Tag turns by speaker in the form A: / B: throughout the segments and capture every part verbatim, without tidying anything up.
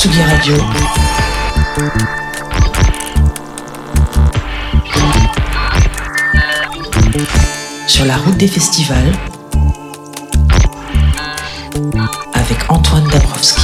A: Tsugi Radio. Sur la route des festivals avec Antoine Dabrowski.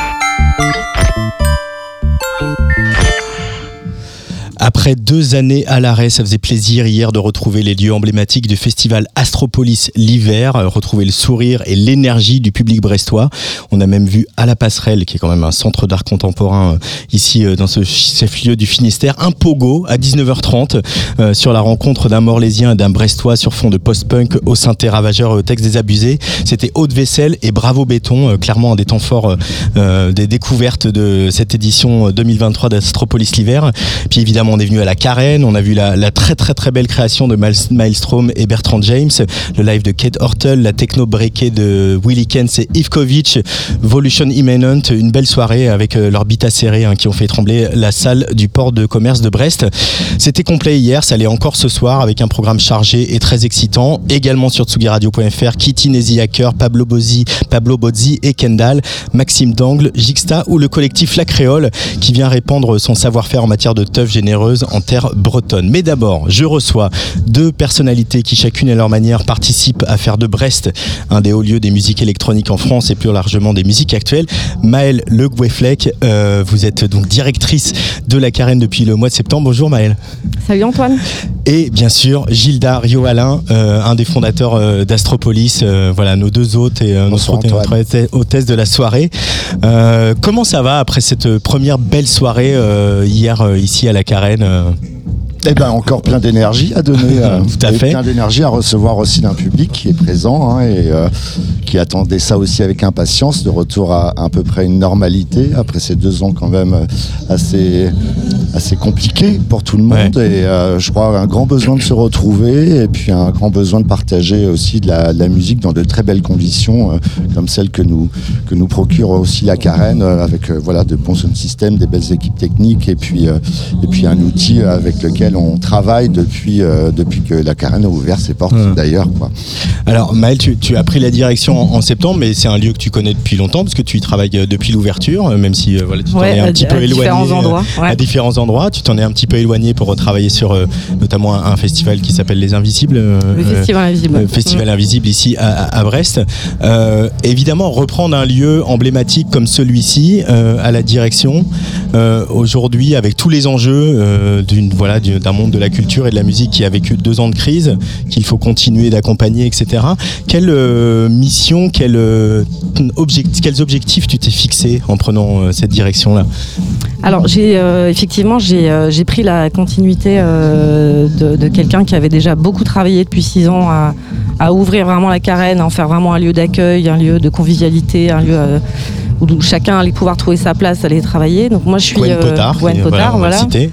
B: Après deux années à l'arrêt, ça faisait plaisir hier de retrouver les lieux emblématiques du festival Astropolis l'hiver, retrouver le sourire et l'énergie du public brestois. On a même vu à la Passerelle, qui est quand même un centre d'art contemporain ici dans ce chef-lieu du Finistère, un pogo à dix-neuf heures trente euh, sur la rencontre d'un Morlaisien et d'un Brestois sur fond de post-punk au synthé ravageur et au texte désabusé. C'était Haute Vaisselle et Bravo Béton, euh, clairement un des temps forts euh, des découvertes de cette édition deux mille vingt-trois d'Astropolis l'hiver. Puis évidemment, on est venu à la Carène, on a vu la, la très très très belle création de Maelstrom et Bertrand James, le live de Kate Hortel, la techno breakée de Willy Kens et Ivkovic, Volution Immanent, une belle soirée avec euh, leurs beats acérés hein, qui ont fait trembler la salle du port de commerce de Brest. C'était complet hier, ça l'est encore ce soir avec un programme chargé et très excitant, également sur tsugi radio point f r, Kitty Nezi Hacker, Pablo Bozzi, Pablo Bozzi et Kendall, Maxime Dangle, Jixta ou le collectif La Créole qui vient répandre son savoir-faire en matière de teuf généreuse en terre bretonne. Mais d'abord, je reçois deux personnalités qui chacune à leur manière participent à faire de Brest un des hauts lieux des musiques électroniques en France et plus largement des musiques actuelles. Maëlle Le Goueflec, euh, vous êtes donc directrice de la Carène depuis le mois de septembre. Bonjour Maëlle.
C: Salut Antoine.
B: Et bien sûr, Gilda Rio-Alain, euh, un des fondateurs euh, d'Astropolis, euh, voilà nos deux hôtes et euh, notre, notre hôtesse de la soirée. Euh, comment ça va après cette première belle soirée euh, hier euh, ici à la Carène euh
D: Eh ben encore plein d'énergie à donner, euh,
B: tout à fait.
D: Plein d'énergie à recevoir aussi d'un public qui est présent hein, et euh, qui attendait ça aussi avec impatience, de retour à, à peu près une normalité après ces deux ans quand même assez assez compliqués pour tout le monde. Ouais. Et euh, je crois un grand besoin de se retrouver et puis un grand besoin de partager aussi de la, de la musique dans de très belles conditions euh, comme celles que nous que nous procure aussi la Carène euh, avec euh, voilà de bons sound systems, des belles équipes techniques et puis euh, et puis un outil avec lequel on travaille depuis, euh, depuis que la Carène a ouvert ses portes mmh. d'ailleurs. Quoi.
B: Alors Maëlle, tu, tu as pris la direction en, en septembre, mais c'est un lieu que tu connais depuis longtemps parce que tu y travailles depuis l'ouverture, même si euh, voilà, tu t'en
C: ouais,
B: es un
C: à,
B: petit peu
C: à
B: éloigné
C: différents endroits, ouais.
B: à différents endroits. Tu t'en es un petit peu éloigné pour retravailler sur euh, notamment un, un festival qui s'appelle Les Invisibles. Euh,
C: Le Festival Invisible.
B: Euh, Festival mmh. Invisible ici à, à Brest. Euh, évidemment, reprendre un lieu emblématique comme celui-ci euh, à la direction, euh, aujourd'hui avec tous les enjeux euh, d'une, voilà, d'un monde de la culture et de la musique qui a vécu deux ans de crise, qu'il faut continuer d'accompagner, et cetera. Quelle euh, mission, quel, euh, objectif, quels objectifs tu t'es fixé en prenant euh, cette direction-là ?
C: Alors j'ai euh, effectivement j'ai, euh, j'ai pris la continuité euh, de, de quelqu'un qui avait déjà beaucoup travaillé depuis six ans à, à ouvrir vraiment la Carène, à en faire vraiment un lieu d'accueil, un lieu de convivialité, un lieu euh, où chacun allait pouvoir trouver sa place, aller travailler. Donc moi je suis
B: Gwen Potard, euh,
C: Gwen Potard,
B: voilà. voilà.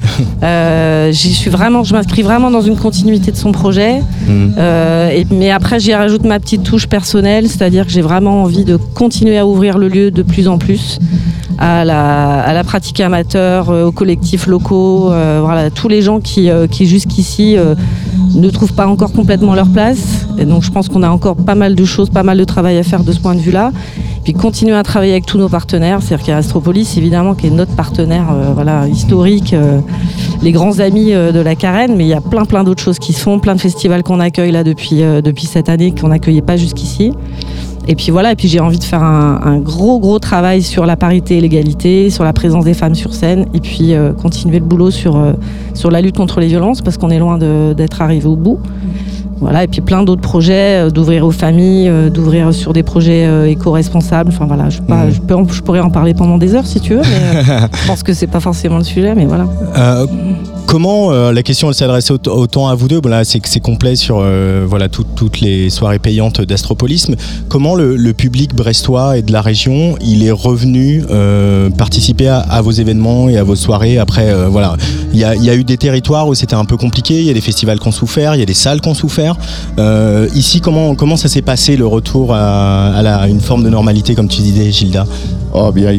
C: Euh, j'y suis vraiment, je m'inscris vraiment dans une continuité de son projet. Mmh. Euh, et, mais après j'y rajoute ma petite touche personnelle, c'est-à-dire que j'ai vraiment envie de continuer à ouvrir le lieu de plus en plus à la, à la pratique amateur, euh, aux collectifs locaux, euh, voilà, tous les gens qui, euh, qui jusqu'ici euh, ne trouvent pas encore complètement leur place. Et donc je pense qu'on a encore pas mal de choses, pas mal de travail à faire de ce point de vue-là. Puis continuer à travailler avec tous nos partenaires, c'est-à-dire qu'il y a Astropolis évidemment qui est notre partenaire euh, voilà, historique, euh, les grands amis euh, de la Carène, mais il y a plein plein d'autres choses qui se font, plein de festivals qu'on accueille là depuis, euh, depuis cette année qu'on n'accueillait pas jusqu'ici. Et puis voilà, et puis j'ai envie de faire un, un gros gros travail sur la parité et l'égalité, sur la présence des femmes sur scène, et puis euh, continuer le boulot sur, euh, sur la lutte contre les violences, parce qu'on est loin de, d'être arrivé au bout. Voilà, et puis plein d'autres projets, euh, d'ouvrir aux familles, euh, d'ouvrir sur des projets euh, éco-responsables. Enfin voilà, je, pas, mmh. je, peux, je pourrais en parler pendant des heures si tu veux, mais euh, je pense que c'est pas forcément le sujet, mais voilà.
B: Euh, comment euh, la question elle s'adresse autant, autant à vous deux, bon, là c'est, c'est complet sur euh, voilà, tout, toutes les soirées payantes d'Astropolis. Comment le, le public brestois et de la région, il est revenu euh, participer à, à vos événements et à vos soirées après euh, voilà, il y a, y a eu des territoires où c'était un peu compliqué, il y a des festivals qui ont souffert, il y a des salles qui ont souffert. Euh, ici, comment, comment ça s'est passé le retour à, à la, une forme de normalité, comme tu disais, Gilda ?
D: Oh, bien,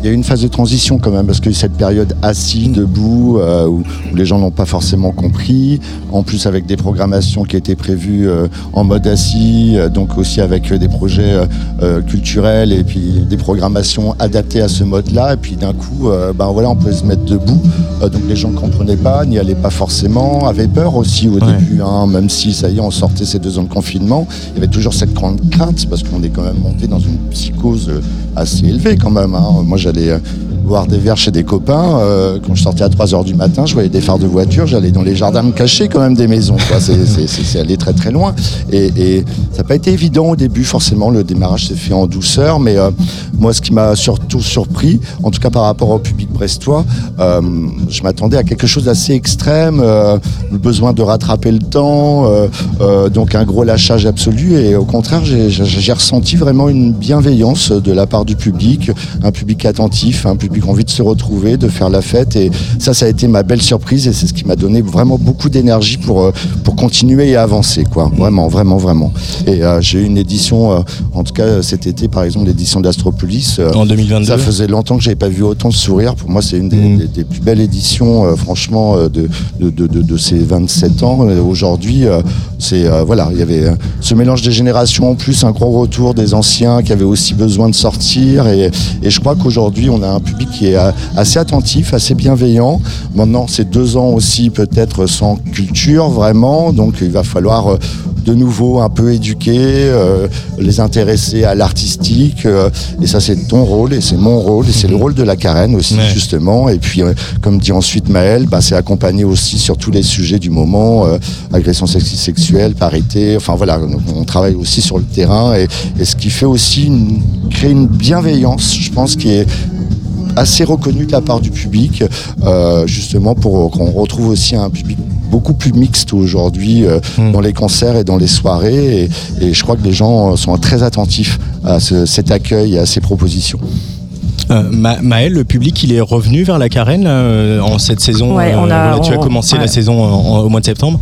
D: y a eu une phase de transition quand même, parce que cette période assis, debout, euh, où, où les gens n'ont pas forcément compris, en plus avec des programmations qui étaient prévues euh, en mode assis, euh, donc aussi avec euh, des projets euh, euh, culturels et puis des programmations adaptées à ce mode-là, et puis d'un coup, euh, ben voilà, on pouvait se mettre debout, euh, donc les gens ne comprenaient pas, n'y allaient pas forcément, avaient peur aussi au ouais. début, hein, même si ça y est, on sortait ces deux ans de confinement, il y avait toujours cette grande crainte, parce qu'on est quand même monté dans une psychose assez élevée quand même, hein. Moi j'allais euh, boire des verres chez des copains, euh, quand je sortais à trois heures du matin, je voyais des phares de voiture, j'allais dans les jardins me cacher quand même des maisons, quoi. C'est, c'est, c'est, c'est allé très très loin, et, et ça n'a pas été évident au début, forcément, le démarrage s'est fait en douceur, mais euh, moi ce qui m'a surtout surpris, en tout cas par rapport au public brestois, euh, je m'attendais à quelque chose d'assez extrême, euh, le besoin de rattraper le temps, euh, euh, donc un gros lâchage absolu, et au contraire j'ai, j'ai, j'ai ressenti vraiment une bienveillance de la part du public, un public attentif, un public qui a envie de se retrouver, de faire la fête, et ça, ça a été ma belle surprise, et c'est ce qui m'a donné vraiment beaucoup d'énergie pour, pour continuer et avancer, quoi. Vraiment, vraiment, vraiment. Et euh, j'ai eu une édition, euh, en tout cas cet été, par exemple, l'édition d'Astropolis. Euh,
B: en deux mille vingt-deux.
D: Ça faisait longtemps que j'avais pas vu autant de sourires. Pour moi, c'est une des, mmh. des, des plus belles éditions, euh, franchement, euh, de, de, de, de, de ces vingt-sept ans. Et aujourd'hui, euh, c'est euh, voilà, il y avait euh, ce mélange des générations, en plus un gros retour des anciens qui avaient aussi besoin de sortir. Et, et je crois qu'aujourd'hui, on a un public qui est assez attentif, assez bienveillant. Maintenant, c'est deux ans aussi peut-être sans culture, vraiment. Donc, il va falloir euh, de nouveau un peu éduquer, euh, les intéresser à l'artistique. Euh, et ça, c'est ton rôle et c'est mon rôle et c'est le rôle de la Carène aussi, ouais. justement. Et puis, euh, comme dit ensuite Maël, bah, c'est accompagner aussi sur tous les sujets du moment, euh, agression sexiste sexuelle, parité. Enfin, voilà, on travaille aussi sur le terrain. Et, et ce qui fait aussi une, créer une bienveillance, je pense, qui est assez reconnu de la part du public, euh, justement pour qu'on retrouve aussi un public beaucoup plus mixte aujourd'hui euh, mmh. dans les concerts et dans les soirées, et, et je crois que les gens sont très attentifs à ce, cet accueil et à ces propositions.
B: Euh, Ma- Maël, le public, il est revenu vers la Carène euh, en cette saison.
C: Ouais, on a,
B: euh, tu
C: on,
B: as commencé
C: ouais.
B: la saison en, en, au mois de septembre.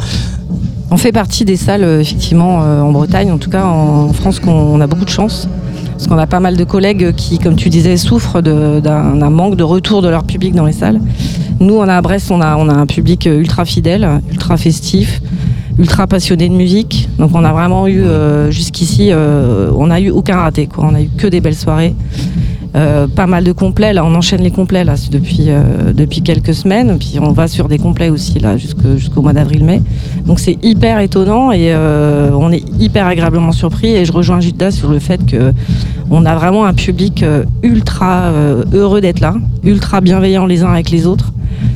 C: On fait partie des salles, effectivement, euh, en Bretagne, en tout cas en France, qu'on on a beaucoup de chance. Parce qu'on a pas mal de collègues qui, comme tu disais, souffrent de, d'un, d'un manque de retour de leur public dans les salles. Nous, on a à Brest, on a, on a un public ultra fidèle, ultra festif, ultra passionné de musique. Donc on a vraiment eu, euh, jusqu'ici, euh, on n'a eu aucun raté, quoi. On a eu que des belles soirées. Euh, pas mal de complets, là on enchaîne les complets là, depuis, euh, depuis quelques semaines, puis on va sur des complets aussi là jusqu'au, jusqu'au mois d'avril-mai, donc c'est hyper étonnant et euh, on est hyper agréablement surpris, et je rejoins Judas sur le fait que on a vraiment un public euh, ultra euh, heureux d'être là, ultra bienveillant les uns avec les autres.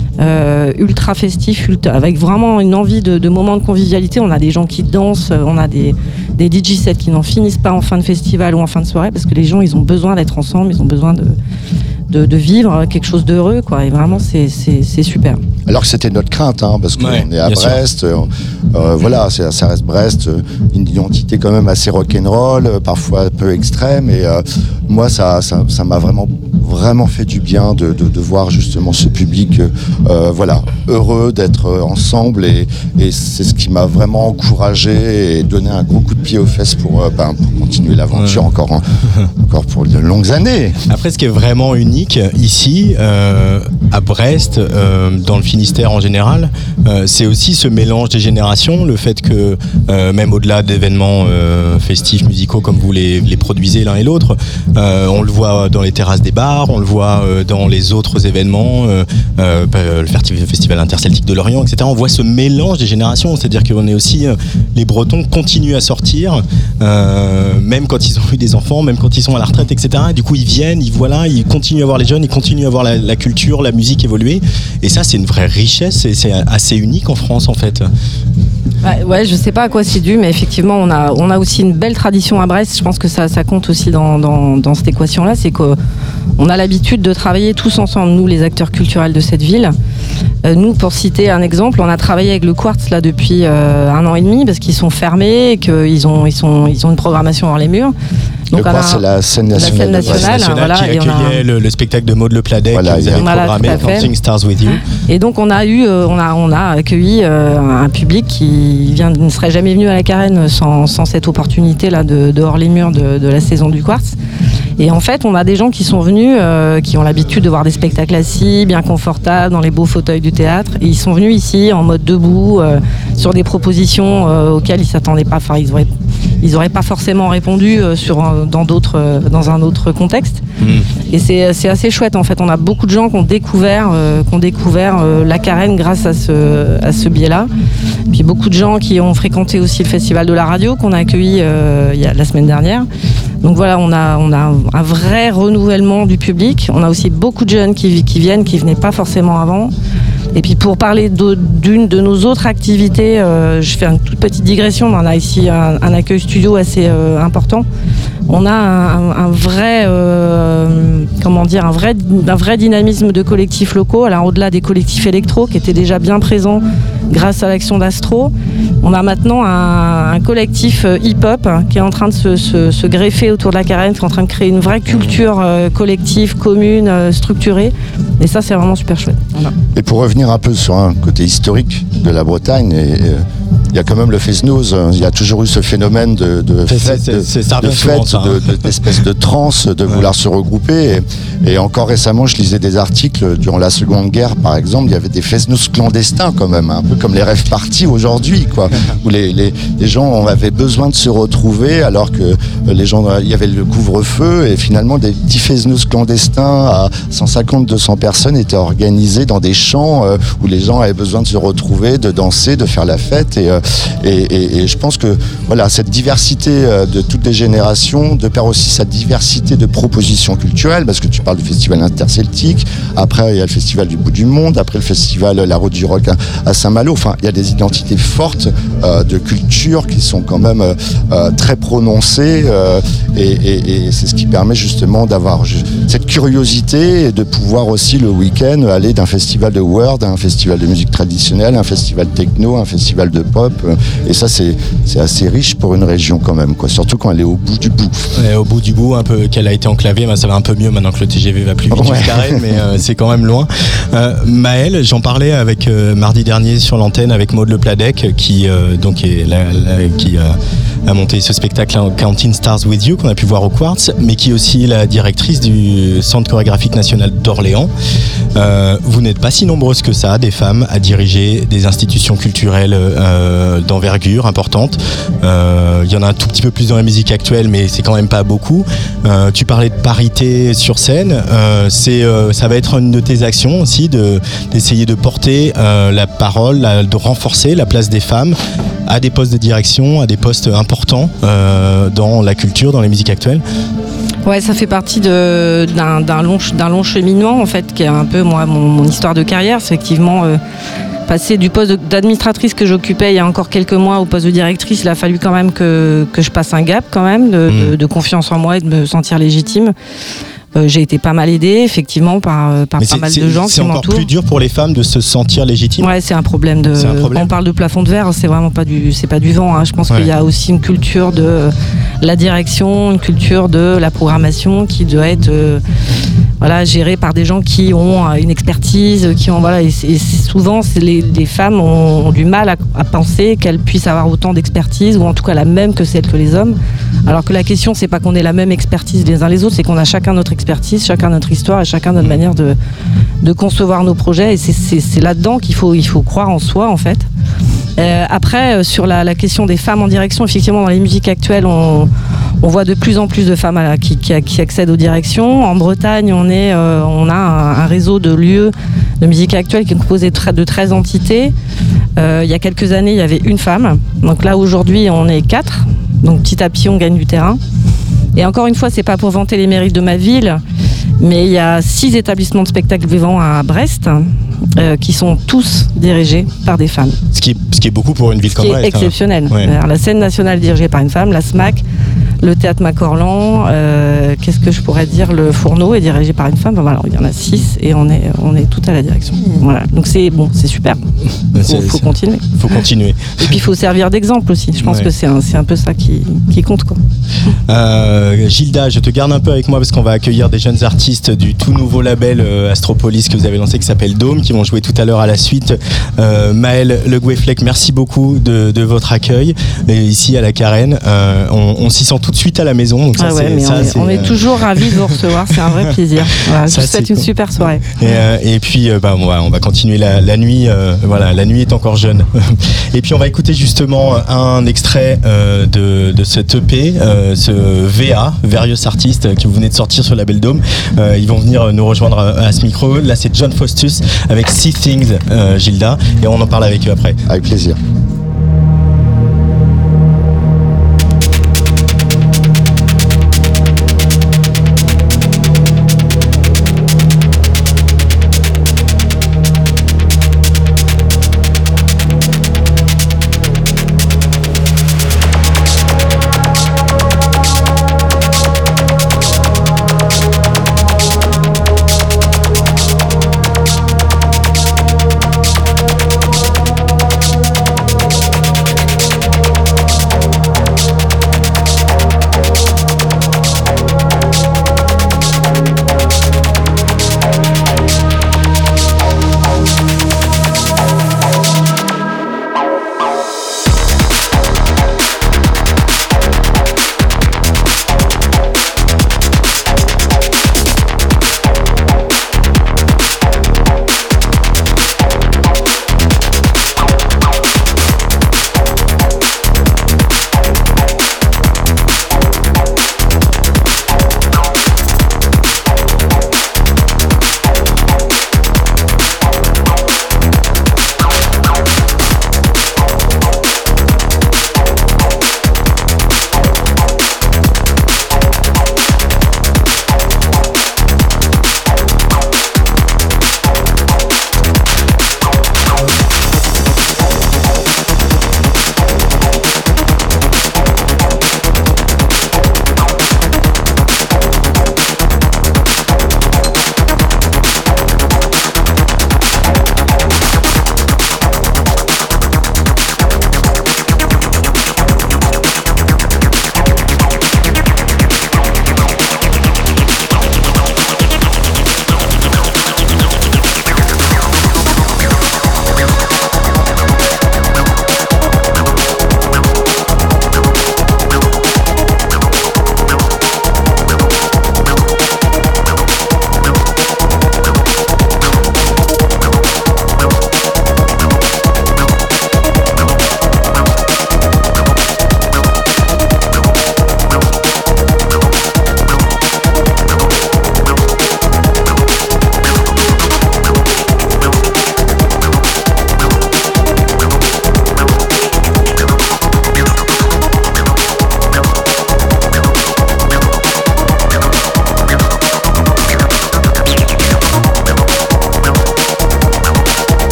C: Euh, ultra festif, ultra, avec vraiment une envie de, de moments de convivialité. On a des gens qui dansent, on a des, des D J sets qui n'en finissent pas en fin de festival ou en fin de soirée, parce que les gens, ils ont besoin d'être ensemble, ils ont besoin de, de, de vivre quelque chose d'heureux, quoi. Et vraiment, c'est, c'est, c'est super.
D: Alors que c'était notre crainte, hein, parce qu'on ouais, est à Brest, euh, euh, voilà, c'est, ça reste Brest, une identité quand même assez rock'n'roll, parfois un peu extrême, et euh, moi, ça, ça, ça m'a vraiment vraiment fait du bien de, de, de voir justement ce public euh, voilà, heureux d'être ensemble, et, et c'est ce qui m'a vraiment encouragé et donné un gros coup de pied aux fesses pour, euh, ben, pour continuer l'aventure ouais. encore, hein, encore pour de longues années.
B: Après, ce qui est vraiment unique ici, euh, à Brest, euh, dans le Finistère en général, euh, c'est aussi ce mélange des générations, le fait que euh, même au-delà d'événements euh, festifs, musicaux comme vous les, les produisez l'un et l'autre, euh, on le voit dans les terrasses des bars, on le voit euh, dans les autres événements, euh, euh, le Festival interceltique de Lorient, et cetera. On voit ce mélange des générations, c'est-à-dire qu'on est aussi, euh, les Bretons continuent à sortir, euh, même quand ils ont eu des enfants, même quand ils sont à la retraite, et cetera. Et du coup, ils viennent, ils voilà, ils continuent à voir les jeunes, ils continuent à voir la, la culture, la musique évoluer. Et ça, c'est une vraie richesse, et c'est assez unique en France, en fait.
C: Ouais, ouais, je sais pas à quoi c'est dû, mais effectivement, on a, on a aussi une belle tradition à Brest. Je pense que ça, ça compte aussi dans, dans, dans cette équation-là, c'est qu'on a l'habitude de travailler tous ensemble, nous, les acteurs culturels de cette ville. Euh, nous, pour citer un exemple, on a travaillé avec le Quartz là depuis euh, un an et demi, parce qu'ils sont fermés et qu'ils ont, ils sont, ils ont une programmation hors les murs.
D: Donc le Quartz, c'est la scène nationale,
C: la scène nationale,
B: nationale
C: voilà,
B: qui accueillait a... le, le spectacle de Maud Le Pladec, voilà, que vous avez voilà, programmé, Dancing Stars With You.
C: Et donc on a eu, euh, on a, on a accueilli euh, un public qui vient, ne serait jamais venu à la Carène sans, sans cette opportunité là de, de hors les murs de, de la saison du Quartz. Et en fait, on a des gens qui sont venus, euh, qui ont l'habitude de voir des spectacles assis, bien confortables, dans les beaux fauteuils du théâtre. Et ils sont venus ici en mode debout, euh, sur des propositions euh, auxquelles ils s'attendaient pas. Enfin, ils auraient, ils auraient pas forcément répondu euh, sur, dans, d'autres, euh, dans un autre contexte. Mmh. Et c'est, c'est assez chouette, en fait. On a beaucoup de gens qui ont découvert, euh, qui ont découvert euh, la Carène grâce à ce, à ce biais-là. Puis beaucoup de gens qui ont fréquenté aussi le Festival de la radio qu'on a accueilli euh, il y a, la semaine dernière. Donc voilà, on a, on a un vrai renouvellement du public. On a aussi beaucoup de jeunes qui, qui viennent, qui ne venaient pas forcément avant. Et puis pour parler d'une de nos autres activités, euh, je fais une toute petite digression, mais on a ici un, un accueil studio assez euh, important. On a un, un vrai, euh, comment dire, un vrai, un vrai dynamisme de collectifs locaux. Alors au-delà des collectifs électro qui étaient déjà bien présents grâce à l'action d'Astro, on a maintenant un, un collectif hip-hop hein, qui est en train de se, se, se greffer autour de la Carène, qui est en train de créer une vraie culture euh, collective, commune, euh, structurée. Et ça, c'est vraiment super chouette. Voilà.
D: Et pour revenir un peu sur un côté historique de la Bretagne, et, et, il y a quand même le Fesnoz, il y a toujours eu ce phénomène de, de fête, de, de fête, souvent, de, de, d'espèce de transe, de ouais. vouloir se regrouper. Et, et encore récemment, je lisais des articles durant la Seconde Guerre, par exemple, il y avait des Fesnoz clandestins quand même, un peu comme les rêves partis aujourd'hui, quoi, où les, les, les gens avaient besoin de se retrouver alors que les gens, il y avait le couvre-feu et finalement des petits Fesnoz clandestins à cent cinquante à deux cents personnes étaient organisés dans des champs euh, où les gens avaient besoin de se retrouver, de danser, de faire la fête. Et, euh, et, et, et je pense que voilà, cette diversité euh, de toutes les générations, de pair aussi cette diversité de propositions culturelles, parce que tu parles du festival interceltique, après il y a le festival du bout du monde, après le festival La Route du Rock à, à Saint-Malo. Enfin, il y a des identités fortes euh, de culture qui sont quand même euh, très prononcées euh, et, et, et c'est ce qui permet justement d'avoir cette curiosité et de pouvoir aussi le week-end aller d'un festival de world à un festival de musique traditionnelle, un festival techno, un festival de pop. Et ça, c'est, c'est assez riche pour une région quand même, quoi. Surtout quand elle est au bout du bout.
B: Ouais, au bout du bout, un peu qu'elle a été enclavée, bah, ça va un peu mieux maintenant que le T G V va plus vite ouais. jusqu'à Rennes, mais euh, c'est quand même loin. Euh, Maëlle, j'en parlais avec euh, mardi dernier sur l'antenne avec Maud Le Pladec, qui euh, donc est la, la, qui euh, a monté ce spectacle Counting Stars With You qu'on a pu voir au Quartz, mais qui est aussi la directrice du Centre chorégraphique national d'Orléans. Euh, vous n'êtes pas si nombreuses que ça, des femmes, à diriger des institutions culturelles euh, d'envergure importante. Euh, il y en a un tout petit peu plus dans la musique actuelle, mais c'est quand même pas beaucoup. Euh, tu parlais de parité sur scène. Euh, c'est, euh, ça va être une de tes actions aussi, de, d'essayer de porter euh, la parole, la, de renforcer la place des femmes à des postes de direction, à des postes importants euh, dans la culture, dans les musiques actuelles.
C: Ouais, ça fait partie de, d'un, d'un, long, d'un long cheminement en fait, qui est un peu moi mon, mon histoire de carrière. C'est effectivement euh, passer du poste d'administratrice que j'occupais il y a encore quelques mois au poste de directrice. Il a fallu quand même que, que je passe un gap quand même de, mmh. de, de confiance en moi et de me sentir légitime. Euh, j'ai été pas mal aidée, effectivement, par, par pas mal de gens qui m'entourent. C'est encore plus
B: dur pour les femmes de se sentir légitimes.
C: Ouais, c'est un problème. De,
B: c'est un problème.
C: On parle de plafond de verre, c'est vraiment pas du, c'est pas du vent. Hein. Je pense ouais. qu'il y a aussi une culture de la direction, une culture de la programmation qui doit être euh, voilà, gérée par des gens qui ont une expertise, qui ont voilà. Et, et souvent, c'est les, les femmes ont, ont du mal à, à penser qu'elles puissent avoir autant d'expertise, ou en tout cas la même que celle que les hommes. Alors que la question, c'est pas qu'on ait la même expertise les uns les autres, c'est qu'on a chacun notre expertise, chacun notre histoire et chacun notre manière de, de concevoir nos projets. Et c'est, c'est, c'est là-dedans qu'il faut, il faut croire en soi, en fait. Euh, après, sur la, la question des femmes en direction, effectivement, dans les musiques actuelles, on, on voit de plus en plus de femmes à, qui, qui, qui accèdent aux directions. En Bretagne, on, est, euh, on a un, un réseau de lieux de musique actuelle qui est composé de treize entités. Euh, il y a quelques années, il y avait une femme. Donc là, aujourd'hui, on est quatre. Donc petit à petit, on gagne du terrain. Et encore une fois, c'est pas pour vanter les mérites de ma ville, mais il y a six établissements de spectacle vivant à Brest euh, qui sont tous dirigés par des femmes.
B: Ce qui est, ce qui est beaucoup pour une ville
C: ce
B: comme
C: Brest.
B: Ce qui
C: est exceptionnel.
B: Hein. Ouais.
C: Alors, la scène nationale dirigée par une femme, la S M A C, le théâtre Macorlan, euh, qu'est-ce que je pourrais dire, le Fourneau est dirigé par une femme. Enfin, voilà, il y en a six et on est, on est toutes à la direction. Voilà. Donc c'est bon, c'est super. Il faut, faut continuer.
B: faut continuer.
C: Et puis il faut servir d'exemple aussi. Je pense ouais. que c'est un, c'est un peu ça qui, qui compte, quoi.
B: Euh, Gilda, je te garde un peu avec moi parce qu'on va accueillir des jeunes artistes du tout nouveau label euh, Astropolis que vous avez lancé, qui s'appelle Dôme, qui vont jouer tout à l'heure à la suite. Euh, Maëlle Le Goueflec, merci beaucoup de, de votre accueil et ici à la Carène. Euh, on, on s'y sent tout de suite à la maison. Donc ça,
C: ah ouais,
B: c'est,
C: mais
B: ça,
C: on, est,
B: c'est,
C: on est
B: euh...
C: toujours ravis de vous recevoir, c'est un vrai plaisir. Voilà,
B: ça,
C: je vous souhaite une
B: cool.
C: super soirée.
B: Et, euh, et puis, euh, bah, on, va, on va continuer la, la nuit. Euh, voilà, la nuit est encore jeune. Et puis, on va écouter justement un extrait euh, de, de cette E P, euh, ce V A, Various Artists, que vous venez de sortir sur la Belle Dôme. Euh, ils vont venir nous rejoindre à, à ce micro. Là, c'est John Faustus avec See Things, euh, Gilda, et on en parle avec eux après.
D: Avec plaisir.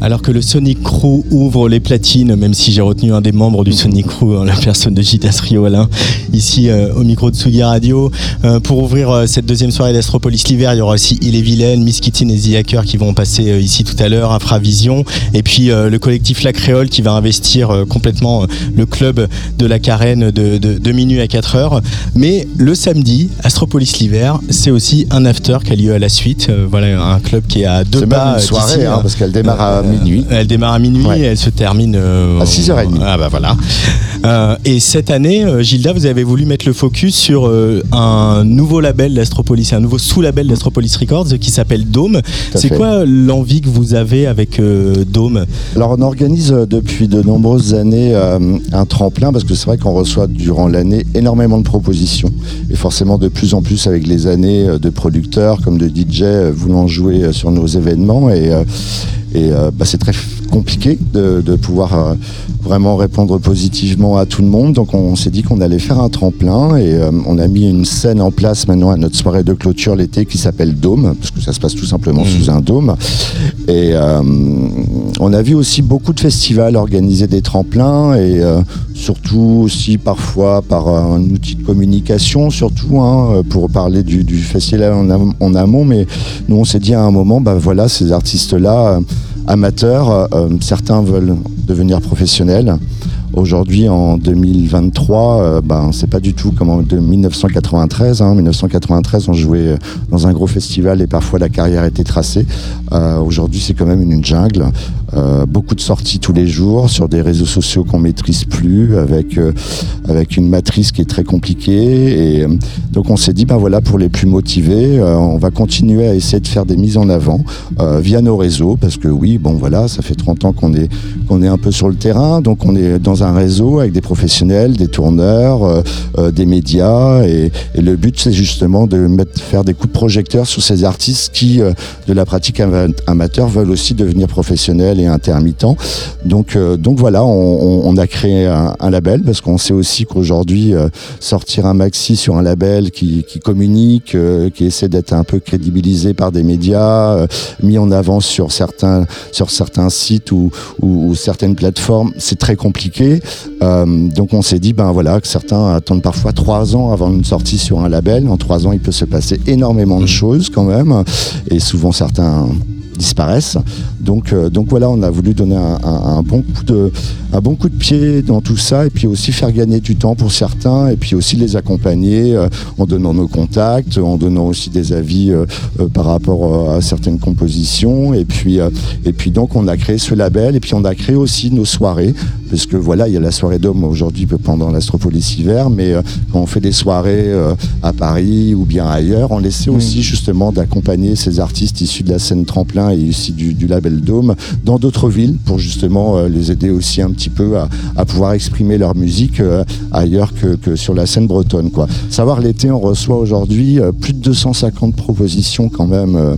B: Alors que le Sonic Crew ouvre les platines, même si j'ai retenu un des membres du Sonic Crew, hein, la personne de Gildas Rio Alain, ici euh, au micro de Tsugi Radio. Euh, pour ouvrir euh, cette deuxième soirée d'Astropolis l'hiver, il y aura aussi Ille-et-Vilaine, Miss Kitty et The Hacker qui vont passer euh, ici tout à l'heure, Infravision, et puis euh, le collectif La Créole qui va investir euh, complètement euh, le club de la Carène de, de, de minuit à quatre heures. Mais le samedi, Astropolis l'hiver, c'est aussi un after qui a lieu à la suite. Euh, voilà, un club qui est à deux
D: c'est
B: pas.
D: Même une soirée,
B: d'ici,
D: hein, parce qu'elle démarre à
B: euh,
D: minuit.
B: Elle démarre à minuit
D: ouais.
B: et elle se termine euh,
D: à six heures trente.
B: Ah bah voilà. Euh, et cette année, euh, Gilda, vous avez voulu mettre le focus sur euh, un nouveau label d'Astropolis, un nouveau sous-label d'Astropolis Records qui s'appelle Dôme. C'est
D: fait.
B: quoi l'envie que vous avez avec euh, Dôme ?
D: Alors on organise euh, depuis de nombreuses années euh, un tremplin, parce que c'est vrai qu'on reçoit durant l'année énormément de propositions, et forcément de plus en plus avec les années euh, de producteurs comme de D J euh, voulant jouer euh, sur nos événements, et, euh, et euh, bah, c'est très compliqué de, de pouvoir euh, vraiment répondre positivement à tout le monde. Donc on s'est dit qu'on allait faire un tremplin, et euh, on a mis une scène en place maintenant à notre soirée de clôture l'été qui s'appelle Dôme, parce que ça se passe tout simplement mmh. sous un dôme. Et euh, on a vu aussi beaucoup de festivals organiser des tremplins, et euh, surtout aussi parfois par un outil de communication, surtout hein, pour parler du, du festival en, am- en amont. Mais nous on s'est dit à un moment, bah voilà, ces artistes-là, euh, amateurs, euh, certains veulent devenir professionnels. Aujourd'hui, en deux mille vingt-trois, euh, ben, c'est pas du tout comme en dix-neuf cent quatre-vingt-treize. Hein. dix-neuf cent quatre-vingt-treize, on jouait dans un gros festival et parfois la carrière était tracée. Euh, aujourd'hui, c'est quand même une jungle. Euh, beaucoup de sorties tous les jours sur des réseaux sociaux qu'on maîtrise plus, avec euh, avec une matrice qui est très compliquée. Et euh, donc, on s'est dit, ben voilà, pour les plus motivés, euh, on va continuer à essayer de faire des mises en avant euh, via nos réseaux, parce que oui, bon voilà, ça fait trente ans qu'on est qu'on est un peu sur le terrain, donc on est dans un réseau avec des professionnels, des tourneurs, euh, euh, des médias, et, et le but c'est justement de mettre, faire des coups de projecteur sur ces artistes qui, euh, de la pratique ama- amateur, veulent aussi devenir professionnels et intermittents. Donc, euh, donc voilà, on, on a créé un, un label, parce qu'on sait aussi qu'aujourd'hui, euh, sortir un maxi sur un label qui, qui communique, euh, qui essaie d'être un peu crédibilisé par des médias, euh, mis en avant sur certains, sur certains sites ou, ou, ou certaines plateformes, c'est très compliqué. Euh, donc on s'est dit, ben voilà, que certains attendent parfois trois ans avant une sortie sur un label. En trois ans, il peut se passer énormément de choses quand même, et souvent certains disparaissent. Donc, euh, donc voilà, on a voulu donner un, un, un, bon coup de, un bon coup de pied dans tout ça, et puis aussi faire gagner du temps pour certains, et puis aussi les accompagner euh, en donnant nos contacts, en donnant aussi des avis euh, euh, par rapport euh, à certaines compositions. Et puis, euh, et puis donc on a créé ce label, et puis on a créé aussi nos soirées, parce que voilà, il y a la soirée Dôme aujourd'hui pendant l'Astropolis hiver, mais euh, quand on fait des soirées euh, à Paris ou bien ailleurs, on essaie aussi mmh. justement d'accompagner ces artistes issus de la scène tremplin et issus du, du label Dôme dans d'autres villes, pour justement euh, les aider aussi un petit peu à, à pouvoir exprimer leur musique euh, ailleurs que, que sur la scène bretonne, quoi. Savoir, l'été, on reçoit aujourd'hui euh, plus de deux cent cinquante propositions quand même euh,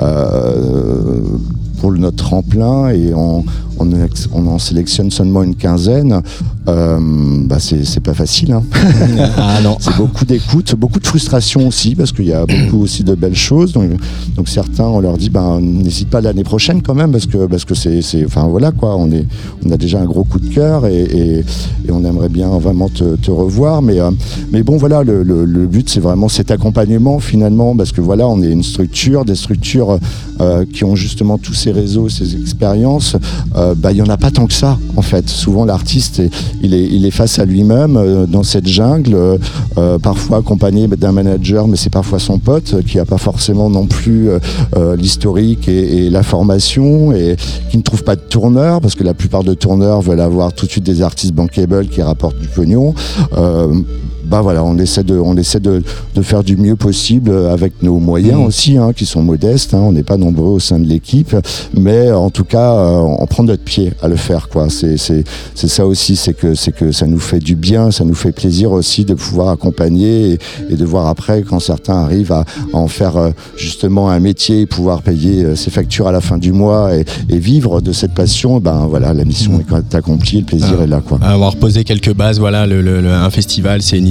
D: euh, pour notre tremplin, et on, on, on en sélectionne seulement une quinzaine. Euh, bah c'est, c'est pas facile, hein.
B: Ah non.
D: C'est beaucoup d'écoute, beaucoup de frustration aussi, parce qu'il y a beaucoup aussi de belles choses. Donc, donc certains, on leur dit, ben n'hésite pas l'année prochaine quand même, parce que parce que c'est, c'est enfin voilà quoi, on est, on a déjà un gros coup de cœur, et, et, et on aimerait bien vraiment te, te revoir. Mais euh, mais bon voilà, le, le, le but c'est vraiment cet accompagnement finalement, parce que voilà, on est une structure, des structures euh, qui ont justement tous ces réseaux, ces expériences. Euh, bah il y en a pas tant que ça en fait. Souvent l'artiste est Il est, il est face à lui-même euh, dans cette jungle, euh, parfois accompagné d'un manager, mais c'est parfois son pote qui n'a pas forcément non plus euh, euh, l'historique et, et la formation, et qui ne trouve pas de tourneur, parce que la plupart de tourneurs veulent avoir tout de suite des artistes bankable qui rapportent du pognon. Euh, Bah voilà, on essaie de, on essaie de, de faire du mieux possible avec nos moyens mmh. aussi, hein, qui sont modestes. Hein, on n'est pas nombreux au sein de l'équipe, mais en tout cas, euh, on prend notre pied à le faire, quoi. C'est, c'est, c'est ça aussi, c'est que, c'est que ça nous fait du bien, ça nous fait plaisir aussi de pouvoir accompagner, et, et de voir après quand certains arrivent à, à en faire euh, justement un métier, et pouvoir payer euh, ses factures à la fin du mois, et, et vivre de cette passion. Ben voilà, la mission mmh. est accomplie, le plaisir
B: ah,
D: est là, quoi.
B: Avoir posé quelques bases, voilà, le, le, le, un festival, c'est une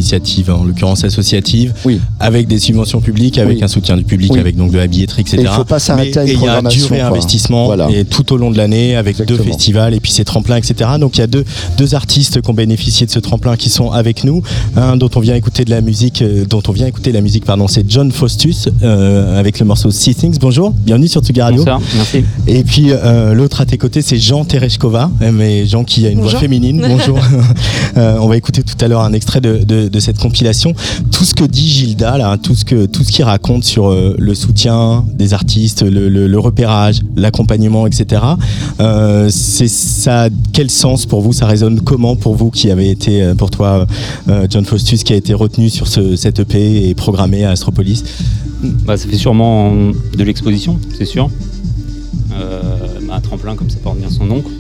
B: initiative, en l'occurrence associative,
D: oui.
B: avec des subventions publiques, avec oui. un soutien du public, oui. avec donc de la billetterie, et cetera.
D: Et il ne faut pas s'arrêter à une programmation.
B: Il y a du réinvestissement voilà. et tout au long de l'année avec Exactement. deux festivals et puis ces tremplins, et cetera. Donc il y a deux, deux artistes qui ont bénéficié de ce tremplin qui sont avec nous. Un dont on vient écouter de la musique, euh, dont on vient écouter la musique, pardon, c'est John Faustus euh, avec le morceau See Things. Bonjour, bienvenue sur Tsugi Radio.
E: Bonsoir, merci.
B: Et puis euh, l'autre à tes côtés, c'est Jean Tereshkova, mais Jean qui a une Bonjour. voix féminine. Bonjour. euh, on va écouter tout à l'heure un extrait de, de, de cette compilation. Tout ce que dit Gilda, là, tout ce que tout ce qu'il raconte sur euh, le soutien des artistes, le, le, le repérage, l'accompagnement, et cetera. Euh, c'est ça. Quel sens pour vous? Ça résonne comment pour vous qui avez été, pour toi, euh, John Faustus, qui a été retenu sur ce, cet E P et programmé à Astropolis?
E: Bah, ça fait sûrement de l'exposition, c'est sûr. Euh, bah, un tremplin, comme ça porte bien son nom. Donc,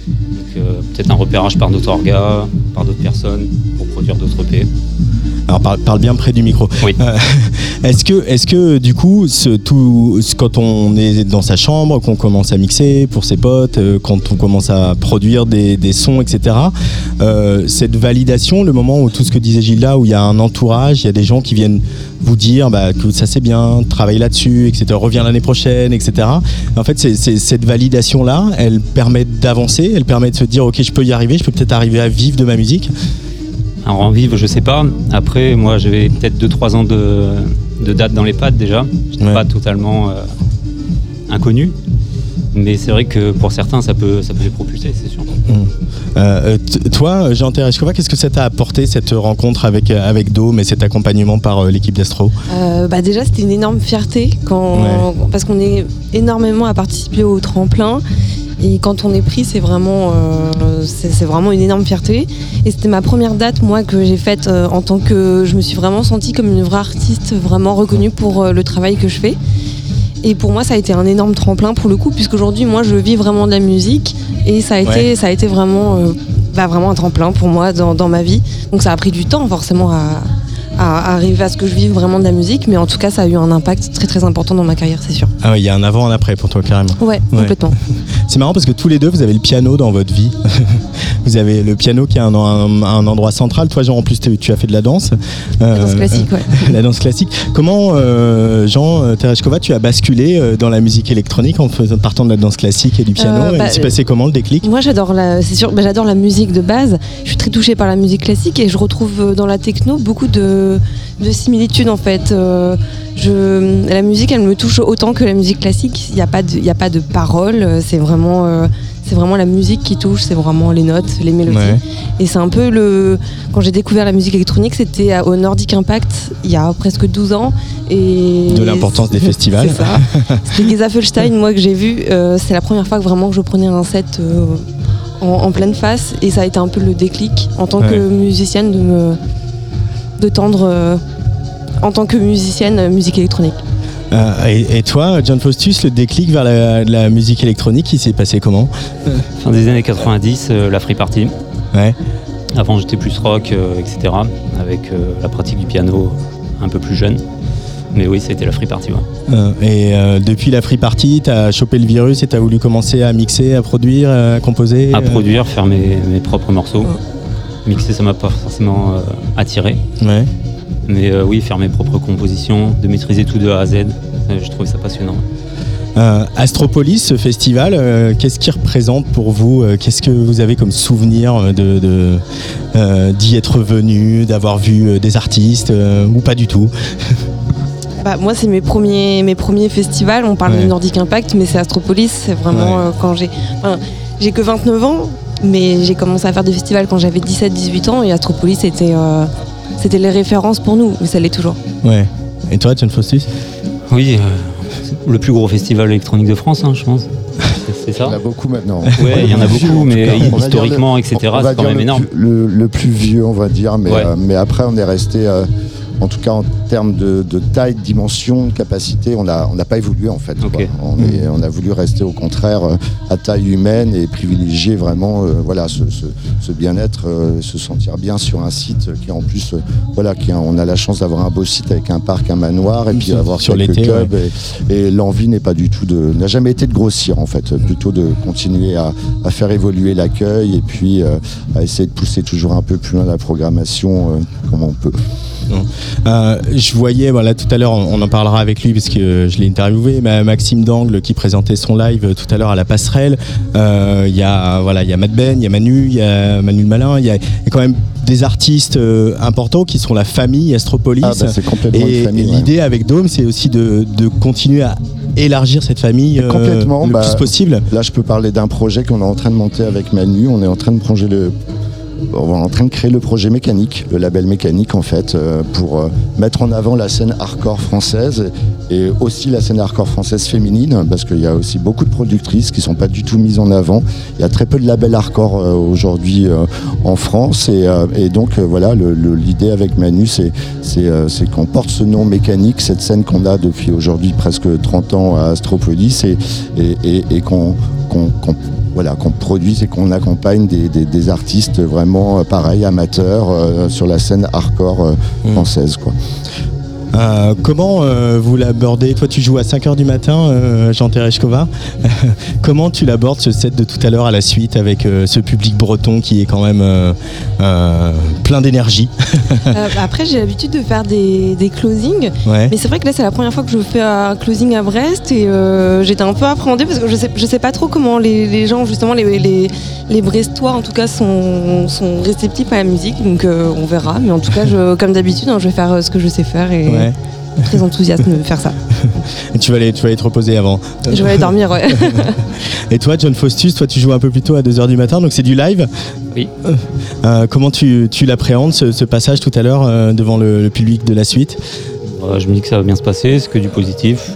E: euh, peut-être un repérage par d'autres orgas, par d'autres personnes, pour produire d'autres E P.
B: Alors parle, parle bien près du micro.
E: Oui.
B: Euh, est-ce que, est-ce que du coup, ce, tout, quand on est dans sa chambre, qu'on commence à mixer pour ses potes, euh, quand on commence à produire des, des sons, et cetera, euh, cette validation, le moment où tout ce que disait Gilda, où il y a un entourage, il y a des gens qui viennent vous dire bah, que ça c'est bien, travaille là-dessus, et cetera, reviens l'année prochaine, et cetera. En fait, c'est, c'est, cette validation-là, elle permet d'avancer, elle permet de se dire ok, je peux y arriver, je peux peut-être arriver à vivre de ma musique.
E: Alors en vivre, je sais pas. Après, moi, j'avais peut-être deux trois ans de, de date dans les pattes déjà. J'étais ouais. pas totalement euh, inconnu. Mais c'est vrai que pour certains, ça peut, ça peut les propulser, c'est sûr.
B: Mmh. Euh, t- toi, Jean Tereshkova, qu'est-ce que ça t'a apporté, cette rencontre avec, avec Dôme et cet accompagnement par euh, l'équipe d'Astro?
F: euh, bah Déjà, c'était une énorme fierté quand, ouais. parce qu'on est énormément à participer au tremplin. Et quand on est pris, c'est vraiment, euh, c'est, c'est vraiment une énorme fierté. Et c'était ma première date, moi, que j'ai faite euh, en tant que... Je me suis vraiment sentie comme une vraie artiste, vraiment reconnue pour euh, le travail que je fais. Et pour moi, ça a été un énorme tremplin pour le coup, puisqu'aujourd'hui, moi, je vis vraiment de la musique. Et ça a été, ouais. ça a été vraiment, euh, bah, vraiment un tremplin pour moi dans, dans ma vie. Donc ça a pris du temps, forcément, à... à arriver à ce que je vive vraiment de la musique, mais en tout cas ça a eu un impact très très important dans ma carrière, c'est sûr.
B: Ah oui, il y a un avant, un après pour toi carrément.
F: Ouais, ouais, complètement.
B: C'est marrant parce que tous les deux vous avez le piano dans votre vie. Vous avez le piano qui est un, un, un endroit central. Toi Jean, en plus tu as fait de la danse.
F: La danse classique, euh, ouais.
B: La danse classique. Comment euh, Jean Tereshkova, tu as basculé dans la musique électronique en faisant, partant de la danse classique et du piano euh, bah, Il s'est passé comment le déclic?
F: Moi j'adore la, c'est sûr, bah, j'adore la musique de base. Je suis très touchée par la musique classique et je retrouve dans la techno beaucoup de de similitudes en fait. Euh, je, la musique, elle me touche autant que la musique classique. Il n'y a pas de, il n'y a pas de paroles. C'est vraiment, euh, c'est vraiment la musique qui touche. C'est vraiment les notes, les mélodies. Ouais. Et c'est un peu le. Quand j'ai découvert la musique électronique, c'était au Nordic Impact il y a presque douze ans. Et
B: de l'importance des festivals.
F: C'est ça. C'était Geza Felstein, moi que j'ai vu. Euh, c'est la première fois que vraiment que je prenais un set. Euh, en, en pleine face, et ça a été un peu le déclic en tant ouais. que musicienne de me de tendre euh, en tant que musicienne euh, musique électronique.
B: Euh, et, et toi, John Faustus, le déclic vers la, la musique électronique, il s'est passé comment?
E: Fin des années quatre-vingt-dix, euh, la free party.
B: Ouais.
E: Avant, j'étais plus rock, euh, et cetera, avec euh, la pratique du piano un peu plus jeune. Mais oui, c'était la free party. Ouais.
B: Euh, et euh, depuis la free party, t'as chopé le virus et t'as voulu commencer à mixer, à produire, à composer?
E: À euh... produire, faire mes, mes propres morceaux. Oh. Mixer, ça m'a pas forcément euh, attiré.
B: Ouais.
E: Mais euh, oui, faire mes propres compositions, de maîtriser tout de A à Z, euh, je trouvais ça passionnant.
B: Euh, Astropolis, ce festival, euh, qu'est-ce qu'il représente pour vous? euh, Qu'est-ce que vous avez comme souvenir de, de, euh, d'y être venu, d'avoir vu euh, des artistes euh, ou pas du tout?
F: Bah, moi, c'est mes premiers, mes premiers festivals. On parle ouais. de Nordic Impact, mais c'est Astropolis. C'est vraiment ouais. euh, quand j'ai... Enfin, j'ai que vingt-neuf ans. Mais j'ai commencé à faire des festivals quand j'avais dix-sept dix-huit ans et Astropolis c'était, euh, c'était les références pour nous, mais ça l'est toujours.
B: Ouais. Et toi, John Faustus?
E: Oui, euh, le plus gros festival électronique de France, hein, je pense. C'est, c'est ça.
D: Il y en a beaucoup maintenant.
E: Oui, il y en a beaucoup, mais cas, historiquement,
D: le,
E: et cetera, c'est quand même
D: le
E: énorme.
D: Plus, le, le plus vieux, on va dire, mais, ouais. euh, mais après on est resté... Euh, en tout cas en termes de, de taille, de dimension, de capacité, on n'a on n'a pas évolué en fait.
E: Okay.
D: On, est, on a voulu rester au contraire à taille humaine et privilégier vraiment euh, voilà, ce, ce, ce bien-être, euh, se sentir bien sur un site qui en plus, euh, voilà, qui a, on a la chance d'avoir un beau site avec un parc, un manoir et puis avoir
B: sur
D: quelques
B: l'été,
D: clubs.
B: Ouais.
D: Et, et l'envie n'est pas du tout de, n'a jamais été de grossir en fait, plutôt de continuer à, à faire évoluer l'accueil et puis euh, à essayer de pousser toujours un peu plus loin la programmation euh, comme on peut.
B: Euh, je voyais, voilà, tout à l'heure, on, on en parlera avec lui parce que je l'ai interviewé, Maxime Dangle qui présentait son live tout à l'heure à la Passerelle. Il euh, y a, voilà, il y a Matt Ben, il y a Manu, il y a Manu le Malin, il y, y a quand même des artistes euh, importants qui sont la famille Astropolis.
D: Ah bah c'est complètement
B: et,
D: une famille,
B: et l'idée
D: ouais.
B: avec Dôme, c'est aussi de, de continuer à élargir cette famille euh,
D: complètement,
B: le
D: bah,
B: plus possible.
D: Là, je peux parler d'un projet qu'on est en train de monter avec Manu. On est en train de projeter le On est en train de créer le projet Mécanique, le label Mécanique en fait, euh, pour euh, mettre en avant la scène hardcore française et aussi la scène hardcore française féminine, parce qu'il y a aussi beaucoup de productrices qui ne sont pas du tout mises en avant. Il y a très peu de labels hardcore euh, aujourd'hui euh, en France et, euh, et donc euh, voilà, le, le, l'idée avec Manu, c'est, c'est, euh, c'est qu'on porte ce nom Mécanique, cette scène qu'on a depuis aujourd'hui presque trente ans à Astropolis et, et, et, et qu'on, qu'on, qu'on Voilà, qu'on produise et qu'on accompagne des, des, des artistes vraiment euh, pareil, amateurs euh, sur la scène hardcore euh, mmh. française, quoi.
B: Euh, comment euh, vous l'abordez? Toi, tu joues à cinq heures du matin, euh, Jean Tereshkova. Comment tu l'abordes, ce set de tout à l'heure à la suite, avec euh, ce public breton qui est quand même euh, euh, plein d'énergie?
F: euh, Après, j'ai l'habitude de faire des, des closings.
B: Ouais.
F: Mais c'est vrai que là, c'est la première fois que je fais un closing à Brest. Et euh, j'étais un peu appréhendée parce que je sais, je sais pas trop comment les, les gens, justement, les, les, les Brestois, en tout cas, sont, sont réceptifs à la musique. Donc, euh, on verra. Mais en tout cas, je, comme d'habitude, hein, je vais faire ce que je sais faire. Et... Ouais. Très enthousiaste de faire ça.
B: Et tu vas aller, tu vas aller te reposer avant.
F: Je vais aller dormir, ouais.
B: Et toi, John Faustus, toi tu joues un peu plus tôt à deux heures du matin, donc c'est du live.
E: Oui.
B: Euh, comment tu, tu l'appréhendes, ce, ce passage tout à l'heure euh, devant le, le public de la suite?
E: euh, Je me dis que ça va bien se passer, c'est que du positif.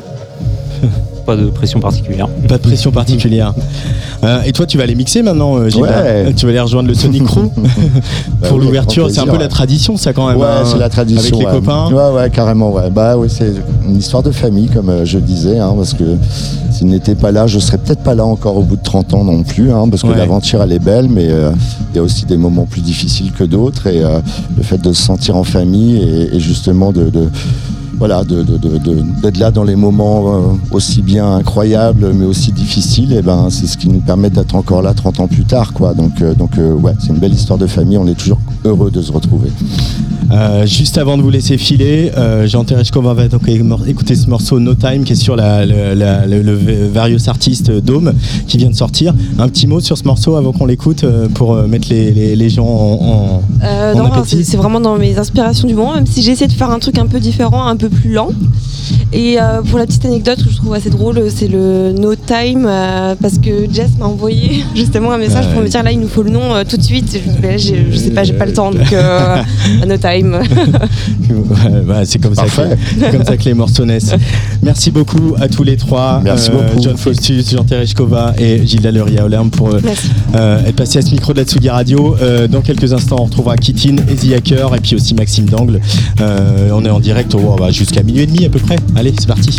E: Pas de pression particulière.
B: Pas de pression particulière. Euh, et toi, tu vas aller mixer maintenant, euh, Gilbert. Ouais. Tu vas aller rejoindre le Sonic Crew bah pour oui, l'ouverture. C'est un peu ouais. la tradition, ça quand même.
D: Ouais,
B: hein,
D: c'est la tradition.
B: Avec les
D: ouais.
B: copains.
D: Ouais, ouais, carrément. Ouais. Bah oui, c'est une histoire de famille, comme euh, je disais, hein, parce que s'il n'était pas là, je serais peut-être pas là encore au bout de trente ans non plus, hein, parce que ouais. l'aventure elle est belle, mais il euh, y a aussi des moments plus difficiles que d'autres, et euh, le fait de se sentir en famille et, et justement de, de Voilà, de, de, de, de, d'être là dans les moments euh, aussi bien incroyables mais aussi difficiles, et ben, c'est ce qui nous permet d'être encore là trente ans plus tard, quoi. Donc, euh, donc euh, ouais, c'est une belle histoire de famille, on est toujours heureux de se retrouver.
B: Euh, juste avant de vous laisser filer, euh, Jean Tereshkova va donc écouter ce morceau No Time qui est sur la, la, la, le, le Various Artists Dôme qui vient de sortir. Un petit mot sur ce morceau avant qu'on l'écoute euh, pour euh, mettre les, les, les gens en, en,
F: euh,
B: en
F: non,
B: appétit.
F: C'est, c'est vraiment dans mes inspirations du moment, même si j'essaie de faire un truc un peu différent, un peu plus lent. Et euh, pour la petite anecdote que je trouve assez drôle, c'est le No Time, euh, parce que Jess m'a envoyé justement un message ouais. pour me dire là il nous faut le nom euh, tout de suite. Je, dis, bah, je, je sais pas, j'ai pas le temps, donc euh, No Time.
B: ouais, bah, c'est comme ça, que, c'est comme ça que les morceaux naissent. Merci beaucoup à tous les trois.
D: Merci
B: euh,
D: beaucoup.
B: John Faustus, Jean Tereshkova et Gilda Leria-Olerme pour euh, être passé à ce micro de la Tsugi Radio. Euh, dans quelques instants, on retrouvera Kittin, Easy Hacker et puis aussi Maxime Dangle. Euh, on est en direct oh, bah, jusqu'à minuit et demi à peu près. Allez, c'est parti.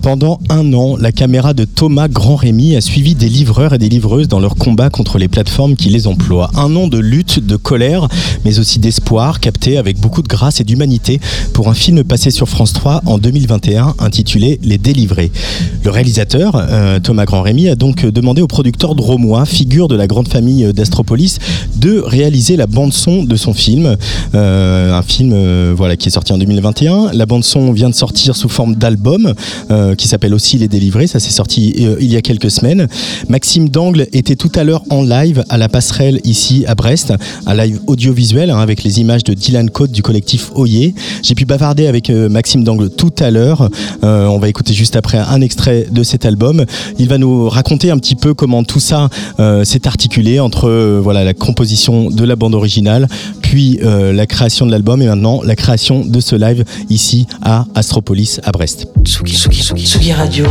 B: Pendant un an, la caméra de Thomas Grand-Rémy a suivi des livreurs et des livreuses dans leur combat contre les plateformes qui les emploient. Un an de lutte, de colère, mais aussi d'espoir, capté avec beaucoup de grâce et d'humanité pour un film passé sur France trois en deux mille vingt et un intitulé Les Délivrés. Le réalisateur, euh, Thomas Grand-Rémy, a donc demandé au producteur Dromois, figure de la grande famille d'Astropolis, de réaliser la bande-son de son film. Euh, un film euh, voilà, qui est sorti en deux mille vingt et un. La bande-son vient de sortir sous forme d'album, euh, qui s'appelle aussi Les Délivrés. Ça s'est sorti euh, il y a quelques semaines. Maxime Dangle était tout à l'heure en live à la Passerelle ici à Brest, un live audiovisuel hein, avec les images de Dylan Cote du collectif Oyer. J'ai pu bavarder avec euh, Maxime Dangle tout à l'heure. Euh, on va écouter juste après un extrait de cet album. Il va nous raconter un petit peu comment tout ça euh, s'est articulé entre euh, voilà, la composition de la bande originale, puis euh, la création de l'album et maintenant la création de ce live ici à Astropolis à Brest.
A: Tsugi, Tsugi, Tsugi, Tsugi Radio.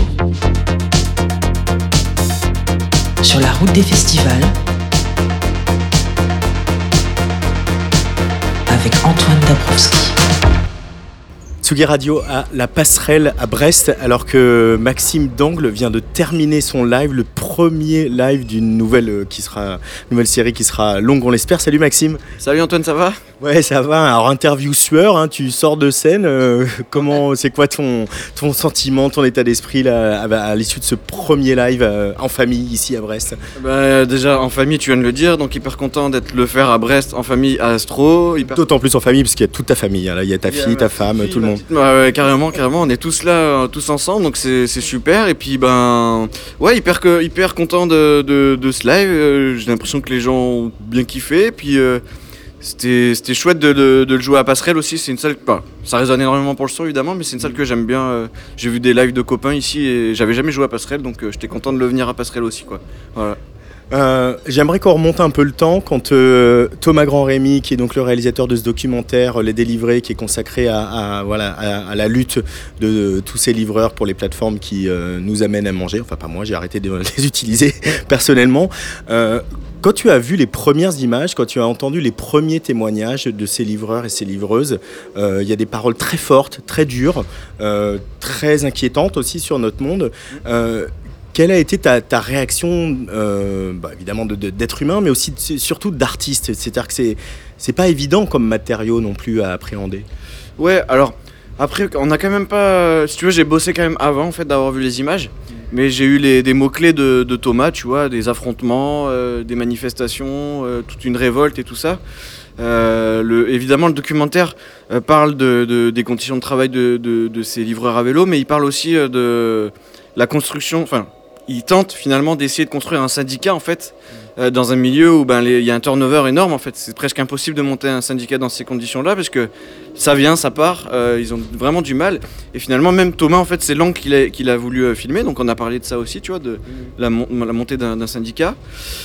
A: Sur la route des festivals. Avec Antoine Dabrowski.
B: Tsugi Radio à la Passerelle à Brest, alors que Maxime Dangle vient de terminer son live, le premier live d'une nouvelle, euh, qui sera, nouvelle série qui sera longue, on l'espère. Salut Maxime.
G: Salut Antoine, ça va ?
B: Ouais, ça va. Alors interview sueur, hein, tu sors de scène. Euh, comment, c'est quoi ton, ton sentiment, ton état d'esprit là, à, à l'issue de ce premier live euh, en famille ici à Brest ?
G: Bah, déjà en famille, tu viens de le dire, donc hyper content d'être le faire à Brest en famille à Astro. Hyper...
B: D'autant plus en famille parce qu'il y a toute ta famille. Hein, là, il y a ta fille, yeah, ta femme, fille, tout le monde.
G: Ouais, ouais, carrément, carrément. On est tous là, euh, tous ensemble, donc c'est, c'est super. Et puis ben, ouais, hyper que, hyper content de, de, de ce live. Euh, j'ai l'impression que les gens ont bien kiffé. Et puis euh, C'était, c'était chouette de, de, de le jouer à Passerelle aussi. C'est une salle, bah, ça résonne énormément pour le son évidemment, mais c'est une salle que j'aime bien. Euh, j'ai vu des lives de copains ici et j'avais jamais joué à Passerelle, donc euh, j'étais content de le venir à Passerelle aussi, quoi. Voilà.
B: Euh, j'aimerais qu'on remonte un peu le temps quand euh, Thomas Grand-Rémy, qui est donc le réalisateur de ce documentaire Les Délivrés, qui est consacré à, à, voilà, à, à la lutte de, de tous ces livreurs pour les plateformes qui euh, nous amènent à manger, enfin pas moi, j'ai arrêté de les utiliser personnellement. Euh, quand tu as vu les premières images, quand tu as entendu les premiers témoignages de ces livreurs et ces livreuses, il euh, y a des paroles très fortes, très dures, euh, très inquiétantes aussi sur notre monde. Euh, Quelle a été ta, ta réaction, euh, bah évidemment de, de, d'être humain, mais aussi de, surtout d'artiste ? C'est-à-dire que c'est, c'est pas évident comme matériau non plus à appréhender.
G: Ouais, alors après on a quand même pas, si tu veux, j'ai bossé quand même avant en fait d'avoir vu les images, mais j'ai eu les, des mots-clés de, de Thomas, tu vois, des affrontements, euh, des manifestations, euh, toute une révolte et tout ça. Euh, le, évidemment, le documentaire euh, parle de, de, des conditions de travail de, de, de ces livreurs à vélo, mais il parle aussi euh, de la construction, enfin, il tente finalement d'essayer de construire un syndicat en fait euh, dans un milieu où ben il y a un turnover énorme en fait. C'est presque impossible de monter un syndicat dans ces conditions-là parce que ça vient, ça part, euh, ils ont vraiment du mal. Et finalement même Thomas en fait c'est l'angle qu'il a, qu'il a voulu euh, filmer, donc on a parlé de ça aussi, tu vois, de la, la montée d'un, d'un syndicat.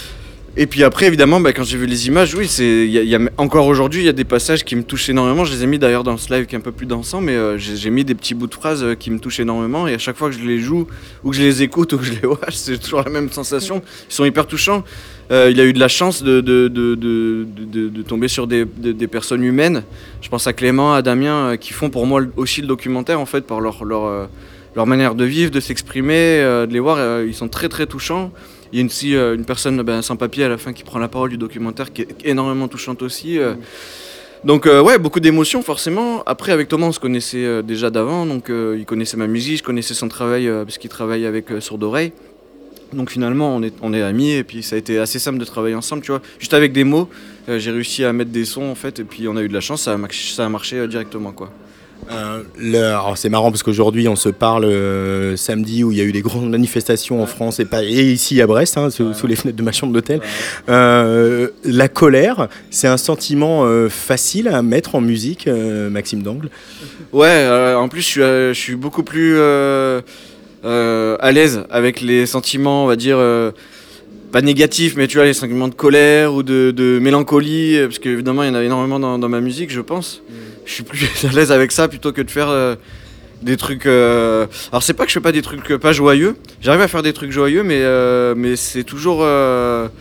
G: Et puis après, évidemment, bah, quand j'ai vu les images, oui, c'est, y a, y a, encore aujourd'hui, il y a des passages qui me touchent énormément. Je les ai mis d'ailleurs dans ce live qui est un peu plus dansant, mais euh, j'ai, j'ai mis des petits bouts de phrases euh, qui me touchent énormément. Et à chaque fois que je les joue, ou que je les écoute, ou que je les watch, c'est toujours la même sensation. Ils sont hyper touchants. Euh, il a eu de la chance de, de, de, de, de, de tomber sur des, de, des personnes humaines. Je pense à Clément, à Damien, euh, qui font pour moi aussi le documentaire, en fait, par leur, leur, euh, leur manière de vivre, de s'exprimer, euh, de les voir. Euh, ils sont très, très touchants. Il y a aussi euh, une personne ben, sans papier à la fin qui prend la parole du documentaire qui est énormément touchante aussi. Euh. Donc euh, ouais, beaucoup d'émotions forcément. Après avec Thomas on se connaissait euh, déjà d'avant, donc euh, il connaissait ma musique, je connaissais son travail euh, parce qu'il travaille avec euh, Sourd Oreille. Donc finalement on est, on est amis et puis ça a été assez simple de travailler ensemble, tu vois. Juste avec des mots, euh, j'ai réussi à mettre des sons en fait et puis on a eu de la chance, ça a, ça a marché euh, directement quoi.
B: Euh, le, alors c'est marrant parce qu'aujourd'hui on se parle euh, samedi où il y a eu des grandes manifestations en France et, pas, et ici à Brest, hein, sous, ouais. sous les fenêtres de ma chambre d'hôtel. Ouais. Euh, la colère, c'est un sentiment euh, facile à mettre en musique, euh, Maxime Dangle.
G: Ouais, euh, en plus je suis, euh, je suis beaucoup plus euh, euh, à l'aise avec les sentiments, on va dire... Euh, pas négatif, mais tu vois, les sentiments de colère ou de, de mélancolie, parce qu'évidemment, il y en a énormément dans, dans ma musique, je pense. Mmh. Je suis plus à l'aise avec ça plutôt que de faire euh, des trucs... Euh... Alors, c'est pas que je fais pas des trucs pas joyeux. J'arrive à faire des trucs joyeux, mais, euh, mais c'est toujours... Euh...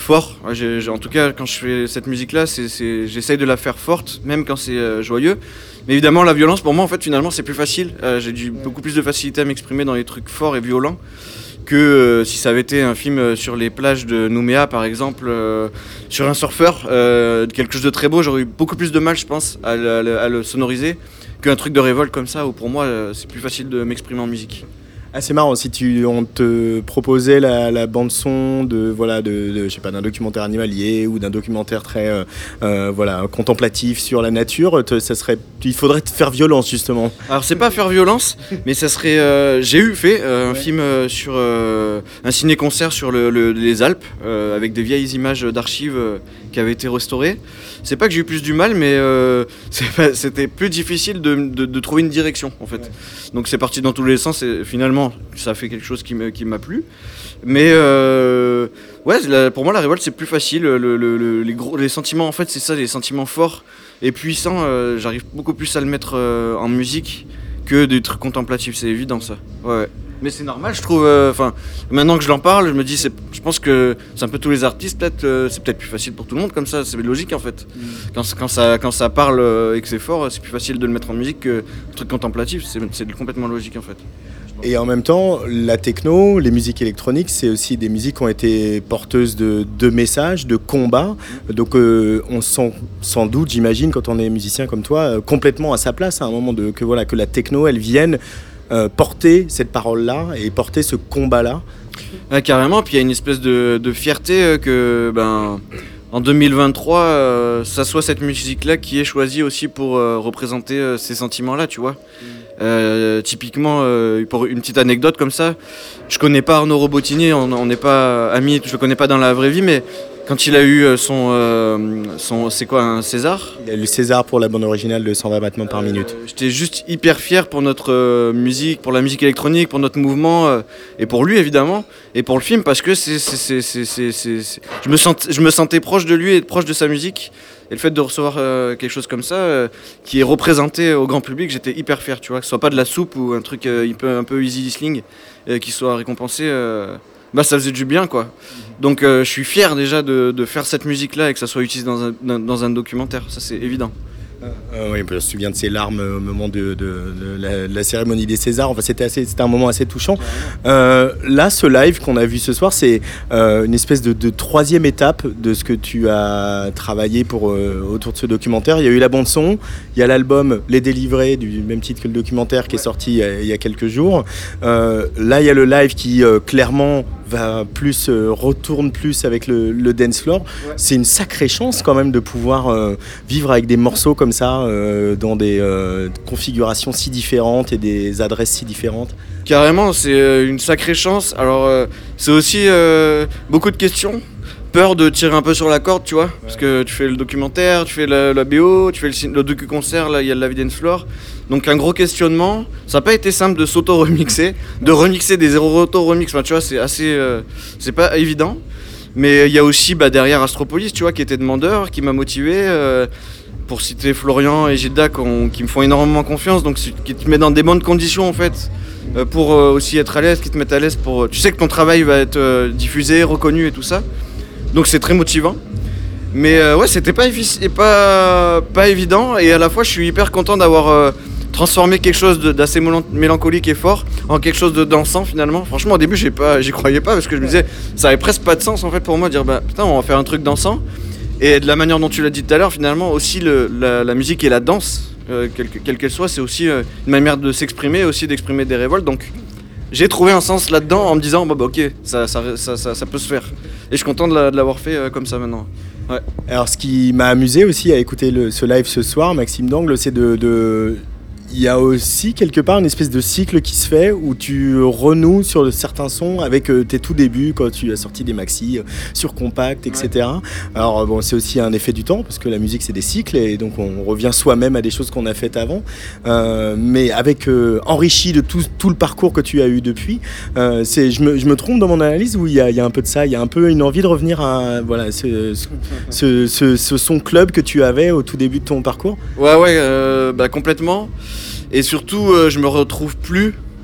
G: fort. J'ai, j'ai, en tout cas, quand je fais cette musique-là, c'est, c'est, j'essaye de la faire forte, même quand c'est euh, joyeux. Mais évidemment, la violence, pour moi, en fait, finalement, c'est plus facile. Euh, j'ai du, beaucoup plus de facilité à m'exprimer dans les trucs forts et violents que euh, si ça avait été un film sur les plages de Nouméa, par exemple, euh, sur un surfeur, euh, quelque chose de très beau. J'aurais eu beaucoup plus de mal, je pense, à le, à le, à le sonoriser qu'un truc de révolte comme ça, où pour moi, euh, c'est plus facile de m'exprimer en musique.
B: Ah, c'est marrant, si tu, on te proposait la, la bande-son de, voilà, de, de, je sais pas, d'un documentaire animalier ou d'un documentaire très euh, euh, voilà, contemplatif sur la nature, te, ça serait, il faudrait te faire violence justement.
G: Alors c'est pas faire violence, mais ça serait... Euh, j'ai eu fait euh, un ouais. film euh, sur... Euh, un ciné-concert sur le, le, les Alpes, euh, avec des vieilles images d'archives euh, qui avaient été restaurées. C'est pas que j'ai eu plus du mal, mais euh, c'est pas, c'était plus difficile de, de, de trouver une direction en fait. Ouais. Donc c'est parti dans tous les sens et finalement ça fait quelque chose qui, me, qui m'a plu. Mais euh, ouais, la, pour moi la révolte c'est plus facile. Le, le, le, les, gros, les sentiments en fait c'est ça, les sentiments forts et puissants, euh, j'arrive beaucoup plus à le mettre euh, en musique que des trucs contemplatifs, c'est évident ça. Ouais. Mais c'est normal, je trouve. Enfin, euh, maintenant que je l'en parle, je me dis, c'est, je pense que c'est un peu tous les artistes. Peut-être, euh, c'est peut-être plus facile pour tout le monde comme ça. C'est logique en fait. Mm. Quand, quand ça, quand ça parle euh, et que c'est fort, c'est plus facile de le mettre en musique que un truc contemplatif. C'est, c'est complètement logique en fait.
B: Et en même temps, la techno, les musiques électroniques, c'est aussi des musiques qui ont été porteuses de, de messages, de combats. Donc euh, on se sent sans doute, j'imagine, quand on est musicien comme toi, euh, complètement à sa place à un moment de que voilà que la techno, elle vienne euh, porter cette parole-là et porter ce combat-là.
G: Ouais, carrément. Puis il y a une espèce de, de fierté euh, que ben. En deux mille vingt-trois, euh, ça soit cette musique-là qui est choisie aussi pour euh, représenter euh, ces sentiments-là, tu vois. Mmh. Euh, typiquement, euh, pour une petite anecdote comme ça, je connais pas Arnaud Robotini, on n'est pas amis, je le connais pas dans la vraie vie, mais quand il a eu son, euh, son c'est quoi, un César ?
B: Il a eu le César pour la bande originale de cent vingt battements par minute.
G: Euh, j'étais juste hyper fier pour notre euh, musique, pour la musique électronique, pour notre mouvement, euh, et pour lui évidemment, et pour le film, parce que c'est, c'est, c'est, c'est, c'est, c'est, c'est... Je, me sent, je me sentais proche de lui et proche de sa musique, et le fait de recevoir euh, quelque chose comme ça, euh, qui est représenté au grand public, j'étais hyper fier, tu vois, que ce soit pas de la soupe ou un truc euh, un, peu, un peu easy listening, euh, qui soit récompensé... Euh, bah ça faisait du bien quoi. Donc euh, je suis fier déjà de, de faire cette musique là et que ça soit utilisé dans un, dans, dans un documentaire, ça c'est évident.
B: Euh, oui, je me souviens de ses larmes au moment de, de, de, la, de la cérémonie des Césars. Enfin, c'était, assez, c'était un moment assez touchant. Euh, là, ce live qu'on a vu ce soir, c'est euh, une espèce de, de troisième étape de ce que tu as travaillé pour, euh, autour de ce documentaire. Il y a eu la bande-son, il y a l'album Les Délivrés, du même titre que le documentaire, qui est sorti il y a, il y a quelques jours. Euh, là, il y a le live qui, euh, clairement, va plus, euh, retourne plus avec le, le dance floor. Ouais. C'est une sacrée chance quand même de pouvoir euh, vivre avec des morceaux comme ça, euh, dans des euh, configurations si différentes et des adresses si différentes.
G: Carrément, c'est une sacrée chance. Alors, euh, c'est aussi euh, beaucoup de questions. Peur de tirer un peu sur la corde, tu vois, ouais. Parce que tu fais le documentaire, tu fais la, la B O, tu fais le, le docu-concert, là il y a le live dance floor. Donc un gros questionnement. Ça n'a pas été simple de s'auto-remixer, de remixer des auto-remix. Enfin, tu vois, c'est assez, euh, c'est pas évident. Mais il y a aussi bah, derrière Astropolis, tu vois, qui était demandeur, qui m'a motivé. Euh, pour citer Florian et Gilda, qui me font énormément confiance, donc qui te met dans des bonnes conditions en fait, euh, pour euh, aussi être à l'aise, qui te mettent à l'aise pour. Tu sais que ton travail va être euh, diffusé, reconnu et tout ça. Donc c'est très motivant. Mais euh, ouais, c'était pas, effic- pas, pas évident. Et à la fois, je suis hyper content d'avoir euh, transformé quelque chose de, d'assez mélancolique et fort en quelque chose de dansant finalement. Franchement, au début, j'ai pas, j'y croyais pas parce que je me disais, ça avait presque pas de sens en fait pour moi de dire, bah putain, on va faire un truc dansant. Et de la manière dont tu l'as dit tout à l'heure, finalement, aussi le, la, la musique et la danse, euh, quelle, quelle qu'elle soit, c'est aussi euh, une manière de s'exprimer, aussi d'exprimer des révoltes. Donc j'ai trouvé un sens là-dedans en me disant, bah, bah ok, ça, ça, ça, ça, ça peut se faire. Et je suis content de, la, de l'avoir fait euh, comme ça maintenant. Ouais.
B: Alors ce qui m'a amusé aussi à écouter le, ce live ce soir, Maxime Dangle, c'est de... de... Il y a aussi quelque part une espèce de cycle qui se fait où tu renoues sur certains sons avec euh, tes tout débuts quand tu as sorti des maxi euh, sur compact, et cetera. Ouais. Alors bon, c'est aussi un effet du temps parce que la musique c'est des cycles et donc on revient soi-même à des choses qu'on a faites avant, euh, mais avec euh, enrichi de tout, tout le parcours que tu as eu depuis. Euh, c'est, je, me, je me trompe dans mon analyse où il y a, il y a un peu de ça, il y a un peu une envie de revenir à voilà ce, ce, ce, ce, ce son club que tu avais au tout début de ton parcours.
G: Ouais ouais, euh, bah complètement. Et surtout, euh, je me retrouve plus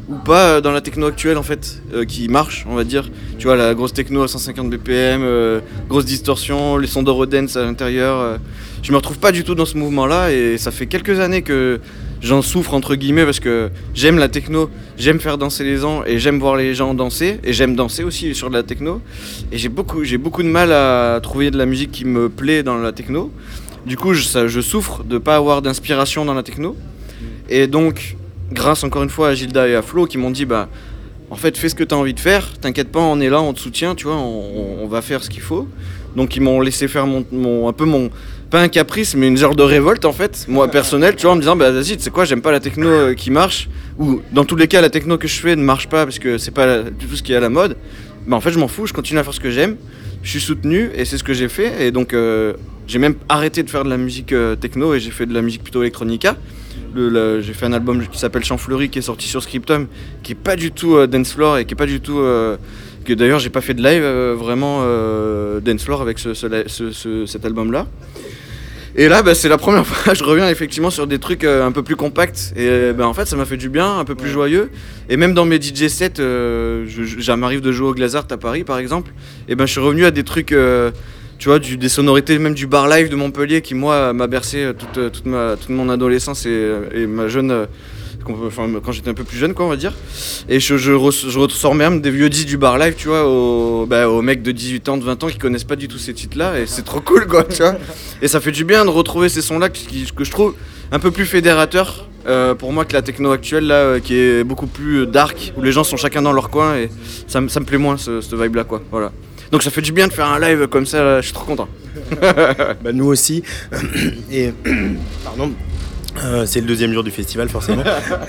G: ou pas dans la techno actuelle en fait, euh, qui marche, on va dire. Tu vois, la grosse techno à cent cinquante B P M, euh, grosse distorsion, les sons d'Eurodance à l'intérieur. Euh, je me retrouve pas du tout dans ce mouvement-là et ça fait quelques années que j'en souffre entre guillemets parce que j'aime la techno, j'aime faire danser les gens et j'aime voir les gens danser et j'aime danser aussi sur de la techno. Et j'ai beaucoup, j'ai beaucoup de mal à trouver de la musique qui me plaît dans la techno. Du coup, je, ça, je souffre de pas avoir d'inspiration dans la techno. Et donc, grâce encore une fois à Gilda et à Flo qui m'ont dit bah en fait fais ce que tu as envie de faire, t'inquiète pas, on est là, on te soutient, tu vois, on, on va faire ce qu'il faut. Donc ils m'ont laissé faire mon, mon un peu mon pas un caprice mais une genre de révolte en fait, moi personnel, tu vois, en me disant bah vas-y, tu sais quoi, j'aime pas la techno euh, qui marche, ou dans tous les cas la techno que je fais ne marche pas parce que c'est pas la, du tout ce qui est à la mode. Bah en fait je m'en fous, je continue à faire ce que j'aime, je suis soutenu et c'est ce que j'ai fait et donc euh, j'ai même arrêté de faire de la musique euh, techno et j'ai fait de la musique plutôt electronica. Le, le, j'ai fait un album qui s'appelle Chant Fleuri qui est sorti sur Scriptum, qui est pas du tout euh, dance floor et qui est pas du tout euh, que d'ailleurs j'ai pas fait de live euh, vraiment euh, dance floor avec ce, ce, ce, ce, cet album là. Et là bah, c'est la première fois que je reviens effectivement sur des trucs euh, un peu plus compacts et bah, en fait ça m'a fait du bien, un peu plus ouais. joyeux. Et même dans mes D J sets, euh, je, je, ça m'arrive de jouer au Glazart à Paris par exemple, et ben je suis revenu à des trucs euh, tu vois, du, des sonorités même du bar live de Montpellier qui moi m'a bercé toute, toute, ma, toute mon adolescence et, et ma jeune, enfin quand j'étais un peu plus jeune quoi on va dire. Et je, je, je ressors même des vieux disques du bar live, tu vois, aux, bah, aux mecs de dix-huit ans, de vingt ans qui connaissent pas du tout ces titres là et c'est trop cool quoi, tu vois. Et ça fait du bien de retrouver ces sons là qui, que je trouve un peu plus fédérateurs euh, pour moi que la techno actuelle là qui est beaucoup plus dark où les gens sont chacun dans leur coin et ça, ça me plaît moins ce, ce vibe là quoi, voilà. Donc ça fait du bien de faire un live comme ça, là, je suis trop content.
B: Bah, nous aussi. Et pardon. Euh, c'est le deuxième jour du festival forcément.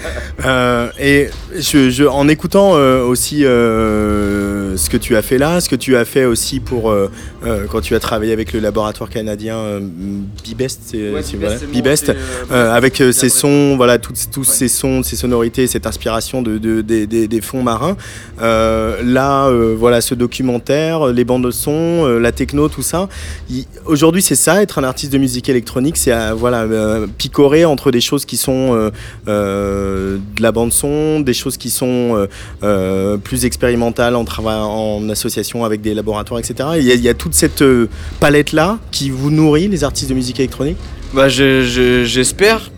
B: euh, et je, je, en écoutant euh, aussi euh, ce que tu as fait là, ce que tu as fait aussi pour euh, euh, quand tu as travaillé avec le laboratoire canadien euh, Bibest, c'est,
G: ouais,
B: c'est,
G: Bibest,
B: voilà,
G: c'est
B: Bibest,
G: euh,
B: euh, avec euh, ces sons, voilà, tous, tous ouais. ces sons, ces sonorités, cette inspiration de, de, de, de des fonds marins. Euh, là, euh, voilà, ce documentaire, les bandes de son, euh, la techno, tout ça. Il, aujourd'hui, c'est ça, être un artiste de musique électronique, c'est à, voilà, euh, picorer entre des choses qui sont euh, euh, de la bande son, des choses qui sont euh, euh, plus expérimentales en travaillant en association avec des laboratoires, et cetera. Il y a, il y a toute cette euh, palette là qui vous nourrit, les artistes de musique électronique.
G: Bah, je, je, j'espère.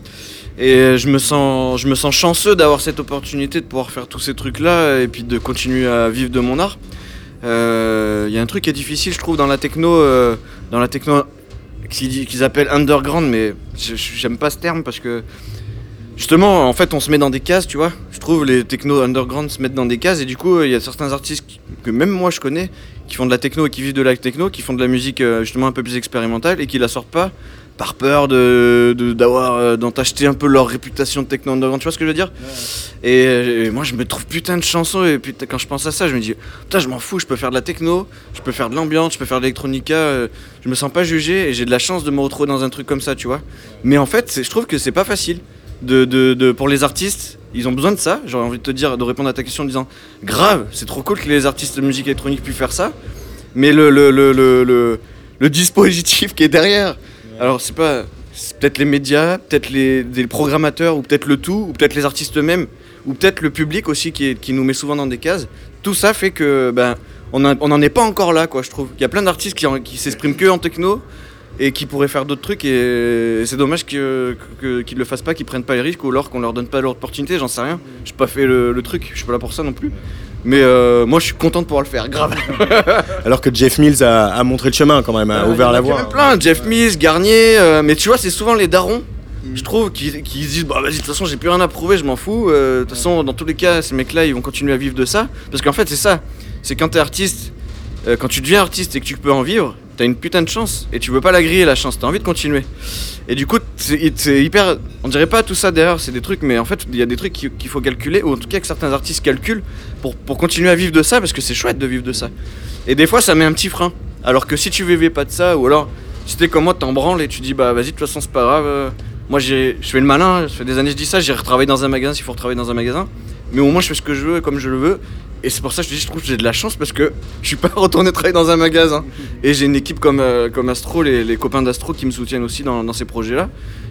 G: Et je me sens, je me sens chanceux d'avoir cette opportunité de pouvoir faire tous ces trucs là et puis de continuer à vivre de mon art. Il euh, y a un truc qui est difficile, je trouve, dans la techno, euh, dans la techno. qu'ils appellent underground, mais j'aime pas ce terme parce que justement en fait on se met dans des cases, tu vois. Je trouve les techno underground se mettent dans des cases et du coup il y a certains artistes qui, que même moi je connais qui font de la techno et qui vivent de la techno, qui font de la musique justement un peu plus expérimentale et qui la sortent pas par peur de, de d'avoir d'entacheter un peu leur réputation de techno underground, tu vois ce que je veux dire. Ouais. Et, et moi je me trouve putain de chansons et puis quand je pense à ça je me dis putain je m'en fous, je peux faire de la techno, je peux faire de l'ambiance, je peux faire de l'électronica, euh, je me sens pas jugé et j'ai de la chance de me retrouver dans un truc comme ça, tu vois. Mais en fait c'est, je trouve que c'est pas facile de, de, de, pour les artistes, ils ont besoin de ça. J'aurais envie de te dire, de répondre à ta question en disant grave, c'est trop cool que les artistes de musique électronique puissent faire ça, mais le, le, le, le, le, le dispositif qui est derrière, alors c'est pas, c'est peut-être les médias, peut-être les, les programmateurs, ou peut-être le tout, ou peut-être les artistes eux-mêmes, ou peut-être le public aussi qui, est, qui nous met souvent dans des cases. Tout ça fait que ben on n'en est pas encore là, quoi, je trouve. Il y a plein d'artistes qui, en, qui s'expriment que en techno et qui pourraient faire d'autres trucs et c'est dommage que, que, qu'ils le fassent pas, qu'ils prennent pas les risques ou alors qu'on leur donne pas l'opportunité, j'en sais rien. J'ai pas fait le, le truc, je suis pas là pour ça non plus. Mais euh, moi je suis content de pouvoir le faire, grave.
B: Alors que Jeff Mills a, a montré le chemin quand même, a euh, ouvert la voie.
G: Il y en a plein, Jeff Mills, Garnier, euh, mais tu vois c'est souvent les darons, je trouve, qui, qui disent bah vas-y de toute façon j'ai plus rien à prouver, je m'en fous. De euh, toute façon dans tous les cas ces mecs là ils vont continuer à vivre de ça. Parce qu'en fait c'est ça, c'est quand t'es artiste, euh, quand tu deviens artiste et que tu peux en vivre, t'as une putain de chance et tu veux pas la griller la chance, t'as envie de continuer. Et du coup c'est, c'est hyper, on dirait pas tout ça derrière, c'est des trucs, mais en fait il y a des trucs qu'il faut calculer, ou en tout cas que certains artistes calculent pour, pour continuer à vivre de ça, parce que c'est chouette de vivre de ça. Et des fois ça met un petit frein, alors que si tu vivais pas de ça, ou alors si t'es comme moi t'en branles et tu dis bah vas-y de toute façon c'est pas grave, euh, moi j'ai, je fais le malin, ça fait des années que je dis ça, j'ai retravaillé dans un magasin s'il faut retravailler dans un magasin, mais au moins je fais ce que je veux comme je le veux. Et c'est pour ça que je te dis, je trouve que j'ai de la chance parce que je suis pas retourné travailler dans un magasin. Et j'ai une équipe comme, euh, comme Astro, les, les copains d'Astro qui me soutiennent aussi dans, dans ces projets-là.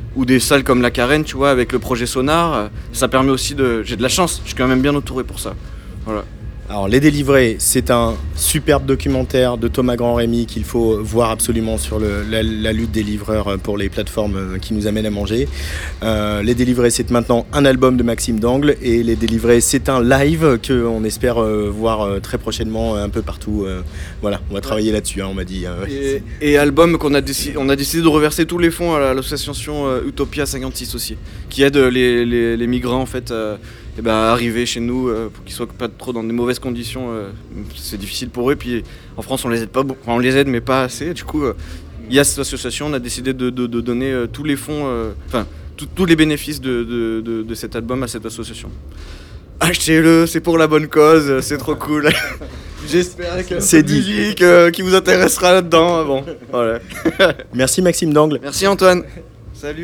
G: ou des salles comme la Carène, tu vois, avec le projet Sonar. Ça permet aussi de... J'ai de la chance, je suis quand même bien entouré pour ça. Voilà.
B: Alors, Les Délivrés, c'est un superbe documentaire de Thomas Grand-Rémy qu'il faut voir absolument sur le, la, la lutte des livreurs pour les plateformes qui nous amènent à manger. Euh, Les Délivrés, c'est maintenant un album de Maxime Dangle, et Les Délivrés, c'est un live qu'on espère euh, voir euh, très prochainement euh, un peu partout. Euh, voilà, on va travailler là-dessus, hein, on m'a dit. Euh,
G: et, et album qu'on a décidé, on a décidé de reverser tous les fonds à l'association euh, Utopia cinquante-six aussi, qui aide les, les, les migrants en fait. Euh, Et ben, arriver chez nous euh, pour qu'ils soient pas trop dans des mauvaises conditions, euh, c'est difficile pour eux. Puis en France, on les aide pas beaucoup, enfin, on les aide mais pas assez. Du coup, il euh, y a cette association, on a décidé de, de, de donner euh, tous les fonds, enfin euh, tous les bénéfices de, de, de, de cet album à cette association. Achetez-le, c'est pour la bonne cause, c'est trop cool. J'espère que c'est une musique euh, qui vous intéressera là-dedans. Bon, voilà.
B: Merci Maxime Dangle.
G: Merci Antoine. Salut.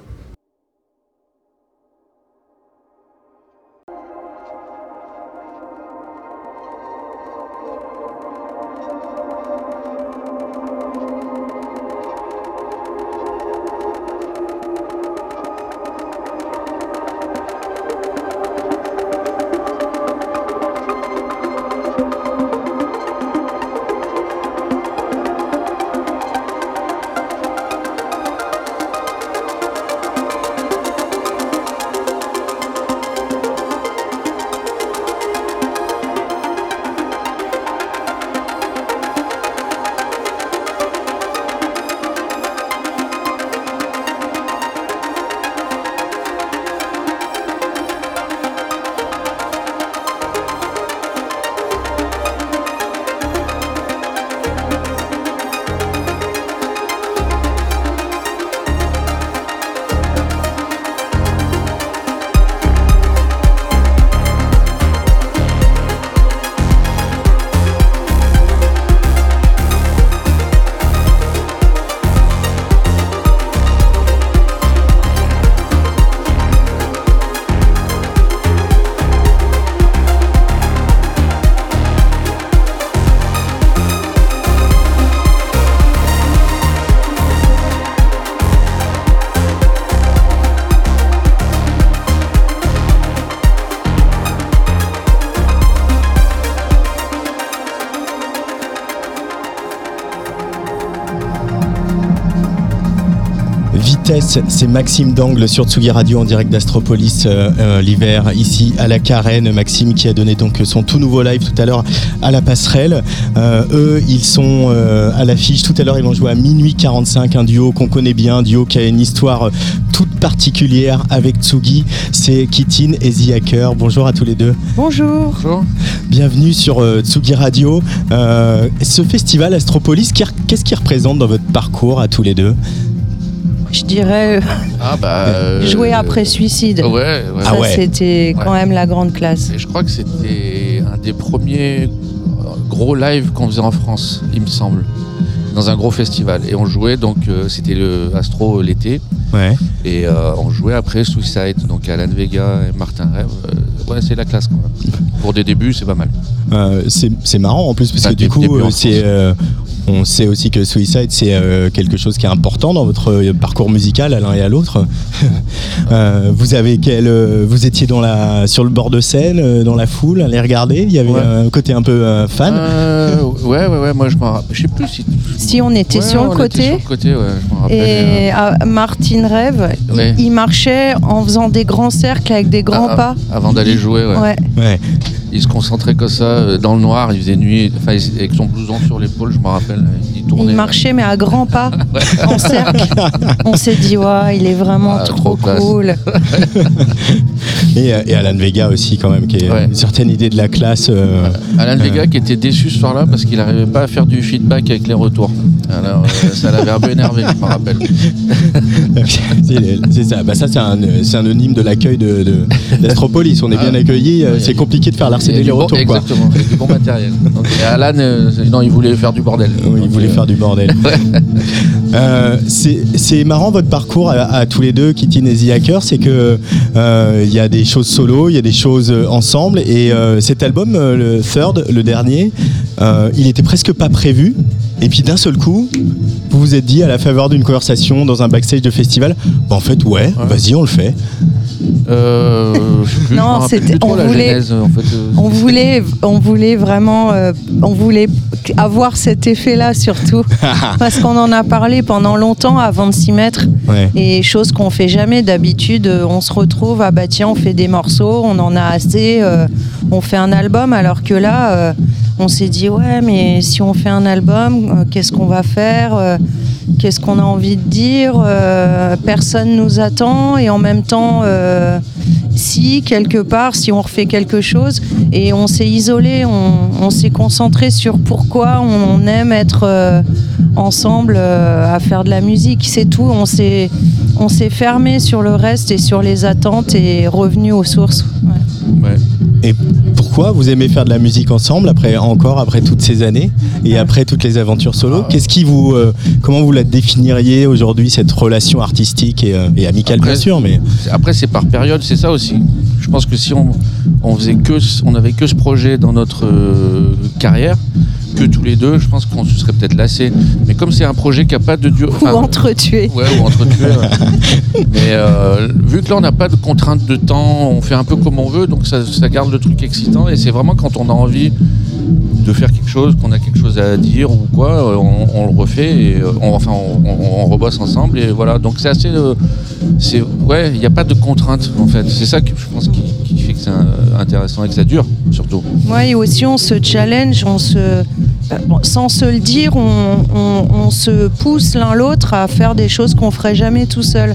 B: C'est Maxime Dangle sur Tsugi Radio en direct d'Astropolis euh, euh, l'hiver ici à la Carène. Maxime qui a donné donc son tout nouveau live tout à l'heure à la Passerelle. Euh, eux ils sont euh, à l'affiche tout à l'heure, ils vont jouer à minuit quarante-cinq, un duo qu'on connaît bien, un duo qui a une histoire toute particulière avec Tsugi, c'est Kittin et The Hacker. Bonjour à tous les deux.
H: Bonjour.
B: Bonjour. Bienvenue sur euh, Tsugi Radio. Euh, ce festival Astropolis, qu'est-ce qu'il représente dans votre parcours à tous les deux ?
H: Je dirais
I: ah bah, euh,
H: jouer après suicide.
I: Ouais, ouais.
H: Ça,
I: Ah ouais.
H: C'était quand
I: ouais.
H: même la grande classe.
I: Et je crois que c'était un des premiers gros lives qu'on faisait en France, il me semble, dans un gros festival. Et on jouait, donc euh, c'était le Astro l'été.
B: Ouais.
I: Et euh, on jouait après Suicide, donc Alan Vega et Martin Rêve. Euh, ouais, c'est la classe, quoi. Pour des débuts, c'est pas mal.
B: Euh, c'est, c'est marrant en plus, parce
I: bah,
B: que du coup, euh, c'est. Euh, On sait aussi que Suicide, c'est euh, quelque chose qui est important dans votre euh, parcours musical à l'un et à l'autre. euh, vous avez quel, euh, vous étiez dans la, sur le bord de scène, euh, dans la foule, à les regarder. Il y avait ouais. un côté un peu euh, fan.
I: Euh, ouais, ouais, ouais. Moi, je m'en rappelle. Je sais plus si.
H: Si on était
I: ouais,
H: sur le
I: on
H: côté.
I: Était sur le côté, ouais. Je m'en rappelle.
H: Et euh, Martin Rêve, ouais. il, il marchait en faisant des grands cercles avec des grands
I: ah,
H: pas.
I: Avant d'aller jouer, ouais.
H: ouais.
B: ouais.
I: Il se concentrait comme ça, dans le noir, il faisait nuit, enfin, avec son blouson sur l'épaule, je me rappelle, il tournait.
H: Il marchait, mais à grands pas,
I: ouais.
H: en cercle. On s'est dit, ouais, il est vraiment ah, trop, trop cool.
B: et, et Alan Vega aussi, quand même, qui a ouais. une certaine idée de la classe. Euh,
I: Alan euh... Vega qui était déçu ce soir-là parce qu'il n'arrivait pas à faire du feedback avec les retours. Alors, euh, ça l'avait un peu énervé, je me rappelle.
B: c'est, c'est ça, bah, ça c'est un, c'est un anonyme de l'accueil de, de, d'Astropolis. On est bien ah, accueillis, ouais, c'est compliqué de faire la c'est les retours,
I: bon,
B: quoi.
I: Exactement, c'est du bon matériel. Donc, et Alan, euh, non, il voulait faire du bordel.
B: Oui, il voulait euh... faire du bordel. euh, c'est, c'est marrant votre parcours à, à tous les deux, Kittin et The Hacker, c'est que il euh, y a des choses solo, il y a des choses ensemble, et euh, cet album, le Third, le dernier, euh, il était presque pas prévu. Et puis d'un seul coup, vous vous êtes dit à la faveur d'une conversation dans un backstage de festival, bah en fait ouais, ouais. vas-y on le fait.
I: Euh,
H: non, c'était on voulait, genèse, en fait, euh, on voulait, on voulait vraiment, euh, on voulait avoir cet effet-là surtout, parce qu'on en a parlé pendant longtemps avant de s'y mettre, ouais. et chose qu'on fait jamais d'habitude. On se retrouve, ah bah tiens, on fait des morceaux, on en a assez, euh, on fait un album, alors que là, euh, on s'est dit ouais, mais si on fait un album, euh, qu'est-ce qu'on va faire euh, Qu'est-ce qu'on a envie de dire euh, Personne nous attend et en même temps, euh, si quelque part, si on refait quelque chose, et on s'est isolé, on, on s'est concentré sur pourquoi on aime être euh, ensemble euh, à faire de la musique. C'est tout. On s'est, on s'est fermé sur le reste et sur les attentes et revenu aux sources. Ouais.
B: Ouais. Et pourquoi vous aimez faire de la musique ensemble après encore après toutes ces années et après toutes les aventures solo? Qu'est-ce qui vous, euh, comment vous la définiriez aujourd'hui, cette relation artistique et, euh, et amicale après, bien sûr, mais
I: après c'est par période, c'est ça aussi. Je pense que si on on faisait que on avait que ce projet dans notre euh, carrière, que tous les deux, je pense qu'on se serait peut-être lassé. Mais comme c'est un projet qui n'a pas de durée...
H: Ou entretué.
I: Ouais, ou entretué. Ouais. Mais euh, vu que là, on n'a pas de contrainte de temps, on fait un peu comme on veut, donc ça, ça garde le truc excitant. Et c'est vraiment quand on a envie de faire quelque chose, qu'on a quelque chose à dire ou quoi, on, on le refait et on, enfin on, on, on rebosse ensemble et voilà. Donc c'est assez, euh, c'est ouais, il n'y a pas de contrainte en fait. C'est ça que je pense qui, qui fait que c'est intéressant et que ça dure surtout.
H: Ouais, et aussi on se challenge, on se, sans se le dire, on, on, on se pousse l'un l'autre à faire des choses qu'on ferait jamais tout seul.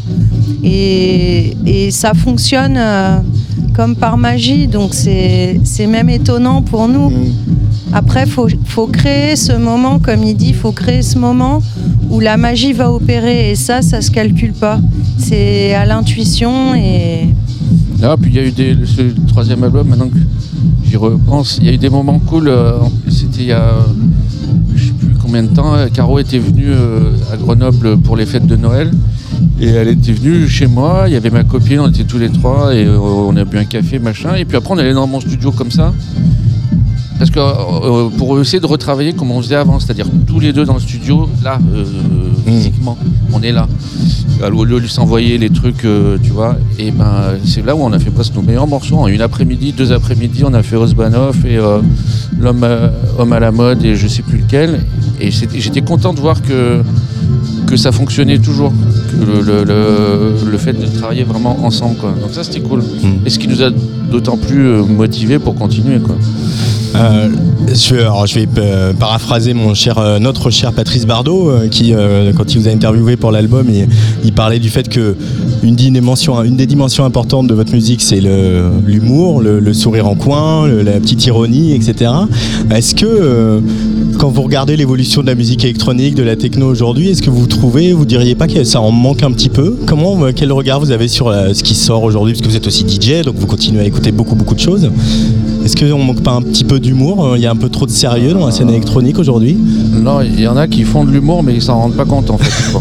H: Et, et ça fonctionne. Euh, comme par magie, donc c'est, c'est même étonnant pour nous. Mmh. Après, il faut, faut créer ce moment, comme il dit, il faut créer ce moment où la magie va opérer, et ça, ça se calcule pas. C'est à l'intuition et...
I: Ah, puis il y a eu des, le, le troisième album, maintenant que j'y repense, il y a eu des moments cool, euh, c'était il y a... je sais plus combien de temps, Caro était venue euh, à Grenoble pour les fêtes de Noël. Et elle était venue chez moi, il y avait ma copine, on était tous les trois et euh, on a bu un café, machin. Et puis après on allait dans mon studio comme ça. Parce que euh, pour essayer de retravailler comme on faisait avant, c'est-à-dire tous les deux dans le studio, là, euh, mmh. physiquement, on est là. Au lieu de s'envoyer les trucs, euh, tu vois, et ben c'est là où on a fait presque nos meilleurs morceaux. En une après-midi, deux après-midi, on a fait Osbanov et euh, l'homme à, homme à la mode et je sais plus lequel. Et j'étais content de voir que, que ça fonctionnait toujours. Le, le, le, le fait de travailler vraiment ensemble, quoi. Donc ça c'était cool. Mmh. Et ce qui nous a d'autant plus euh, motivés pour continuer, quoi.
B: Euh, je, alors je vais euh, paraphraser mon cher, euh, notre cher Patrice Bardot euh, qui, euh, quand il vous a interviewé pour l'album, il, il parlait du fait que une dimension, une des dimensions importantes de votre musique, c'est le, l'humour, le, le sourire en coin, le, la petite ironie, et cetera. Est-ce que euh, quand vous regardez l'évolution de la musique électronique, de la techno aujourd'hui, est-ce que vous trouvez, vous diriez pas que ça en manque un petit peu? Comment, quel regard vous avez sur la, ce qui sort aujourd'hui? Parce que vous êtes aussi D J, donc vous continuez à écouter beaucoup beaucoup de choses. Est-ce qu'on manque pas un petit peu d'humour? Il y a un peu trop de sérieux dans la scène électronique aujourd'hui?
I: Non, il y en a qui font de l'humour mais ils s'en rendent pas compte en fait.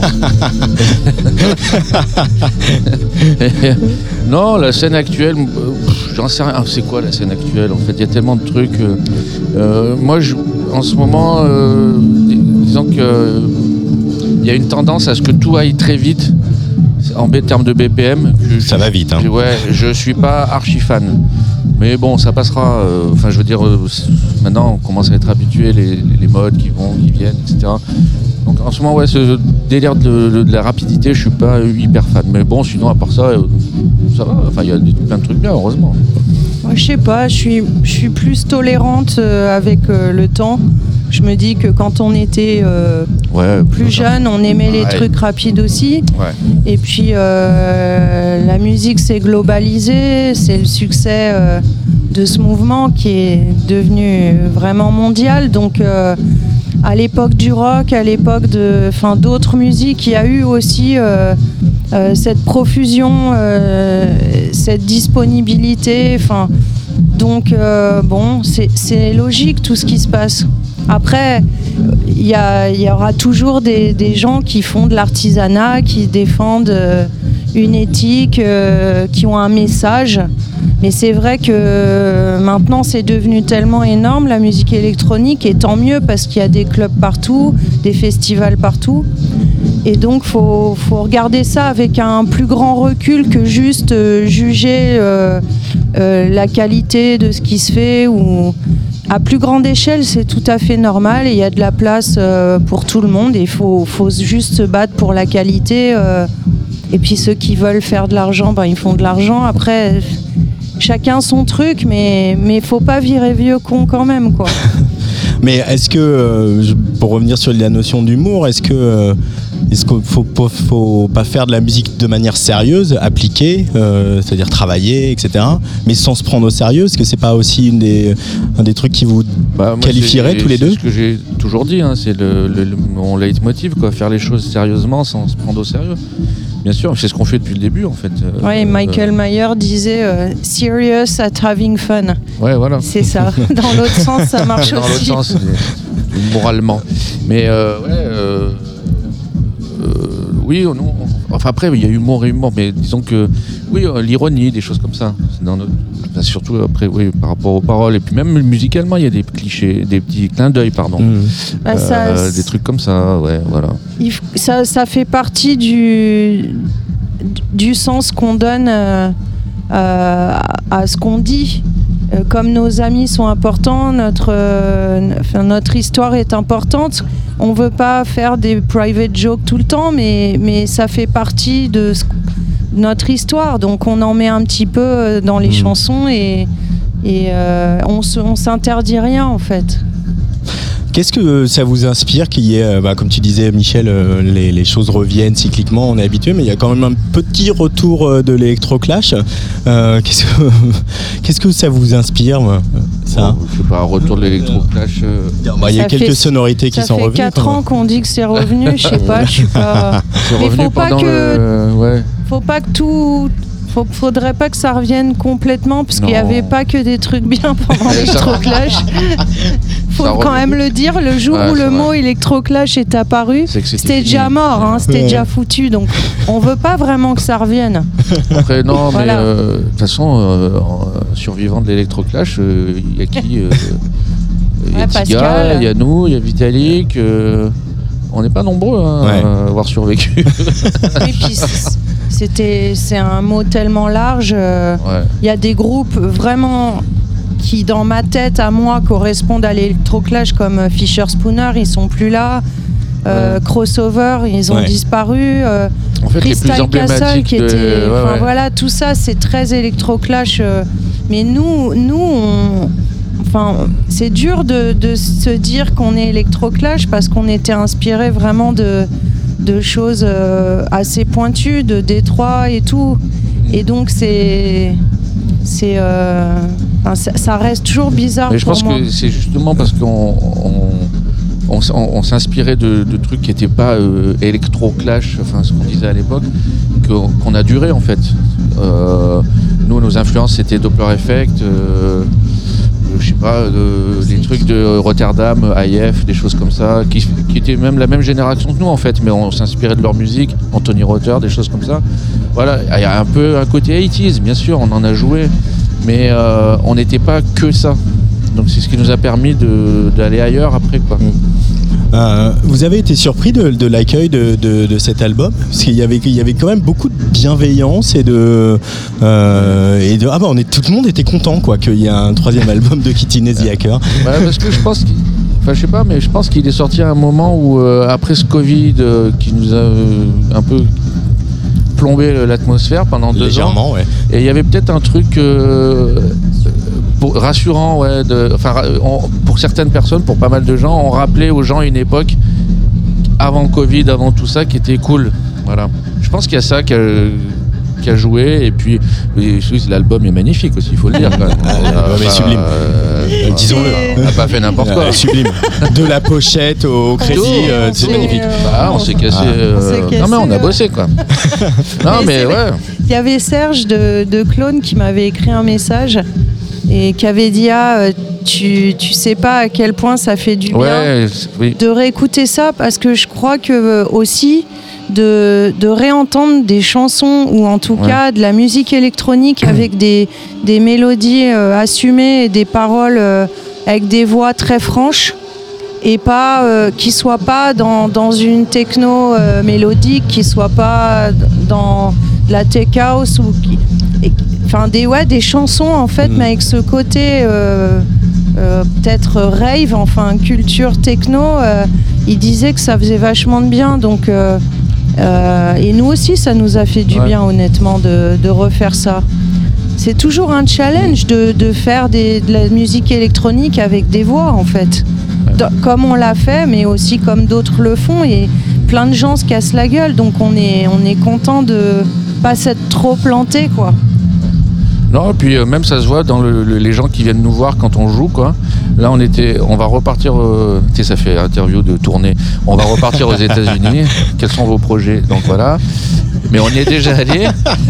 I: Non, la scène actuelle, pff, j'en sais rien. C'est quoi la scène actuelle? En fait, il y a tellement de trucs. Euh, moi, je, en ce moment, euh, disons que euh, il y a une tendance à ce que tout aille très vite en termes de B P M. Que
B: ça
I: je,
B: va vite. Hein.
I: Je, ouais, je suis pas archi fan. Mais bon, ça passera. Euh, enfin, je veux dire, euh, maintenant, on commence à être habitué, les, les modes qui vont, qui viennent, et cetera. Donc, en ce moment, ouais, ce délire de, de, de la rapidité, je suis pas hyper fan. Mais bon, sinon, à part ça, euh, ça va. Enfin, il y a des, plein de trucs bien, heureusement.
H: Moi, je sais pas. Je suis, je suis plus tolérante euh, avec euh, le temps. Je me dis que quand on était euh, ouais, plus jeune, on aimait les ouais. trucs rapides aussi.
I: Ouais.
H: Et puis euh, la musique s'est globalisée, c'est le succès euh, de ce mouvement qui est devenu vraiment mondial. Donc euh, à l'époque du rock, à l'époque de, enfin, d'autres musiques, il y a eu aussi euh, euh, cette profusion, euh, cette disponibilité. Enfin, donc euh, bon, c'est, c'est logique tout ce qui se passe. Après, il y, y aura toujours des, des gens qui font de l'artisanat, qui défendent euh, une éthique, euh, qui ont un message. Mais c'est vrai que maintenant c'est devenu tellement énorme la musique électronique, et tant mieux parce qu'il y a des clubs partout, des festivals partout. Et donc faut, faut regarder ça avec un plus grand recul que juste euh, juger euh, euh, la qualité de ce qui se fait. Ou à plus grande échelle, c'est tout à fait normal et il y a de la place euh, pour tout le monde. Et il faut, faut juste se battre pour la qualité. Euh, et puis ceux qui veulent faire de l'argent, ben, ils font de l'argent. Après... Chacun son truc, mais mais faut pas virer vieux con quand même, quoi.
B: Mais est-ce que, euh, pour revenir sur la notion d'humour, est-ce que euh, est-ce qu'il faut, faut, faut pas faire de la musique de manière sérieuse, appliquée, euh, c'est-à-dire travailler, et cetera, mais sans se prendre au sérieux? Est-ce que c'est pas aussi une des, un des trucs qui vous bah, moi, qualifierait tous les deux?
I: C'est ce que j'ai toujours dit, hein, c'est le, le, le, mon leitmotiv, quoi, faire les choses sérieusement sans se prendre au sérieux. Bien sûr, c'est ce qu'on fait depuis le début en fait.
H: Oui, Michael euh... Mayer disait euh, serious at having fun.
I: Ouais, voilà.
H: C'est ça. Dans l'autre sens, ça marche
I: Dans
H: aussi.
I: Dans l'autre sens, moralement. Mais euh, ouais, euh, euh, oui, non. Enfin après, il y a humour et humour, mais disons que oui, l'ironie, des choses comme ça. C'est dans notre... enfin, surtout après, oui, par rapport aux paroles et puis même musicalement, il y a des clichés, des petits clins d'œil, pardon, mmh.
H: bah,
I: euh,
H: ça,
I: des trucs comme ça, ouais, voilà.
H: Il, ça, ça fait partie du du sens qu'on donne euh, euh, à ce qu'on dit. Euh, comme nos amis sont importants, notre, euh, enfin, notre histoire est importante. On ne veut pas faire des private jokes tout le temps, mais, mais ça fait partie de ce, notre histoire. Donc on en met un petit peu dans les mmh. chansons et, et euh, on ne s'interdit rien en fait.
B: Qu'est-ce que ça vous inspire qu'il y ait, bah, comme tu disais Michel, euh, les, les choses reviennent cycliquement, on est habitué, mais il y a quand même un petit retour de l'électroclash. Euh, qu'est-ce, que, qu'est-ce que ça vous inspire, ça
I: oh, je sais pas, un retour de l'électroclash. Euh...
B: Bah, il y a quelques fait, sonorités qui sont revenues.
H: Ça fait quatre ans qu'on dit que c'est revenu, je sais pas, je suis pas.
I: C'est
H: mais faut pas que,
I: le... ouais.
H: faut pas que tout. Faut, faudrait pas que ça revienne complètement parce non. qu'il n'y avait pas que des trucs bien pendant l'électroclash. Faut quand même le dire, le jour ouais, où le vrai. mot électroclash est apparu, c'est c'était fini. déjà mort, hein, c'était ouais. déjà foutu. Donc on veut pas vraiment que ça revienne.
I: Après non, voilà. mais de euh, toute façon, euh, survivant de l'électroclash, il euh, y a qui Il euh, y a ouais, Tiga, il y a nous, il y a Vitalik. Euh, on n'est pas nombreux hein, ouais. à avoir survécu.
H: Et puis, c'était, c'est un mot tellement large. Il euh, ouais. y a des groupes vraiment qui, dans ma tête, à moi, correspondent à l'électroclash, comme Fisher Spooner, ils sont plus là. Euh, ouais. Crossover, ils ont ouais. disparu. Euh,
I: en fait,
H: Crystal Castle, qui
I: de...
H: était.
I: Ouais, ouais.
H: Voilà, tout ça, c'est très électroclash. Euh, mais nous, nous, on. Enfin, c'est dur de, de se dire qu'on est électroclash parce qu'on était inspiré vraiment de, de choses euh, assez pointues, de Détroit et tout. Et donc, c'est. c'est euh, enfin, ça, ça reste toujours bizarre.
I: Mais je
H: pour
I: pense
H: moi.
I: que c'est justement parce qu'on. On, on, on s'inspirait de, de trucs qui n'étaient pas euh, électro-clash, enfin ce qu'on disait à l'époque, qu'on, qu'on a duré en fait. Euh, nous, nos influences, c'était Doppler Effect, euh, je sais pas, euh, les trucs de Rotterdam, I F, des choses comme ça, qui, qui étaient même la même génération que nous en fait, mais on s'inspirait de leur musique, Anthony Rother, des choses comme ça. Voilà, il y a un peu un côté eighties, bien sûr, on en a joué, mais euh, on n'était pas que ça. Donc c'est ce qui nous a permis de, d'aller ailleurs après, quoi.
B: Euh, vous avez été surpris de, de l'accueil de, de, de cet album? Parce qu'il y avait, il y avait quand même beaucoup de bienveillance et de, euh, et de ah bah on est, tout le monde était content quoi qu'il y ait un troisième album de Kitty The Hacker.
I: Ouais, parce que je pense qu'il, enfin je sais pas, mais je pense qu'il est sorti à un moment où euh, après ce Covid euh, qui nous a euh, un peu plombé l'atmosphère pendant deux
B: Légèrement,
I: ans.
B: Ouais.
I: Et il y avait peut-être un truc euh, pour, rassurant, ouais, de, enfin, on, pour certaines personnes, pour pas mal de gens, on rappelait aux gens une époque avant le Covid, avant tout ça, qui était cool. Voilà. Je pense qu'il y a ça qui a, qui a joué. Et puis, et, l'album est magnifique aussi, il faut le dire. Quand même.
B: L'album est sublime.
I: Euh,
B: Disons-le.
I: On n'a pas fait n'importe quoi.
B: Euh, sublime. De la pochette au crédit, euh, c'est magnifique.
I: Bah, on s'est cassé. Ah. Euh... On s'est cassé non, mais on a bossé, quoi. non, mais, mais ouais.
H: Il y avait Serge de, de Clone qui m'avait écrit un message et qui avait dit ah, tu, tu sais pas à quel point ça fait du bien
I: ouais, oui.
H: de réécouter ça parce que je crois que aussi de, de réentendre des chansons ou en tout ouais. cas de la musique électronique avec des, des mélodies euh, assumées et des paroles euh, avec des voix très franches et pas euh, qui soient pas dans, dans une techno euh, mélodique, qui soient pas dans de la tech house ou qui, et, enfin des ouais des chansons en fait, mmh. mais avec ce côté euh, euh, peut-être rave, enfin culture techno. Euh, il disait que ça faisait vachement de bien, donc euh, euh, et nous aussi ça nous a fait du ouais. bien honnêtement de, de refaire ça. C'est toujours un challenge de, de faire des, de la musique électronique avec des voix en fait, de, comme on l'a fait, mais aussi comme d'autres le font, et plein de gens se cassent la gueule, donc on est, on est content de pas s'être trop planté quoi.
I: Non, et puis euh, même ça se voit dans le, le, les gens qui viennent nous voir quand on joue quoi. Là on était, on va repartir, euh, tu sais ça fait interview de tournée, on va repartir aux États-Unis. Quels sont vos projets? Donc voilà, mais on y est déjà allé.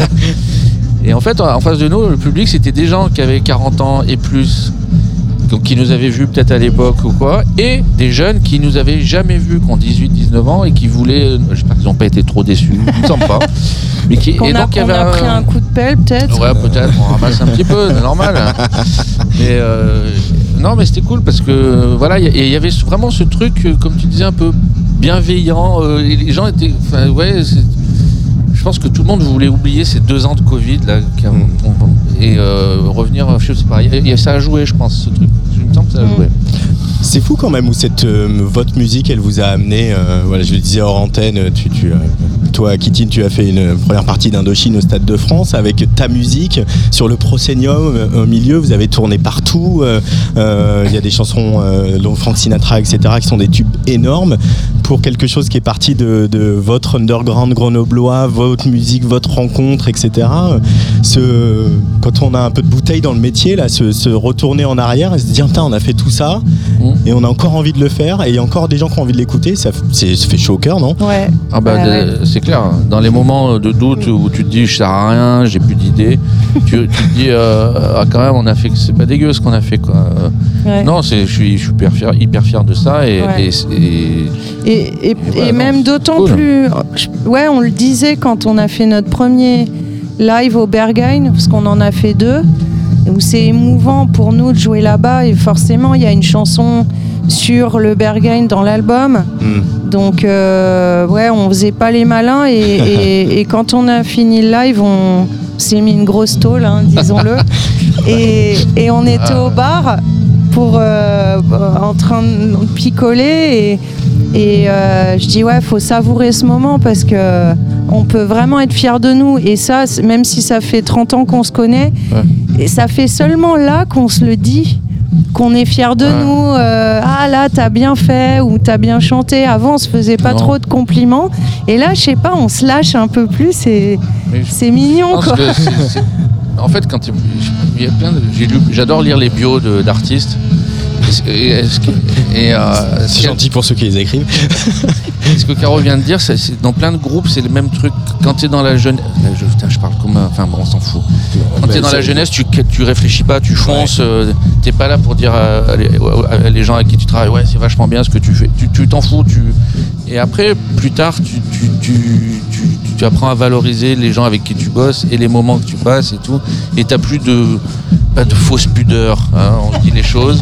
I: Et en fait, en face de nous, le public, c'était des gens qui avaient quarante ans et plus, donc qui nous avaient vus peut-être à l'époque ou quoi, et des jeunes qui nous avaient jamais vus, qui ont dix-huit dix-neuf ans et qui voulaient, j'espère qu'ils n'ont pas été trop déçus, il me semble pas.
H: Mais qui, qu'on et donc, a, il y avait a pris un... un coup de pelle peut-être.
I: Ouais, peut-être, on ramasse un petit peu, c'est normal. Mais euh, non, mais c'était cool parce que voilà, il y, y avait vraiment ce truc, comme tu disais, un peu bienveillant. Euh, et les gens étaient, enfin, ouais. C'est, je pense que tout le monde voulait oublier ces deux ans de Covid là, et euh, revenir, je sais pas, y a, ça a joué, je pense, ce truc. Il me semble que ça a joué.
B: C'est fou quand même où cette euh, votre musique, elle vous a amené. Euh, voilà, je le disais hors antenne. Tu, tu, euh, toi, Kitine, tu as fait une première partie d'Indochine au Stade de France avec ta musique sur le Proscenium euh, au milieu. Vous avez tourné partout. Il euh, euh, y a des chansons, euh, dont Frank Sinatra, et cetera, qui sont des tubes énormes pour quelque chose qui est parti de, de votre underground grenoblois, votre musique, votre rencontre, et cetera. Ce, quand on a un peu de bouteille dans le métier, là, se, se retourner en arrière et se dire, putain, on a fait tout ça. Mmh. Et on a encore envie de le faire, et il y a encore des gens qui ont envie de l'écouter, ça, c'est, ça fait chaud au cœur, non?
H: Ouais.
I: Ah bah, ouais, ouais. C'est clair, dans les moments de doute où tu te dis je sers à rien, j'ai plus d'idées, tu, tu te dis euh, ah, quand même on a fait, c'est pas dégueu ce qu'on a fait quoi. Ouais. Non, c'est, je suis, je suis hyper fier, hyper fier de ça, et,
H: ouais.
I: et, et,
H: et, et, et, ouais,
I: et
H: même
I: non,
H: d'autant
I: cool.
H: plus, ouais, on le disait quand on a fait notre premier live au Berghain, parce qu'on en a fait deux, où c'est émouvant pour nous de jouer là-bas, et forcément il y a une chanson sur le Berghain dans l'album, mm. donc euh, ouais, on faisait pas les malins, et, et, et quand on a fini le live, on s'est mis une grosse tôle, hein, disons-le, et, et on était au bar pour euh, en train de picoler, et, et euh, je dis ouais, faut savourer ce moment parce que on peut vraiment être fier de nous, et ça, même si ça fait trente ans qu'on se connaît, ouais. et ça fait seulement là qu'on se le dit, qu'on est fier de ouais. nous, euh, ah là t'as bien fait ou t'as bien chanté. Avant on se faisait pas non. trop de compliments, et là je sais pas, on se lâche un peu plus, et je... c'est mignon quoi.
I: C'est, c'est... En fait, quand il y a plein de... J'ai lu... j'adore lire les bios de, d'artistes. Et, et, et, euh,
B: c'est gentil pour ceux qui les écrivent.
I: Ce que Caro vient de dire, c'est, c'est, dans plein de groupes, c'est le même truc. Quand tu es dans la jeunesse, je, putain, je parle comme un, enfin bon, on s'en fout. Quand tu es dans la jeunesse, tu, tu réfléchis pas, tu fonces. Ouais. Euh, t'es pas là pour dire à, à, à les gens avec qui tu travailles, ouais, c'est vachement bien ce que tu fais. Tu, tu t'en fous. Tu... Et après, plus tard, tu, tu, tu, tu, tu apprends à valoriser les gens avec qui tu bosses et les moments que tu passes et tout. Et t'as plus de, pas de fausses pudeurs. Hein, on dit les choses.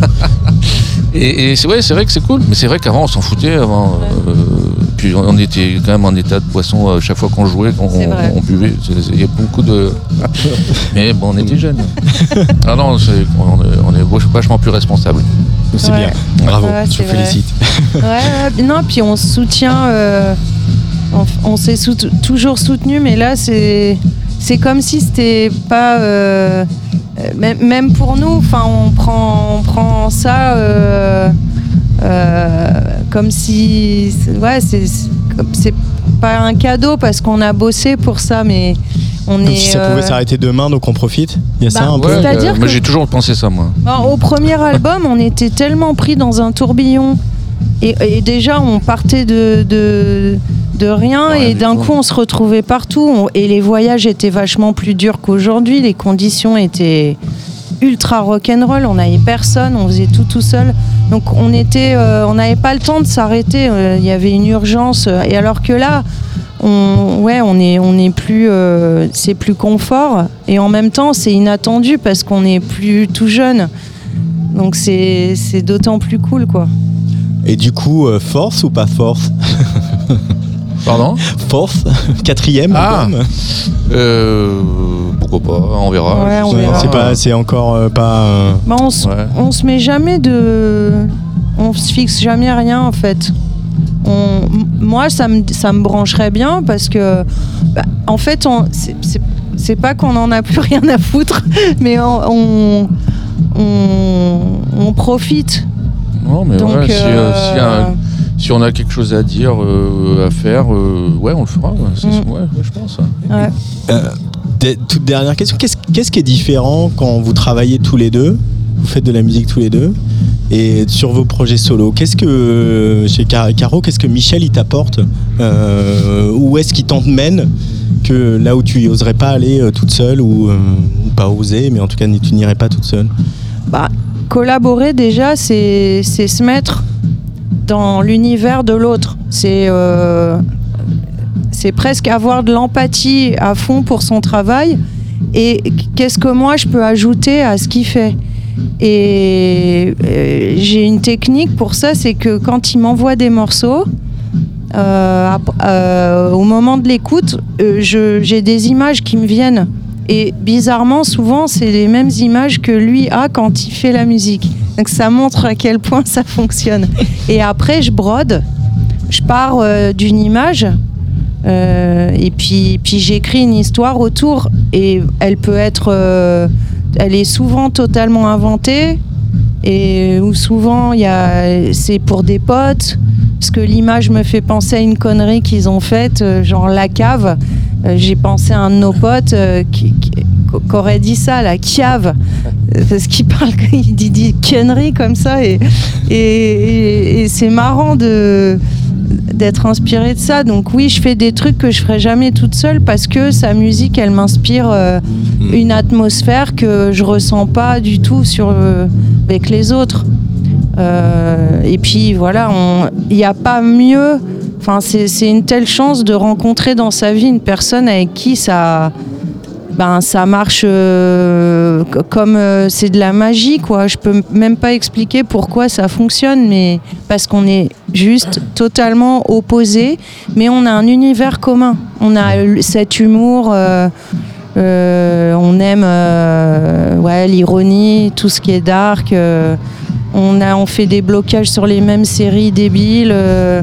I: et, et c'est, ouais, c'est vrai que c'est cool, mais c'est vrai qu'avant on s'en foutait. Avant, euh, puis on était quand même en état de boisson euh, chaque fois qu'on jouait, on, on, on buvait. Il y a beaucoup de. Mais bon, on était jeunes. Ah non, c'est, on, est, on est vachement plus responsables.
B: C'est ouais. bien, bravo, ouais, je vous félicite.
H: Ouais, non, puis on se soutient, euh, on, on s'est sout- toujours soutenu, mais là c'est, c'est comme si c'était pas. Euh, Même pour nous, enfin, on prend, on prend ça euh, euh, comme si, ouais, c'est, c'est pas un cadeau parce qu'on a bossé pour ça, mais on
B: comme
H: est.
B: Si ça
H: euh...
B: pouvait s'arrêter demain, donc on profite. Il y a bah, ça un
I: ouais,
B: peu.
H: C'est-à-dire
I: euh,
H: que...
I: Moi, j'ai toujours pensé ça, moi.
H: Alors, au premier album, on était tellement pris dans un tourbillon, et, et déjà, on partait de. de de rien ouais, et d'un coup on se retrouvait partout, on, et les voyages étaient vachement plus durs qu'aujourd'hui, les conditions étaient ultra rock'n'roll, on n'avait personne, on faisait tout tout seul, Donc on était, euh, on n'avait pas le temps de s'arrêter. Il euh, y avait une urgence. Euh, et alors que là, on, ouais, on est, on est plus, euh, c'est plus confort. Et en même temps, c'est inattendu parce qu'on est plus tout jeune. Donc c'est, c'est d'autant plus cool, quoi.
B: Et du coup, euh, force ou pas force?
I: Pardon?
B: Force, quatrième
I: ah.
B: album.
I: Euh, pourquoi pas, on verra.
H: Ouais, on verra.
B: C'est pas, c'est encore euh, pas. Euh...
H: Bah on, s- ouais. on se met jamais de, on se fixe jamais rien en fait. On, moi, ça me, ça me brancherait bien parce que, bah, en fait, on, c'est, c'est, c'est pas qu'on en a plus rien à foutre, mais on, on, on, on profite.
I: Non, mais
H: donc,
I: ouais, si,
H: euh,
I: euh, si, un, si on a quelque chose à dire, euh, à faire, euh, ouais, on le fera. Ouais, c'est, mm. ouais, ouais, je pense. Ouais.
H: Ouais.
B: Euh, d- toute dernière question, qu'est-ce, qu'est-ce qui est différent quand vous travaillez tous les deux, vous faites de la musique tous les deux, et sur vos projets solo, qu'est-ce que chez Car- Caro, qu'est-ce que Michel il t'apporte, euh, où est-ce qu'il t'emmène que là où tu n'oserais pas aller euh, toute seule ou, euh, ou pas oser, mais en tout cas tu n'irais pas toute seule?
H: Bah, collaborer déjà, c'est, c'est se mettre dans l'univers de l'autre. C'est, euh, c'est presque avoir de l'empathie à fond pour son travail. Et qu'est-ce que moi je peux ajouter à ce qu'il fait? Et euh, j'ai une technique pour ça, c'est que quand il m'envoie des morceaux, euh, euh, au moment de l'écoute, euh, je, j'ai des images qui me viennent. Et bizarrement, souvent, c'est les mêmes images que lui a quand il fait la musique. Donc ça montre à quel point ça fonctionne. Et après, je brode, je pars euh, d'une image, euh, et puis, puis j'écris une histoire autour. Et elle peut être... Euh, elle est souvent totalement inventée, et où souvent, y a, c'est pour des potes, parce que l'image me fait penser à une connerie qu'ils ont faite, euh, genre la cave. Euh, j'ai pensé à un de nos potes euh, qui, qui, qui aurait dit ça, la cave, parce qu'il parle, il dit, dit conneries comme ça, et, et, et, et c'est marrant de, d'être inspiré de ça. Donc oui, je fais des trucs que je ferais jamais toute seule parce que sa musique, elle m'inspire euh, une atmosphère que je ressens pas du tout sur, euh, avec les autres. Euh, et puis voilà, il n'y a pas mieux. Enfin, c'est, c'est une telle chance de rencontrer dans sa vie une personne avec qui ça, ben, ça marche euh, comme euh, c'est de la magie, quoi. Je peux même pas expliquer pourquoi ça fonctionne, mais parce qu'on est juste totalement opposés, mais on a un univers commun. On a cet humour, euh, euh, on aime euh, ouais, l'ironie, tout ce qui est dark. Euh, on, a, on fait des blocages sur les mêmes séries débiles. Euh,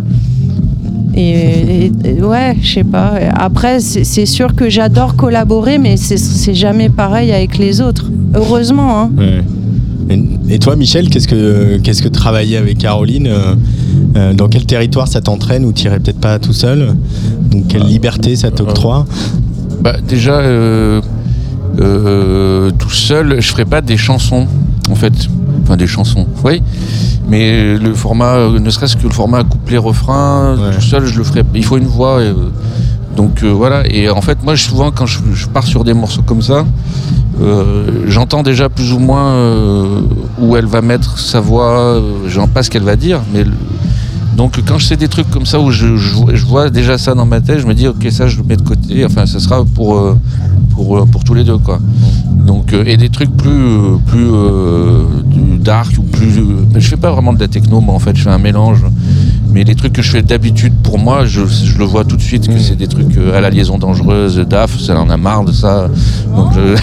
H: Et, et, et ouais, je sais pas. Après, c'est, c'est sûr que j'adore collaborer, mais c'est, c'est jamais pareil avec les autres. Heureusement, hein.
B: Ouais. Et, et toi, Michel, qu'est-ce que qu'est-ce que travailler avec Caroline, euh, euh, dans quel territoire ça t'entraîne ou t'irais peut-être pas tout seul? Donc quelle liberté ça t'octroie?
I: Bah déjà, euh, euh, tout seul, je ferais pas des chansons, en fait. Enfin, des chansons, oui. Mais le format, ne serait-ce que le format couplet-refrain, ouais. Tout seul, je le ferais. Il faut une voix. Et, donc euh, voilà. Et en fait, moi, souvent, quand je, je pars sur des morceaux comme ça, euh, j'entends déjà plus ou moins euh, où elle va mettre sa voix. Euh, j'en pas ce qu'elle va dire. Mais le, donc, quand je sais des trucs comme ça où je, je, je vois déjà ça dans ma tête, je me dis, ok, ça, je le mets de côté. Enfin, ça sera pour euh, pour pour tous les deux, quoi. Donc, euh, et des trucs plus plus euh, dark ou plus. Euh, je fais pas vraiment de la techno, moi en fait, je fais un mélange. Mais les trucs que je fais d'habitude pour moi, je, je le vois tout de suite que c'est des trucs euh, à la liaison dangereuse, D A F, ça en a marre de ça. Donc je...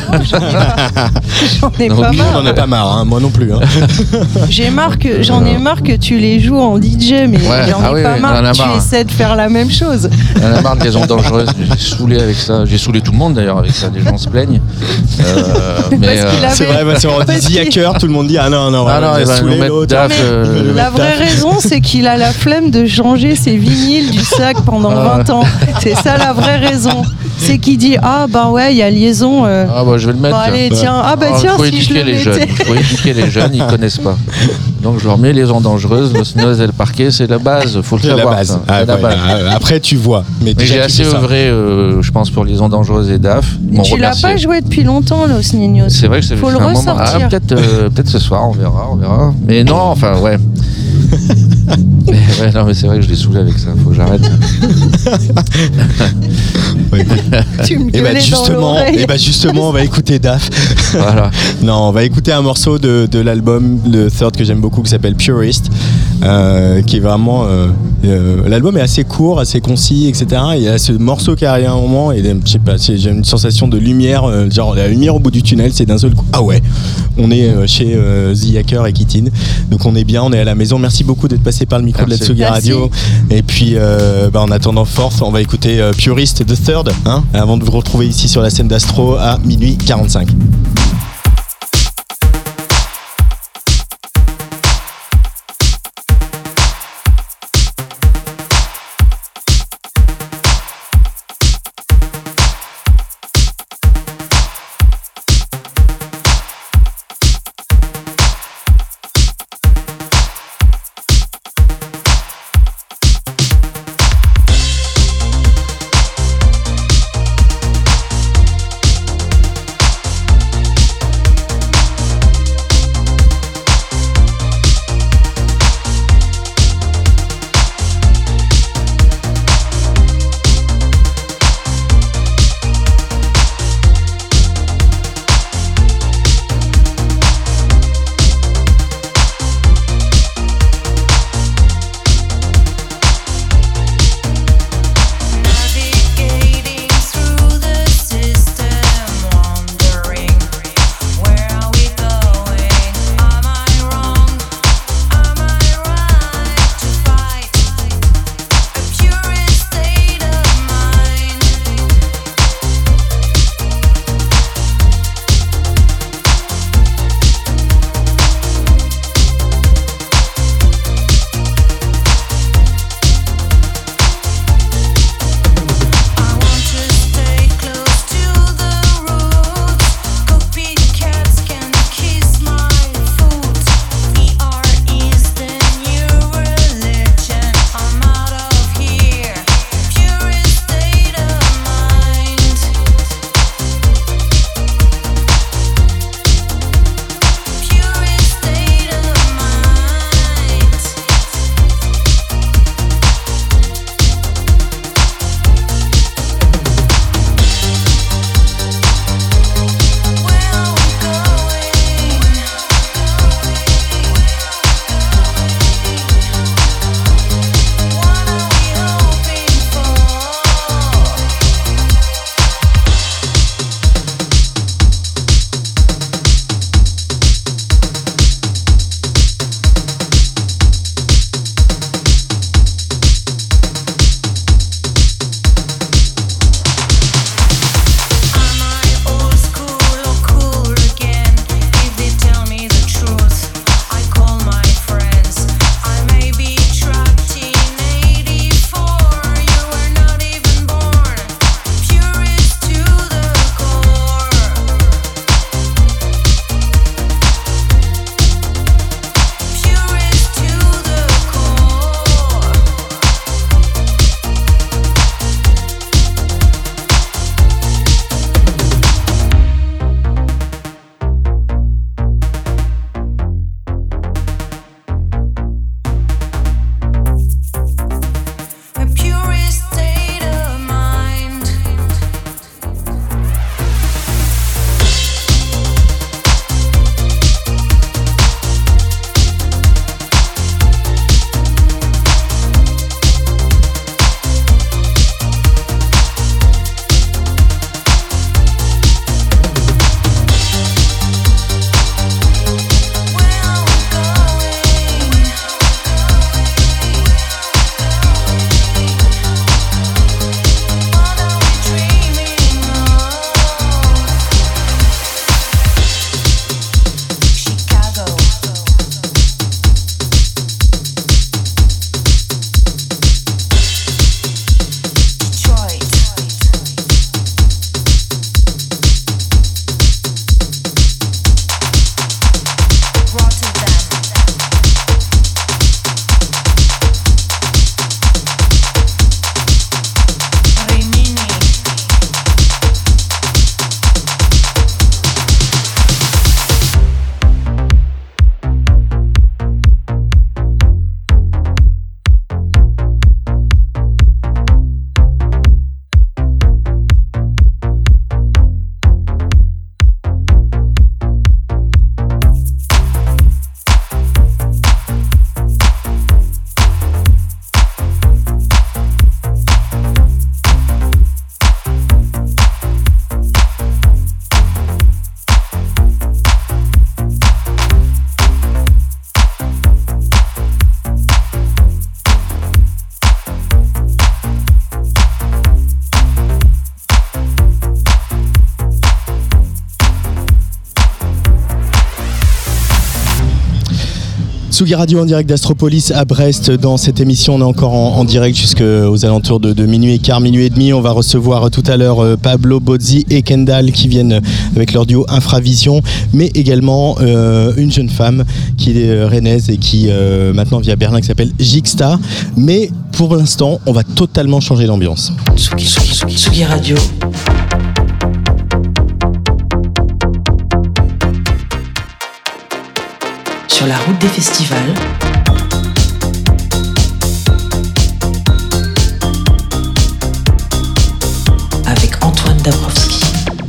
H: j'en ai
B: Donc,
H: pas marre.
B: J'en ai pas marre, hein, moi non plus. Hein.
H: J'ai marre que, j'en ai marre que tu les joues en D J, mais
I: ouais,
H: j'en
I: ah
H: ai
I: oui,
H: pas
I: oui,
H: marre que tu
I: marre.
H: essaies de faire la même chose.
I: J'en ai marre de liaison dangereuse, j'ai saoulé avec ça. J'ai saoulé tout le monde d'ailleurs avec ça, des gens se plaignent. Euh, mais, euh...
B: C'est vrai, bah, si on dit hacker, tout le monde dit ah non, non,
I: ah non, il va
B: saoulé
I: nous mettre
B: l'autre.
I: D A F, euh...
H: La vraie raison, c'est qu'il a la flemme de changer ses vinyles du sac pendant
I: ah.
H: vingt ans. C'est ça la vraie raison. C'est qu'il dit ah bah ouais, il y a liaison. Euh...
I: Ah bah je vais le mettre.
H: Bon, allez, tiens, ah bah
I: ah,
H: tiens,
I: faut
H: si je le
I: les
H: mettais.
I: jeunes. Faut éduquer les jeunes, ils connaissent pas. Donc Donc je remets les ondes dangereuses, Los Niños del Parque, c'est la base, faut le
B: c'est
I: savoir.
B: La base. Ah,
I: c'est la
B: ouais,
I: base.
B: euh, après tu vois. Mais,
I: Mais j'ai assez œuvré, euh, je pense, pour les ondes dangereuses et D A F.
H: Et tu l'as pas joué depuis longtemps, Los Niños.
I: C'est vrai que ça
H: faut
I: fait
H: le
I: un
H: ressortir.
I: moment. Ah, peut-être, euh, peut-être ce soir, on verra, on verra. Mais non, enfin ouais. mais, ouais, non mais c'est vrai que je l'ai saoulé avec ça, faut que j'arrête.
B: Ouais,
H: Tu me
B: et bah
H: gueulais
B: justement,
H: dans l'oreille.
B: et bah justement, on va écouter D A F.
I: Voilà.
B: Non, on va écouter un morceau de, de l'album, le Third que j'aime beaucoup, qui s'appelle Purist, euh, qui est vraiment. Euh, euh, l'album est assez court, assez concis, et cetera. Il y a ce morceau qui arrive à un moment, et je sais pas, j'ai une sensation de lumière, euh, genre la lumière au bout du tunnel, c'est d'un seul coup. Ah ouais, on est euh, chez euh, The Hacker et Kitin, donc on est bien, on est à la maison. Merci beaucoup d'être passé par le micro
I: Merci.
B: de la Tsugi Radio. Et puis, euh, bah, en attendant Force, on va écouter euh, Purist The Third, hein, avant de vous retrouver ici sur la scène d'Astro à minuit quarante-cinq.
J: Thank
B: Tsugi Radio en direct d'Astropolis à Brest. Dans cette émission, on est encore en, en direct jusqu'aux alentours de, de minuit et quart, minuit et demi. On va recevoir tout à l'heure euh, Pablo Bozzi et Kendall qui viennent avec leur duo Infravision, mais également euh, une jeune femme qui est euh, rennaise et qui euh, maintenant vit à Berlin, qui s'appelle Jixta. Mais pour l'instant, on va totalement changer d'ambiance.
A: Tsugi, Tsugi, Tsugi, Tsugi Radio. Sur la route des festivals. Avec Antoine Dabrowski.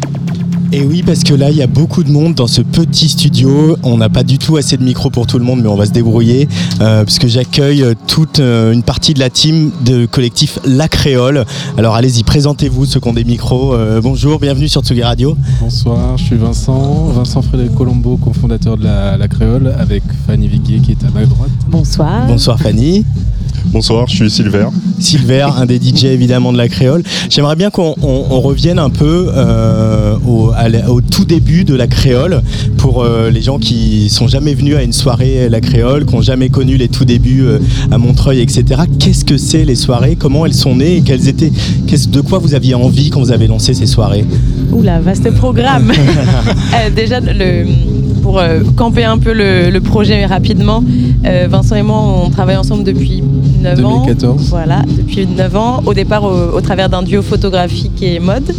B: Et oui, parce que là, il y a beaucoup de monde dans ce petit studio. On n'a pas du tout assez de micros pour tout le monde, mais on va se débrouiller. Euh, puisque j'accueille toute euh, une partie de la team de collectif La Créole. Alors allez-y, présentez-vous, ceux qui ont des micros. Euh, bonjour, bienvenue sur Tsugi Radio.
J: Bonsoir, je suis Vincent, Vincent Frédéric Colombo, cofondateur de la, la Créole, avec Fanny Viguier qui est à ma droite.
C: Bonsoir.
B: Bonsoir Fanny.
K: Bonsoir, je suis Silver.
B: Silver, un des D J évidemment de La Créole. J'aimerais bien qu'on on, on revienne un peu euh, au, à, au tout début de La Créole pour euh, les gens qui sont jamais venus à une soirée La Créole, qui n'ont jamais connu les tout débuts euh, à Montreuil, et cetera. Qu'est-ce que c'est les soirées? Comment elles sont nées et quelles étaient, de quoi vous aviez envie quand vous avez lancé ces soirées?
L: Oula, vaste programme. euh, Déjà, le... pour euh, camper un peu le, le projet rapidement, euh, Vincent et moi on travaille ensemble depuis neuf
J: deux mille quatorze.
L: Ans. Voilà, depuis neuf ans, au départ au, au travers d'un duo photographique et mode.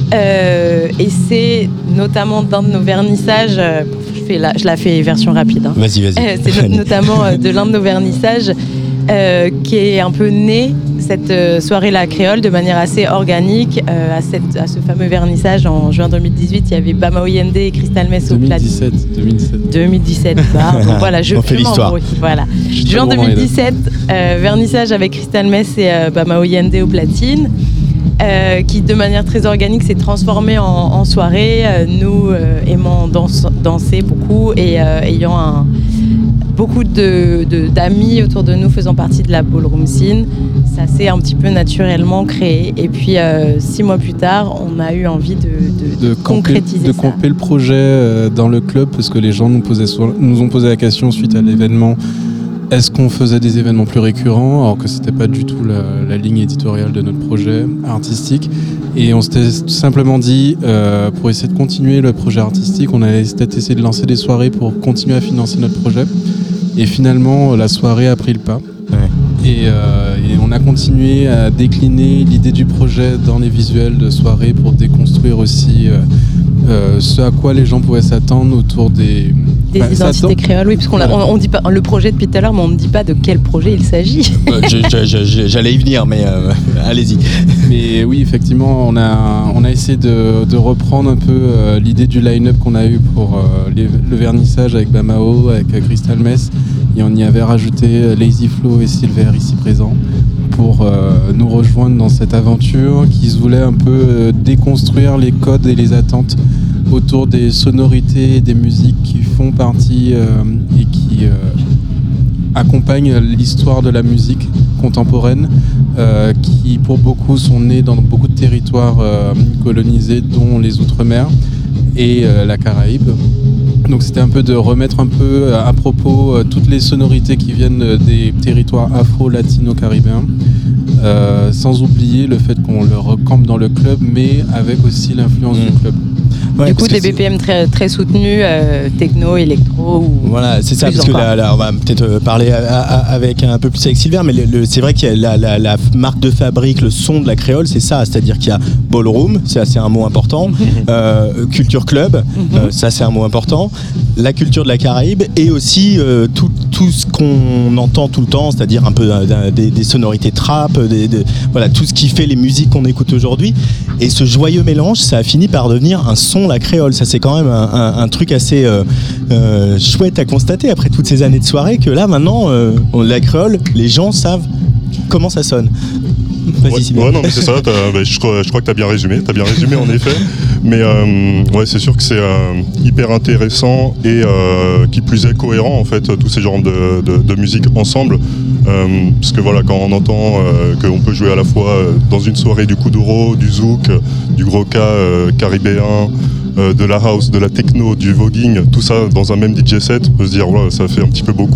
L: Euh, et c'est notamment dans de nos vernissages, euh, je, fais la, je la fais version rapide. Hein.
B: Vas-y, vas-y.
L: Euh, c'est no- notamment euh, de l'un de nos vernissages euh, qui est un peu né cette euh, soirée La Créole de manière assez organique. Euh, à, cette, à ce fameux vernissage en juin deux mille dix-huit, il y avait Bama Oyende et Crystal Mess au platine.
J: deux mille dix-sept.
L: deux mille dix-sept. Bah, donc voilà, je
B: On fait l'histoire.
L: Voilà.
J: Je
L: Juin
J: te
L: deux mille dix-sept, euh, vernissage avec Crystal Mess et euh, Bama Oyende au platine. Euh, qui de manière très organique s'est transformé en, en soirée, euh, nous euh, aimant danse, danser beaucoup et euh, ayant un, beaucoup de, de, d'amis autour de nous faisant partie de la ballroom scene. Ça s'est un petit peu naturellement créé et puis euh, six mois plus tard on a eu envie de, de, de concrétiser
J: camper, de
L: ça.
J: camper le projet euh, dans le club parce que les gens nous, posaient, nous ont posé la question suite à l'événement. Est-ce qu'on faisait des événements plus récurrents alors que c'était pas du tout la, la ligne éditoriale de notre projet artistique et on s'était simplement dit euh, pour essayer de continuer le projet artistique on allait peut-être essayer de lancer des soirées pour continuer à financer notre projet et finalement la soirée a pris le pas. Ouais. Et, euh, et on a continué à décliner l'idée du projet dans les visuels de soirée pour déconstruire aussi euh, euh, ce à quoi les gens pouvaient s'attendre autour des...
L: Des bah, identités créoles, oui, parce qu'on voilà. on, on dit pas le projet depuis tout à l'heure, mais on ne dit pas de quel projet il s'agit.
B: Euh, je, je, je, j'allais y venir, mais euh, allez-y.
J: Mais oui, effectivement, on a, on a essayé de, de reprendre un peu euh, l'idée du line-up qu'on a eu pour euh, les, le vernissage avec Bamao, avec euh, Crystal Mess, et on y avait rajouté euh, Lazy Flow et Silver ici présents pour euh, nous rejoindre dans cette aventure qui se voulait un peu euh, déconstruire les codes et les attentes autour des sonorités et des musiques qui font partie euh, et qui euh, accompagnent l'histoire de la musique contemporaine euh, qui pour beaucoup sont nés dans beaucoup de territoires euh, colonisés dont les Outre-mer et euh, la Caraïbe. Donc c'était un peu de remettre un peu à propos euh, toutes les sonorités qui viennent euh, des territoires afro-latino-caribéens euh, sans oublier le fait qu'on le recampe dans le club mais avec aussi l'influence mmh. du club.
L: Ouais, du coup, des B P M très, très soutenus, euh, techno, électro. Ou
B: voilà, c'est ça, parce que là, là, on va peut-être parler à, à, avec un peu plus avec Silver, mais le, le, c'est vrai qu'il y a la, la, la marque de fabrique, le son de La Créole, c'est ça, c'est-à-dire qu'il y a ballroom, ça c'est un mot important, euh, culture club, euh, ça c'est un mot important, la culture de la Caraïbe et aussi euh, tout, tout ce qu'on entend tout le temps, c'est-à-dire un peu euh, des, des sonorités trap, des, des, voilà, tout ce qui fait les musiques qu'on écoute aujourd'hui. Et ce joyeux mélange, ça a fini par devenir un son La Créole. Ça, c'est quand même un, un, un truc assez euh, euh, chouette à constater après toutes ces années de soirée que là, maintenant, euh, La Créole, les gens savent comment ça sonne.
K: Vas-y, ouais, ouais, non, mais c'est ça. Bah, je, crois, je crois que tu as bien résumé. Tu as bien résumé, en effet. Mais euh, ouais, c'est sûr que c'est euh, hyper intéressant et euh, qui plus est cohérent, en fait, tous ces genres de, de, de musique ensemble. Euh, parce que voilà, quand on entend euh, qu'on peut jouer à la fois euh, dans une soirée du kuduro, du zouk, du gros cas euh, caribéen, euh, de la house, de la techno, du voguing, tout ça dans un même D J set, on peut se dire voilà, ça fait un petit peu beaucoup.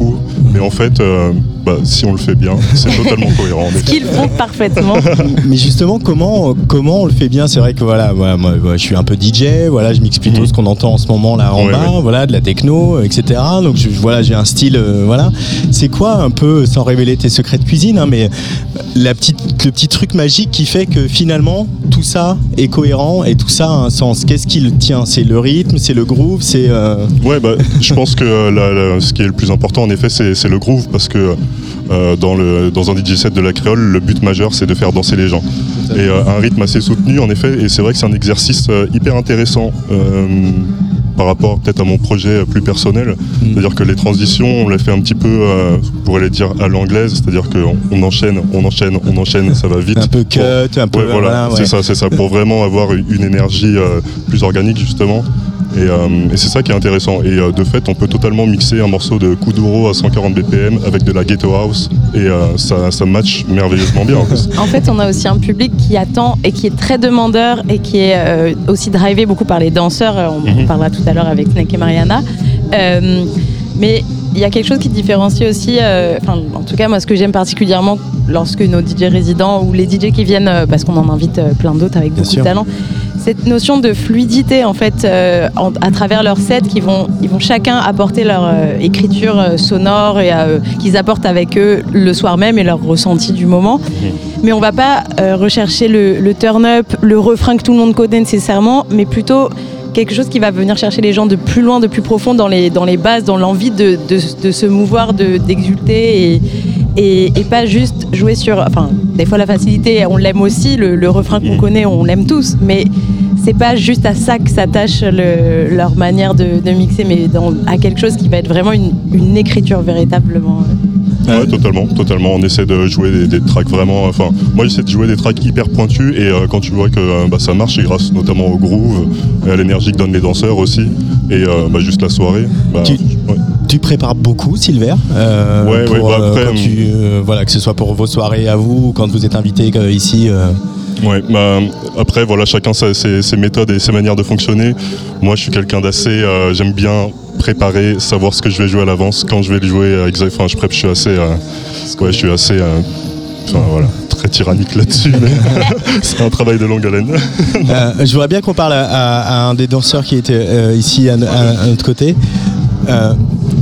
K: Mais en fait, euh, bah, si on le fait bien, c'est totalement cohérent.
L: Ce qu'ils font parfaitement.
B: Mais justement, comment, comment on le fait bien? C'est vrai que voilà, voilà moi, moi, je suis un peu D J, voilà, je mixe plutôt mmh. ce qu'on entend en ce moment là en
K: ouais,
B: bas,
K: ouais.
B: voilà, de la techno, et cetera. Donc je, voilà, j'ai un style, euh, voilà. C'est quoi un peu, sans révéler tes secrets de cuisine, hein, mais la petite, le petit truc magique qui fait que finalement tout ça est cohérent et tout ça a un sens? Qu'est-ce qui le tient? C'est le rythme, c'est le groove, c'est. Euh...
K: Ouais, bah, je pense que la, la, ce qui est le plus important en effet, c'est, c'est le groove, parce que euh, dans, le, dans un D J set de la créole, le but majeur c'est de faire danser les gens. Et euh, un rythme assez soutenu en effet, et c'est vrai que c'est un exercice euh, hyper intéressant. Euh, par rapport peut-être à mon projet plus personnel, mmh. c'est-à-dire que les transitions, on les fait un petit peu, euh, on pourrait les dire à l'anglaise, c'est-à-dire qu'on on enchaîne, on enchaîne, on enchaîne, ça va vite.
B: Un peu cut, pour... un peu...
K: Ouais, voilà, voilà ouais. c'est ça, c'est ça, pour vraiment avoir une énergie euh, plus organique justement. Et, euh, et c'est ça qui est intéressant. Et euh, de fait, on peut totalement mixer un morceau de Kuduro à cent quarante B P M avec de la Ghetto House et euh, ça, ça match merveilleusement bien. En fait.
L: En fait, on a aussi un public qui attend et qui est très demandeur et qui est euh, aussi drivé beaucoup par les danseurs. On, mm-hmm. on parlera tout à l'heure avec Snake et Mariana. Euh, mais il y a quelque chose qui différencie aussi, euh, en tout cas moi ce que j'aime particulièrement lorsque nos D J résidents ou les D J qui viennent, euh, parce qu'on en invite euh, plein d'autres avec beaucoup de talent, cette notion de fluidité en fait euh, en, à travers leurs sets, qui vont, ils vont chacun apporter leur euh, écriture euh, sonore et euh, qu'ils apportent avec eux le soir même et leur ressenti du moment. Mmh. Mais on va pas euh, rechercher le, le turn-up, le refrain que tout le monde connaît nécessairement, mais plutôt quelque chose qui va venir chercher les gens de plus loin, de plus profond dans les, dans les bases, dans l'envie de, de, de se mouvoir, de, d'exulter et, et, et pas juste jouer sur... Enfin, des fois la facilité, on l'aime aussi, le, le refrain qu'on connaît, on l'aime tous, mais c'est pas juste à ça que s'attache le, leur manière de, de mixer, mais dans, à quelque chose qui va être vraiment une, une écriture véritablement...
K: Ouais, totalement, totalement. On essaie de jouer des, des tracks vraiment. Enfin, moi, j'essaie de jouer des tracks hyper pointus et euh, quand tu vois que euh, bah, ça marche, c'est grâce notamment au groove et à l'énergie que donnent les danseurs aussi et euh, bah, juste la soirée. Bah,
B: tu,
K: ouais.
B: tu prépares beaucoup, Silver. Euh,
K: ouais,
B: pour,
K: ouais. Bah, après,
B: euh, tu, euh, voilà, que ce soit pour vos soirées à vous ou quand vous êtes invités euh, ici. Euh...
K: Ouais, bah, après voilà, chacun sa, ses, ses méthodes et ses manières de fonctionner. Moi, je suis quelqu'un d'assez, euh, j'aime bien préparer, savoir ce que je vais jouer à l'avance, quand je vais le jouer. Euh, enfin, je prép, je suis assez, euh, ouais, je suis assez, euh, enfin voilà, très tyrannique là-dessus. Mais c'est un travail de longue haleine.
B: euh, je voudrais bien qu'on parle à, à, à un des danseurs qui était euh, ici à, à, à notre côté. Euh,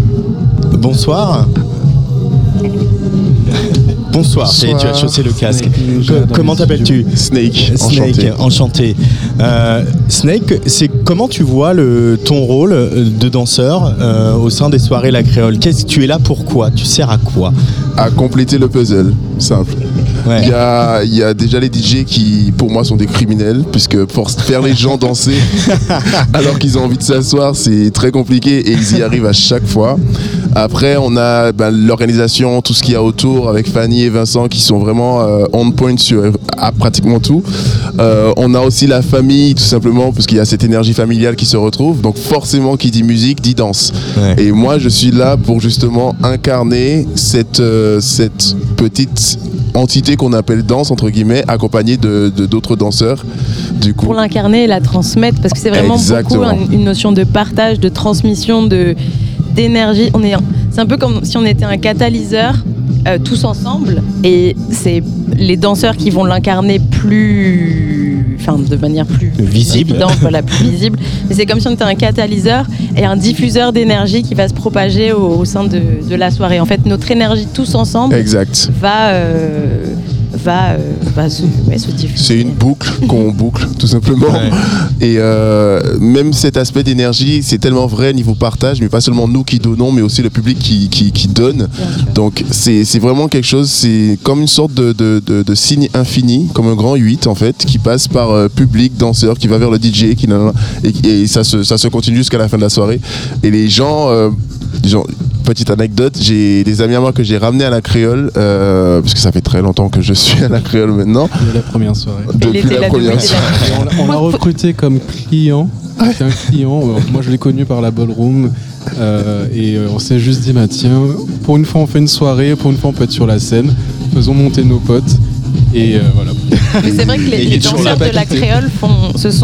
B: bonsoir. Bonsoir, Bonsoir. Tu as chaussé le casque. Que, comment t'appelles-tu?
M: Snake.
B: Snake, enchanté. enchanté. Euh, Snake, c'est comment tu vois le, ton rôle de danseur euh, au sein des soirées La Créole? Qu'est-ce que tu es là pourquoi? Tu sers à quoi?
M: À compléter le puzzle, simple. Ouais. Il y a, il y a déjà les D J qui, pour moi, sont des criminels, puisque pour faire les gens danser alors qu'ils ont envie de s'asseoir, c'est très compliqué et ils y arrivent à chaque fois. Après, on a ben, l'organisation, tout ce qu'il y a autour avec Fanny et Vincent qui sont vraiment euh, on point sur à pratiquement tout. Euh, on a aussi la famille, tout simplement, parce qu'il y a cette énergie familiale qui se retrouve. Donc forcément, qui dit musique, dit danse. Ouais. Et moi, je suis là pour justement incarner cette, euh, cette petite entité qu'on appelle danse, entre guillemets, accompagnée de, de, d'autres danseurs. Du coup.
L: Pour l'incarner et la transmettre, parce que c'est vraiment Exactement. beaucoup une, une notion de partage, de transmission, de... d'énergie. On est, c'est un peu comme si on était un catalyseur euh, tous ensemble et c'est les danseurs qui vont l'incarner plus, enfin de manière plus
B: visible,
L: évidente, voilà, plus visible. Mais c'est comme si on était un catalyseur et un diffuseur d'énergie qui va se propager au, au sein de, de la soirée. En fait, notre énergie tous ensemble
M: exact.
L: va euh, va, euh, va se, ouais, se diffuser.
M: C'est une boucle qu'on boucle tout simplement. Ouais. Et euh, même cet aspect d'énergie, c'est tellement vrai niveau partage, mais pas seulement nous qui donnons, mais aussi le public qui, qui, qui donne. Donc c'est, c'est vraiment quelque chose, c'est comme une sorte de, de, de, de signe infini, comme un grand huit en fait, qui passe par euh, public, danseur, qui va vers le D J, qui, et, et ça, se, ça se continue jusqu'à la fin de la soirée. Et les gens... Euh, Genre, petite anecdote, j'ai des amis à moi que j'ai ramenés à la Créole, euh, parce que ça fait très longtemps que je suis à la Créole maintenant.
J: Depuis la première soirée.
M: Depuis la, la première soirée.
J: On, on l'a recruté comme client. C'est un client. Moi, je l'ai connu par la ballroom. Euh, et on s'est juste dit, bah, tiens, pour une fois, on fait une soirée. Pour une fois, on peut être sur la scène. Faisons monter nos potes. Et euh, voilà.
L: Mais c'est vrai que les, les danseurs de la Créole font, se sont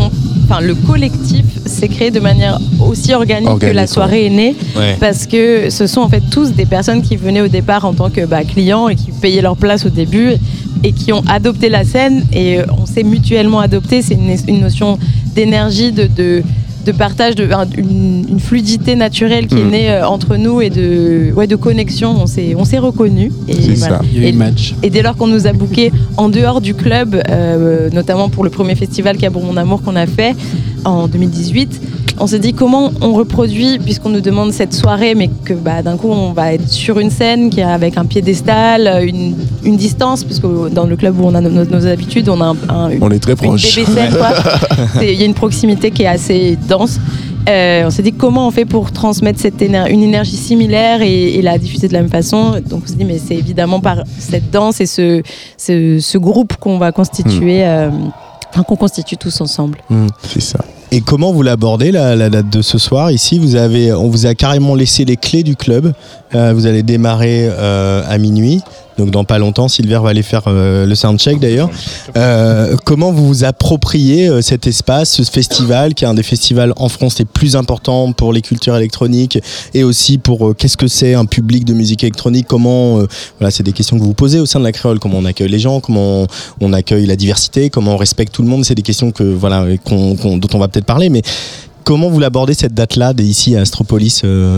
L: enfin le collectif s'est créé de manière aussi organique, organique que la soirée ouais. est née, ouais. parce que ce sont en fait tous des personnes qui venaient au départ en tant que bah, clients et qui payaient leur place au début et qui ont adopté la scène et on s'est mutuellement adopté. C'est une, une notion d'énergie, de, de, de partage, de, une, une fluidité naturelle qui mmh. est née euh, entre nous et de, ouais, de connexion. On s'est, on s'est reconnus. Et,
J: c'est
L: voilà.
J: ça. Il y a eu match.
L: Et dès lors qu'on nous a bookés en dehors du club, euh, notamment pour le premier festival Cabourg Mon Amour qu'on a fait en deux mille dix-huit, on s'est dit comment on reproduit, puisqu'on nous demande cette soirée, mais que bah, d'un coup on va être sur une scène qui est avec un piédestal, une, une distance, parce que dans le club où on a nos, nos habitudes, on a un, un,
M: on est très proche.
L: Une B B scène, quoi. Il y a une proximité qui est assez dense. Euh, on s'est dit comment on fait pour transmettre cette éner- une énergie similaire et, et la diffuser de la même façon. Donc on s'est dit mais c'est évidemment par cette danse et ce, ce, ce groupe qu'on va constituer, mmh. euh, enfin, qu'on constitue tous ensemble.
M: Mmh, c'est ça.
B: Et comment vous l'abordez la, la date de ce soir ici? Vous avez, on vous a carrément laissé les clés du club. Euh, vous allez démarrer euh, à minuit. Donc dans pas longtemps, Silver va aller faire euh, le soundcheck d'ailleurs. Euh, comment vous vous appropriez euh, cet espace, ce festival qui est un des festivals en France les plus importants pour les cultures électroniques et aussi pour euh, qu'est-ce que c'est un public de musique électronique? Comment, euh, voilà, c'est des questions que vous vous posez au sein de la Créole. Comment on accueille les gens? Comment on, on accueille la diversité? Comment on respecte tout le monde? C'est des questions que voilà qu'on, qu'on, dont on va peut-être parler. Mais comment vous l'abordez cette date-là ici à Astropolis? euh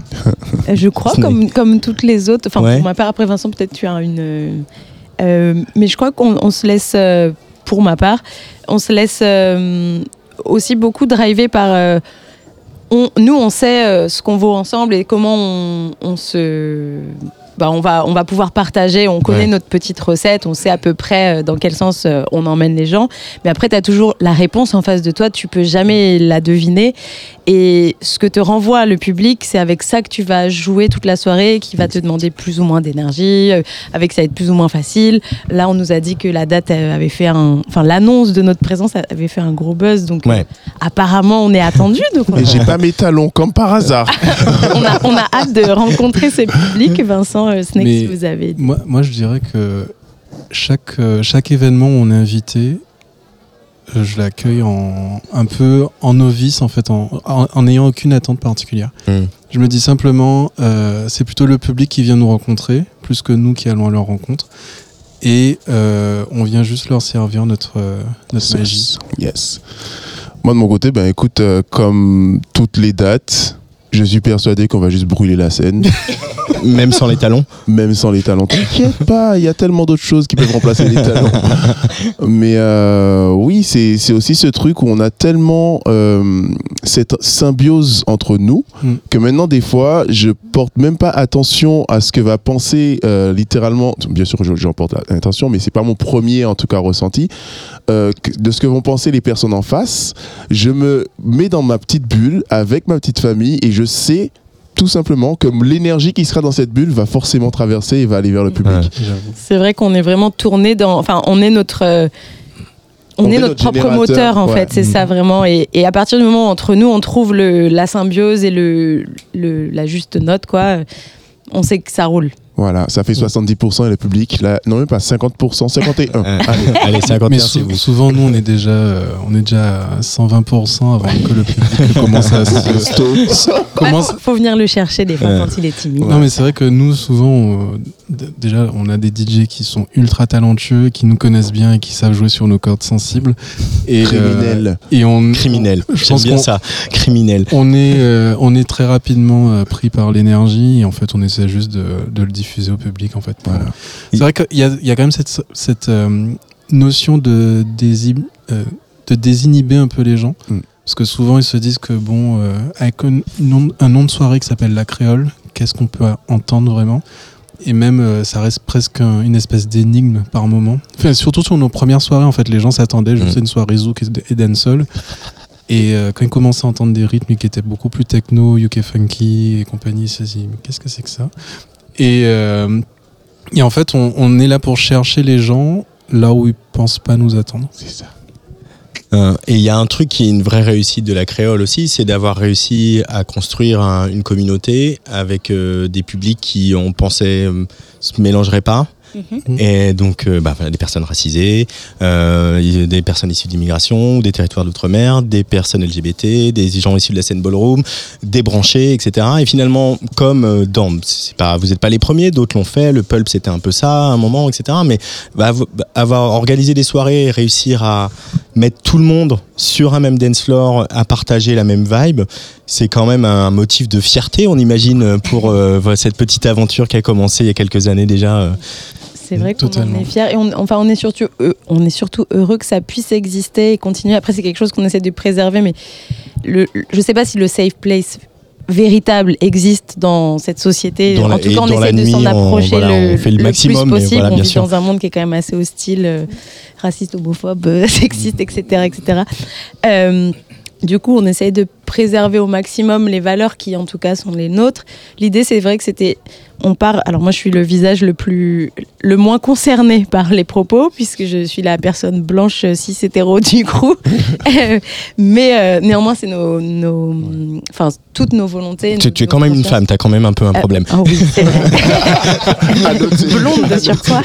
L: Je crois, comme, comme toutes les autres. Enfin, ouais. Pour ma part, après Vincent, peut-être tu as une. Euh, mais je crois qu'on on se laisse, euh, pour ma part, on se laisse euh, aussi beaucoup driver par. Euh, on, nous, on sait euh, ce qu'on vaut ensemble et comment on, on se. Bah, on, va, on va pouvoir partager, on connaît ouais. notre petite recette, on sait à peu près dans quel sens on emmène les gens. Mais après, tu as toujours la réponse en face de toi, tu peux jamais la deviner. Et ce que te renvoie le public, c'est avec ça que tu vas jouer toute la soirée, qui va te demander plus ou moins d'énergie, avec ça va être plus ou moins facile. Là, on nous a dit que la date avait fait un... Enfin, l'annonce de notre présence avait fait un gros buzz, donc ouais. euh, apparemment, on est attendu. Donc on
M: Et
L: a...
M: j'ai pas mes talons, comme par hasard.
L: on, a, on a hâte de rencontrer ce public, Vincent. Snake, si vous avez...
J: moi, moi, je dirais que chaque, euh, chaque événement où on est invité, euh, je l'accueille en, un peu en novice, en fait, en, en, en n'ayant aucune attente particulière. Mmh. Je me dis simplement, euh, c'est plutôt le public qui vient nous rencontrer, plus que nous qui allons à leur rencontre. Et euh, on vient juste leur servir notre, euh, notre yes. magie.
M: Yes. Moi, de mon côté, ben, écoute, euh, comme toutes les dates, je suis persuadé qu'on va juste brûler la scène.
B: Même sans les talons?
M: Même sans les talons. T'inquiète pas, il y a tellement d'autres choses qui peuvent remplacer les talons. Mais euh, oui, c'est, c'est aussi ce truc où on a tellement euh, cette symbiose entre nous mm. que maintenant, des fois, je porte même pas attention à ce que va penser euh, littéralement. Bien sûr, j'en porte attention, mais c'est pas mon premier, en tout cas, ressenti euh, de ce que vont penser les personnes en face. Je me mets dans ma petite bulle avec ma petite famille et je sais tout simplement que l'énergie qui sera dans cette bulle va forcément traverser et va aller vers le public. Ouais,
L: c'est vrai qu'on est vraiment tourné dans... Enfin, on est notre... Euh, on, on est notre, notre propre moteur, en ouais. fait. C'est mmh. ça, vraiment. Et, et à partir du moment où, entre nous, on trouve le, la symbiose et le, le, la juste note, quoi, on sait que ça roule.
M: Voilà, ça fait soixante-dix pour cent et le public, là, non même pas cinquante pour cent, cinquante et un pour cent.
B: allez, allez, cinquante
J: Mais sou- souvent, nous, on est déjà, euh, on est déjà à cent vingt pour cent avant que le public commence à se...
L: commence... Ah, faut venir le chercher des fois ouais. quand il est timide.
J: Non, mais c'est vrai que nous, souvent, on... D- déjà, on a des D J qui sont ultra talentueux, qui nous connaissent bien et qui savent jouer sur nos cordes sensibles. Et,
M: criminel.
J: Euh, et on...
B: Criminel, je pense bien ça, criminel.
J: On est, euh, on est très rapidement euh, pris par l'énergie et en fait, on essaie juste de, de le diffuser au public, en fait. Voilà. C'est vrai qu'il y a, il y a quand même cette, cette euh, notion de, dési- euh, de désinhiber un peu les gens. Mm. Parce que souvent, ils se disent que, bon, euh, avec un nom, un nom de soirée qui s'appelle La Créole, qu'est-ce qu'on peut entendre vraiment ? Et même, euh, ça reste presque un, une espèce d'énigme par moment. Enfin, surtout sur nos premières soirées, en fait, les gens s'attendaient juste à mmh. une soirée zouk et dancehall. Et euh, quand ils commençaient à entendre des rythmes qui étaient beaucoup plus techno, U K funky et compagnie, ils se disaient, mais qu'est-ce que c'est que ça ? Et, euh, et en fait, on, on est là pour chercher les gens là où ils pensent pas nous attendre.
M: C'est ça.
B: Euh, et il y a un truc qui est une vraie réussite de la Créole aussi, c'est d'avoir réussi à construire un, une communauté avec euh, des publics qui, on pensait, euh, se mélangeraient pas. Mmh. Et donc, euh, bah, des personnes racisées, euh, des personnes issues d'immigration, des territoires d'outre-mer, des personnes L G B T, des gens issus de la scène ballroom, débranchés, et cetera. Et finalement, comme dans, c'est pas, vous n'êtes pas les premiers, d'autres l'ont fait, le Pulp c'était un peu ça à un moment, et cetera. Mais bah, avoir organisé des soirées et réussir à mettre tout le monde sur un même dance floor, à partager la même vibe, c'est quand même un motif de fierté, on imagine, pour euh, cette petite aventure qui a commencé il y a quelques années déjà. Euh.
L: C'est vrai qu'on en est fiers et on, enfin on est surtout euh, on est surtout heureux que ça puisse exister et continuer. Après c'est quelque chose qu'on essaie de préserver, mais le, je sais pas si le safe place véritable existe dans cette société.
B: Dans
L: en
B: la,
L: tout cas, on essaie de s'en approcher on, voilà, le, le, le maximum, plus possible. Voilà, on vit sûr. dans un monde qui est quand même assez hostile, euh, raciste, homophobe, euh, sexiste, et cetera, et cetera. Euh, du coup, on essaye de préserver au maximum les valeurs qui, en tout cas, sont les nôtres. L'idée, c'est vrai que c'était... On part... Alors moi, je suis le visage le plus... le moins concerné par les propos, puisque je suis la personne blanche cis hétéro du crew. Mais euh, néanmoins, c'est nos... nos... Enfin, toutes nos volontés.
B: Tu,
L: nos,
B: tu es quand même une femme, tu as quand même un peu un problème.
L: Euh, oh oui, c'est vrai. Blonde de surcroît.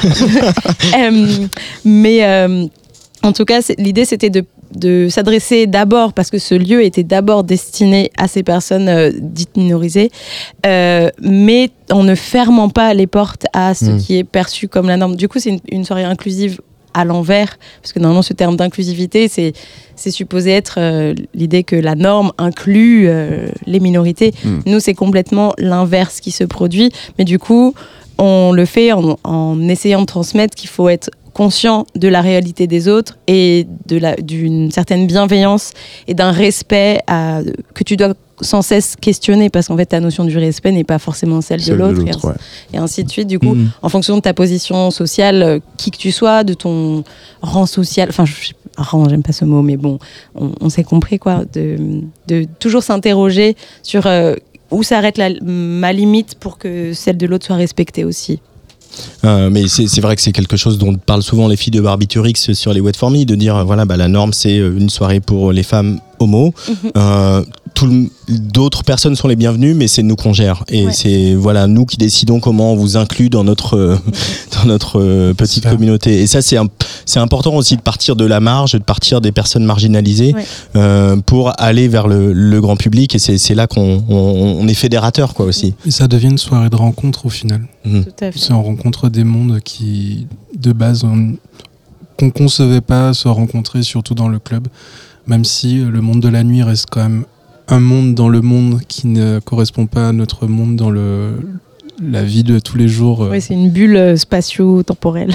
L: euh, mais... Euh, en tout cas, l'idée, c'était de, de s'adresser d'abord, parce que ce lieu était d'abord destiné à ces personnes euh, dites minorisées, euh, mais en ne fermant pas les portes à ce mmh. qui est perçu comme la norme. Du coup, c'est une, une soirée inclusive à l'envers, parce que normalement, ce terme d'inclusivité, c'est, c'est supposé être euh, l'idée que la norme inclut euh, les minorités. Mmh. Nous, c'est complètement l'inverse qui se produit, mais du coup, on le fait en, en essayant de transmettre qu'il faut être conscient de la réalité des autres et de la, d'une certaine bienveillance et d'un respect à, que tu dois sans cesse questionner, parce qu'en fait ta notion du respect n'est pas forcément celle, celle de l'autre, de l'autre et, ouais. et ainsi de suite. Du coup, mmh. en fonction de ta position sociale, qui que tu sois, de ton rang social, enfin je, rang, j'aime pas ce mot, mais bon, on, on s'est compris quoi, de, de toujours s'interroger sur euh, où s'arrête la, ma limite pour que celle de l'autre soit respectée aussi.
B: Euh, mais c'est, c'est vrai que c'est quelque chose dont parlent souvent les filles de Barbiturix sur les Wait For Me, de dire voilà bah la norme c'est une soirée pour les femmes homo. Mm-hmm. Euh, tout le, d'autres personnes sont les bienvenues, mais c'est nous qu'on gère et ouais. c'est voilà nous qui décidons comment on vous inclut dans notre euh, dans notre euh, petite Super. communauté. Et ça c'est un, c'est important aussi de partir de la marge, de partir des personnes marginalisées ouais. euh, pour aller vers le, le grand public. Et c'est, c'est là qu'on on, on est fédérateur quoi aussi.
J: Et ça devient une soirée de rencontre au final.
B: Mmh.
L: Tout à fait.
J: C'est on rencontre des mondes qui de base on, qu'on concevait pas se rencontrer, surtout dans le club. Même si le monde de la nuit reste quand même un monde dans le monde qui ne correspond pas à notre monde dans le, la vie de tous les jours.
L: Oui, c'est une bulle spatio-temporelle.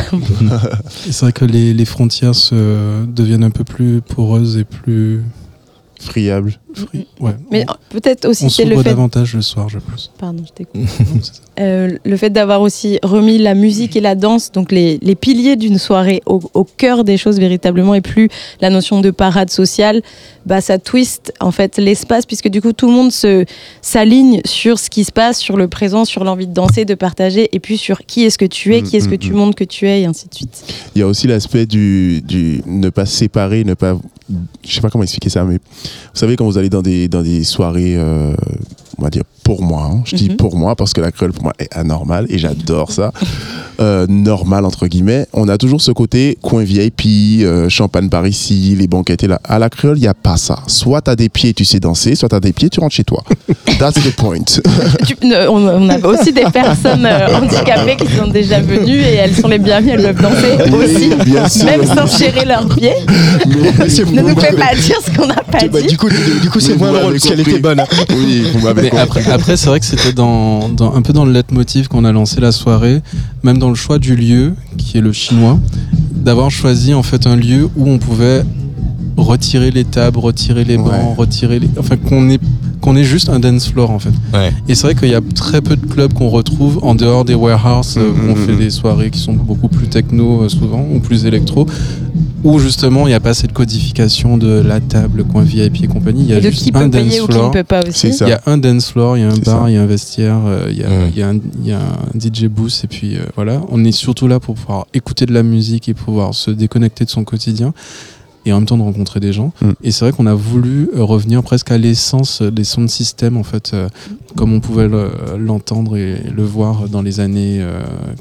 J: Et c'est vrai que les, les frontières se deviennent un peu plus poreuses et plus...
M: friables.
J: Free. Ouais.
L: Mais on, peut-être aussi
J: on
L: c'est
J: s'ouvre
L: le fait...
J: davantage le soir, je pense.
L: Pardon, je t'écoute. non, c'est ça. Euh, le fait d'avoir aussi remis la musique et la danse, donc les, les piliers d'une soirée au, au cœur des choses véritablement, et plus la notion de parade sociale, bah ça twist en fait l'espace, puisque du coup tout le monde se s'aligne sur ce qui se passe, sur le présent, sur l'envie de danser, de partager, et puis sur qui est-ce que tu es, qui est-ce que tu montres que tu es, et ainsi de suite.
M: Il y a aussi l'aspect du, du ne pas se séparer, ne pas, je sais pas comment expliquer ça, mais vous savez quand vous allez dans des dans des soirées, euh, on va dire pour moi, hein, je dis mm-hmm. pour moi parce que la créole pour moi est anormale et j'adore ça, euh, normal entre guillemets. On a toujours ce côté coin V I P, euh, champagne par ici, les banquettes et là. À la créole, il y a pas ça. Soit t'as des pieds, tu sais danser, soit t'as des pieds, tu rentres chez toi. That's the point.
L: tu, on, on a aussi des personnes euh, handicapées qui sont déjà venues et elles sont les bienvenues, elles peuvent danser aussi, bien sûr, même sans chérir leurs pieds. Mais, ne nous fais pas dire ce qu'on n'a pas
B: tu,
L: dit.
B: Bah, du coup, du, du coup c'est moins drôle parce qu'elle était bonne.
M: Oui, vous m'avez compris.
J: Après, après, c'est vrai que c'était dans, dans, un peu dans le leitmotiv qu'on a lancé la soirée, même dans le choix du lieu, qui est le chinois, d'avoir choisi en fait un lieu où on pouvait retirer les tables, retirer les bancs, ouais. retirer les... Enfin, qu'on ait, qu'on ait juste un dance floor en fait.
B: Ouais.
J: Et c'est vrai qu'il y a très peu de clubs qu'on retrouve en dehors des warehouses, mmh, où on mmh. fait des soirées qui sont beaucoup plus techno souvent, ou plus électro, où justement il n'y a pas cette codification de la table, coin V I P et compagnie. Il y a
L: et de
J: juste
L: qui peut
J: un
L: payer
J: dance
L: ou
J: floor.
L: qui ne peut pas aussi.
J: Il y a un dance floor, il y a un
M: c'est
J: bar,
M: ça.
J: il y a un vestiaire, euh, il, y a,
B: mmh.
J: il, y a un, il y a un D J booth et puis euh, voilà. On est surtout là pour pouvoir écouter de la musique et pouvoir se déconnecter de son quotidien et en même temps de rencontrer des gens. Mmh. Et c'est vrai qu'on a voulu euh, revenir presque à l'essence des sound systems en fait, euh, comme on pouvait le, l'entendre et le voir dans les années euh,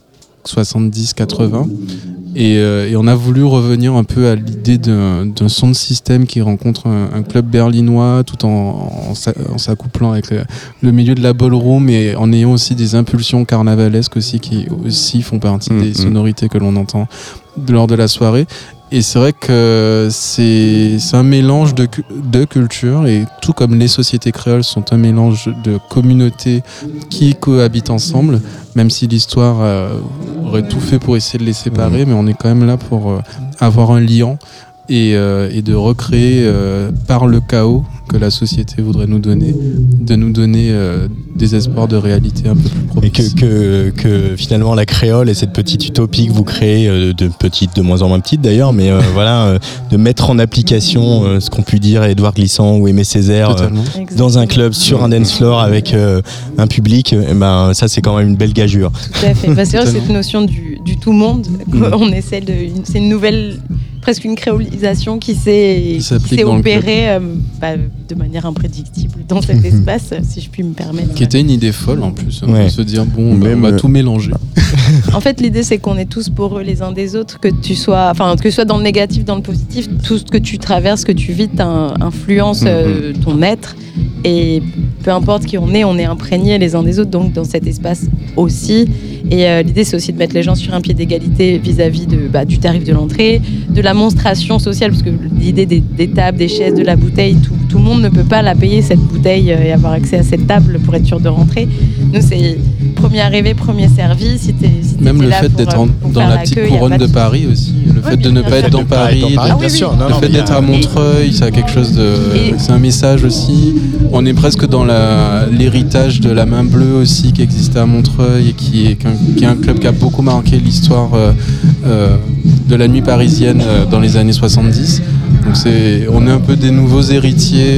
J: soixante-dix quatre-vingts. Et, euh, et on a voulu revenir un peu à l'idée d'un, d'un son de système qui rencontre un, un club berlinois tout en, en, en s'accouplant avec le, le milieu de la ballroom et en ayant aussi des impulsions carnavalesques aussi qui aussi font partie mmh, des mmh. sonorités que l'on entend lors de la soirée. Et c'est vrai que c'est, c'est un mélange de, de cultures et tout comme les sociétés créoles sont un mélange de communautés qui cohabitent ensemble, même si l'histoire euh, aurait tout fait pour essayer de les séparer, mais on est quand même là pour euh, avoir un liant et, euh, et de recréer euh, par le chaos que la société voudrait nous donner, de nous donner euh, des espoirs de réalité un peu plus propices.
B: Et que, que, que finalement la créole et cette petite utopie que vous créez, euh, de petite, de moins en moins petite d'ailleurs, mais euh, voilà, euh, de mettre en application euh, ce qu'ont pu dire Édouard Glissant ou Aimé Césaire euh, dans un club sur un dance floor avec euh, un public, et ben, ça c'est quand même une belle gageure.
L: Tout à fait. Bah, c'est vrai cette notion du, du tout monde, mmh. on essaie de, c'est une nouvelle, presque une créolisation qui s'est, qui qui s'est opérée euh, bah, de manière imprédictible dans cet espace, si je puis me permettre.
J: Qui était une idée folle en plus, hein, ouais. de se dire bon, bah, on va tout mélanger.
L: En fait, l'idée c'est qu'on est tous pour eux les uns des autres, que tu sois, enfin que ce soit dans le négatif, dans le positif, tout ce que tu traverses, que tu vis, influence euh, ton être. Et peu importe qui on est, on est imprégnés les uns des autres, donc dans cet espace aussi. Et euh, l'idée, c'est aussi de mettre les gens sur un pied d'égalité vis-à-vis de, bah, du tarif de l'entrée, de la monstration sociale, parce que l'idée des, des tables, des chaises, de la bouteille, tout, tout le monde ne peut pas la payer, cette bouteille, euh, et avoir accès à cette table pour être sûr de rentrer. Nous, c'est premier arrivé, premier servi. Si t'es, si
J: Même le
L: là
J: fait
L: pour,
J: d'être en, dans la petite couronne de, de Paris aussi, le ouais, fait de ne pas être dans Paris, dans Paris,
B: bien sûr. Non,
J: le
B: non,
J: fait d'être à Montreuil, ça a quelque chose de... Et c'est un message aussi. On est presque dans la, l'héritage de la Main Bleue aussi, qui existait à Montreuil et qui est, qui est un club qui a beaucoup marqué l'histoire euh, euh, de la nuit parisienne euh, dans les années soixante-dix. Donc c'est, on est un peu des nouveaux héritiers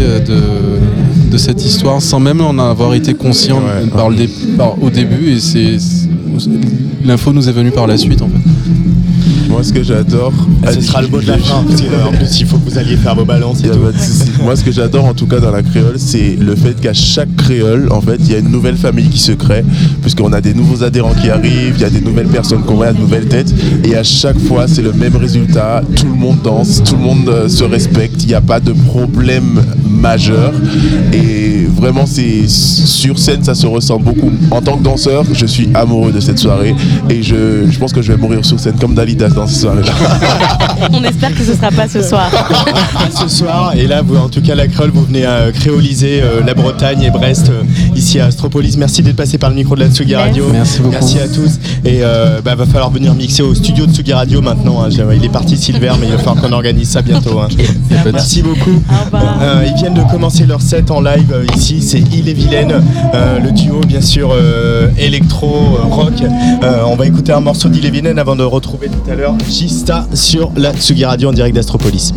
J: de, de cette histoire, sans même en avoir été conscient ouais, par le dé, par, au début, et c'est, c'est, l'info nous est venue par la suite en fait.
M: Moi, ce que j'adore...
B: Ah, ce sera le mot de la fin, parce qu'en plus, il faut que vous alliez faire vos balances et tout.
M: Moi, ce que j'adore, en tout cas, dans la créole, c'est le fait qu'à chaque créole, en fait, il y a une nouvelle famille qui se crée, puisqu'on a des nouveaux adhérents qui arrivent, il y a des nouvelles personnes qu'on voit, de nouvelles têtes, et à chaque fois, c'est le même résultat. Tout le monde danse, tout le monde euh, se respecte, il n'y a pas de problème majeur, et vraiment, c'est sur scène, ça se ressent beaucoup. En tant que danseur, je suis amoureux de cette soirée, et je, je pense que je vais mourir sur scène comme Dalida dans cette soirée-là.
L: On espère que ce ne sera pas ce soir.
B: Ce soir, et là, vous, en tout cas, la créole, vous venez euh, créoliser euh, la Bretagne et Brest euh, ici à Astropolis. Merci d'être passé par le micro de la Tsugi Radio.
J: Merci beaucoup.
B: Merci à tous. Et euh, bah, va falloir venir mixer au studio de Tsugi Radio maintenant. Hein. Il est parti Silver, mais il va falloir qu'on organise ça bientôt. Hein. Okay, merci beaucoup. Euh, ils viennent de commencer leur set en live euh, ici. C'est Ille-et-Vilaine, euh, le duo bien sûr euh, électro euh, rock. Euh, on va écouter un morceau d'Ille-et-Vilaine avant de retrouver tout à l'heure Gista sur la Tsugi Radio en direct d'Astropolis.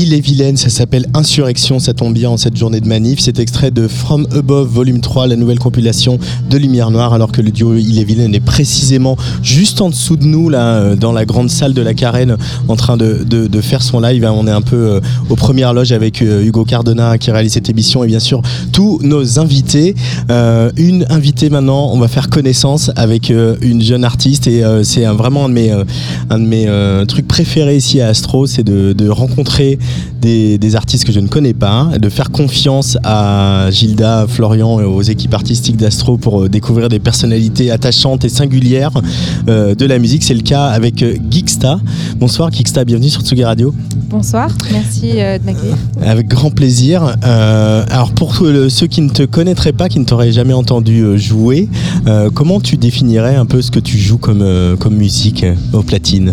B: Ille-et-Vilaine, ça s'appelle Insurrection, ça tombe bien en cette journée de manif. C'est extrait de From Above Volume trois, la nouvelle compilation de Lumière Noire, alors que le duo Ille-et-Vilaine est précisément juste en dessous de nous, là, dans la grande salle de la Carène, en train de, de, de faire son live. On est un peu euh, aux premières loges avec euh, Hugo Cardona qui réalise cette émission et bien sûr tous nos invités. Euh, une invitée maintenant, on va faire connaissance avec euh, une jeune artiste et euh, c'est un, vraiment un de mes, euh, un de mes euh, trucs préférés ici à Astro, c'est de, de rencontrer des, des artistes que je ne connais pas, de faire confiance à Gilda, à Florian et aux équipes artistiques d'Astro pour euh, découvrir des personnalités attachantes et singulières euh, de la musique. C'est le cas avec euh, Geeksta. Bonsoir Geeksta, bienvenue sur Tsugi Radio.
N: Bonsoir, merci euh, de m'accueillir.
B: Avec grand plaisir. Euh, alors pour euh, ceux qui ne te connaîtraient pas, qui ne t'auraient jamais entendu euh, jouer, euh, comment tu définirais un peu ce que tu joues comme, euh, comme musique euh, aux platines?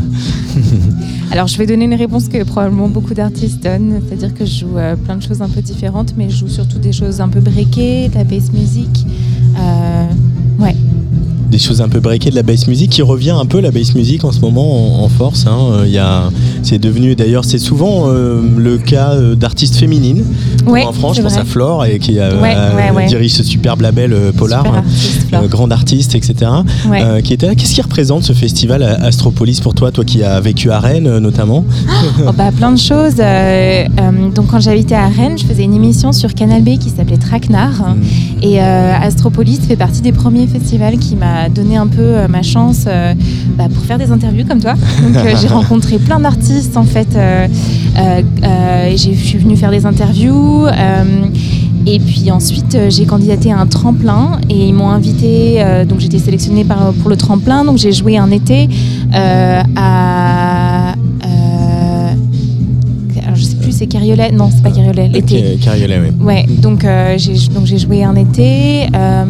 N: Alors je vais donner une réponse que probablement beaucoup d'artistes donnent, c'est-à-dire que je joue euh, plein de choses un peu différentes, mais je joue surtout des choses un peu breakées, de la bass music. Euh, ouais.
B: Des choses un peu breakées, de la bass music qui revient un peu, la bass music en ce moment en, en force. Hein. Y a, c'est devenu d'ailleurs, c'est souvent euh, le cas euh, d'artistes féminines.
N: Ouais,
B: en France,
N: je
B: pense
N: vrai.
B: à Flore et qui euh,
N: ouais,
B: euh,
N: ouais, ouais.
B: dirige ce superbe label euh, Polar,
N: Super artiste,
B: euh, grande artiste, et cetera.
N: Ouais.
B: Euh, qui était là. Qu'est-ce qui représente ce festival Astropolis pour toi, toi qui as vécu à Rennes euh, notamment?
N: Oh, bah, plein de choses. Euh, euh, donc quand j'habitais à Rennes, je faisais une émission sur Canal B qui s'appelait Traquenard. Mmh. Et euh, Astropolis fait partie des premiers festivals qui m'a donné un peu euh, ma chance euh, bah, pour faire des interviews comme toi. Donc euh, j'ai rencontré plein d'artistes en fait. Euh, euh, euh, et je suis venue faire des interviews. Euh, Et puis ensuite, euh, j'ai candidaté à un tremplin et ils m'ont invité. Euh, donc j'étais sélectionnée par, pour le tremplin. Donc j'ai joué un été euh, à. Euh, alors je sais plus, c'est Carriolet. Non, c'est pas Carriolet. L'été.
B: Okay, Carriolet, oui.
N: Ouais. Donc euh, j'ai donc j'ai joué un été. Euh,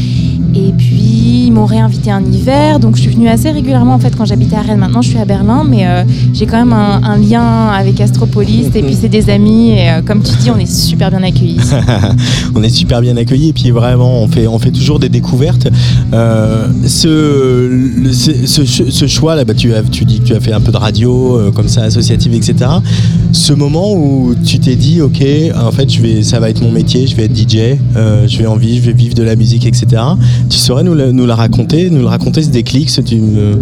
N: Et puis, ils m'ont réinvité un hiver. Donc, je suis venue assez régulièrement, en fait, quand j'habitais à Rennes. Maintenant, je suis à Berlin. Mais euh, j'ai quand même un, un lien avec Astropolis. Et puis, c'est des amis. Et euh, comme tu dis, on est super bien accueillis.
B: On est super bien accueillis. Et puis, vraiment, on fait, on fait toujours des découvertes. Euh, ce, le, ce, ce, ce choix-là, bah, tu, as, tu dis que tu as fait un peu de radio, euh, comme ça, associative, et cetera. Ce moment où tu t'es dit, OK, en fait, je vais, ça va être mon métier. Je vais être D J. Euh, je vais en vivre. Je vais vivre de la musique, et cetera. Tu saurais nous la, nous la raconter, nous le raconter ce déclic, ce tu me...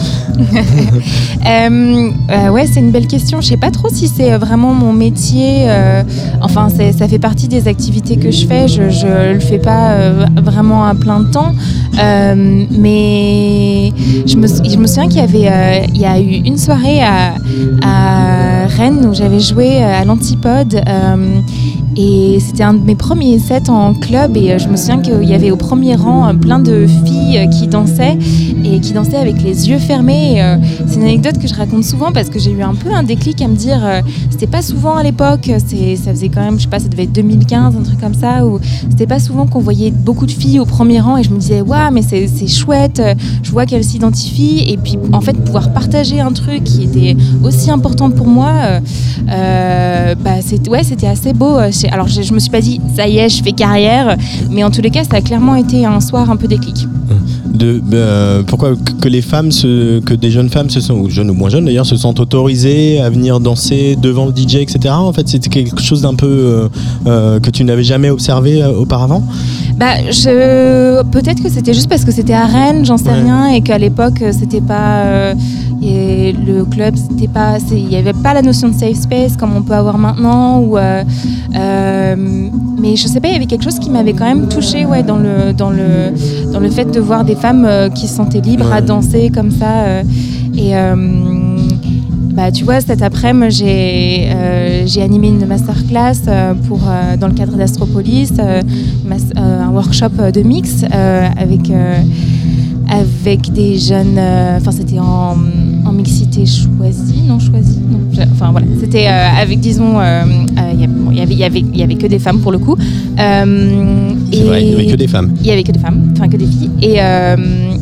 N: euh, euh, ouais, c'est une belle question. Je sais pas trop si c'est vraiment mon métier. Euh, enfin, c'est, ça fait partie des activités que je fais. Je, je le fais pas euh, vraiment à plein de temps. Euh, mais je me, je me souviens qu'il y avait, euh, il y a eu une soirée à, à Rennes où j'avais joué à l'Antipode. Euh, Et c'était un de mes premiers sets en club et je me souviens qu'il y avait au premier rang plein de filles qui dansaient et qui dansaient avec les yeux fermés. Et c'est une anecdote que je raconte souvent parce que j'ai eu un peu un déclic à me dire, c'était pas souvent à l'époque, c'est, ça faisait quand même, je sais pas, ça devait être deux mille quinze, un truc comme ça, où c'était pas souvent qu'on voyait beaucoup de filles au premier rang et je me disais, waouh, mais c'est, c'est chouette, je vois qu'elles s'identifient et puis en fait pouvoir partager un truc qui était aussi important pour moi, euh, bah, c'est, ouais, c'était assez beau. Alors je, je me suis pas dit ça y est je fais carrière, mais en tous les cas ça a clairement été un soir un peu déclic.
B: De, euh, pourquoi que les femmes, se, que des jeunes femmes se sont, ou jeunes ou moins jeunes d'ailleurs, se sentent autorisées à venir danser devant le D J, et cetera. En fait, c'était quelque chose d'un peu euh, euh, que tu n'avais jamais observé euh, auparavant.
N: Bah, je... peut-être que c'était juste parce que c'était à Rennes, j'en sais ouais. rien, et qu'à l'époque c'était pas euh, et le club, c'était pas, il n'y avait pas la notion de safe space comme on peut avoir maintenant. Ou, euh, euh, mais je sais pas, il y avait quelque chose qui m'avait quand même touchée, ouais, dans le dans le dans le fait de voir des femmes euh, qui se sentaient libres ouais. à danser comme ça. Euh, et euh, bah, tu vois, cet après-midi, j'ai, euh, j'ai animé une masterclass euh, pour, euh, dans le cadre d'Astropolis, euh, mas- euh, un workshop de mix euh, avec, euh, avec des jeunes. Enfin, euh, c'était en, en mixité choisie, non choisie. Enfin voilà, c'était euh, avec, disons, il euh, euh, bon, y avait, y avait, y avait que des femmes pour le coup.
B: Euh, C'est et vrai, il y avait que des femmes.
N: Il y avait que des femmes, enfin que des filles. Et euh,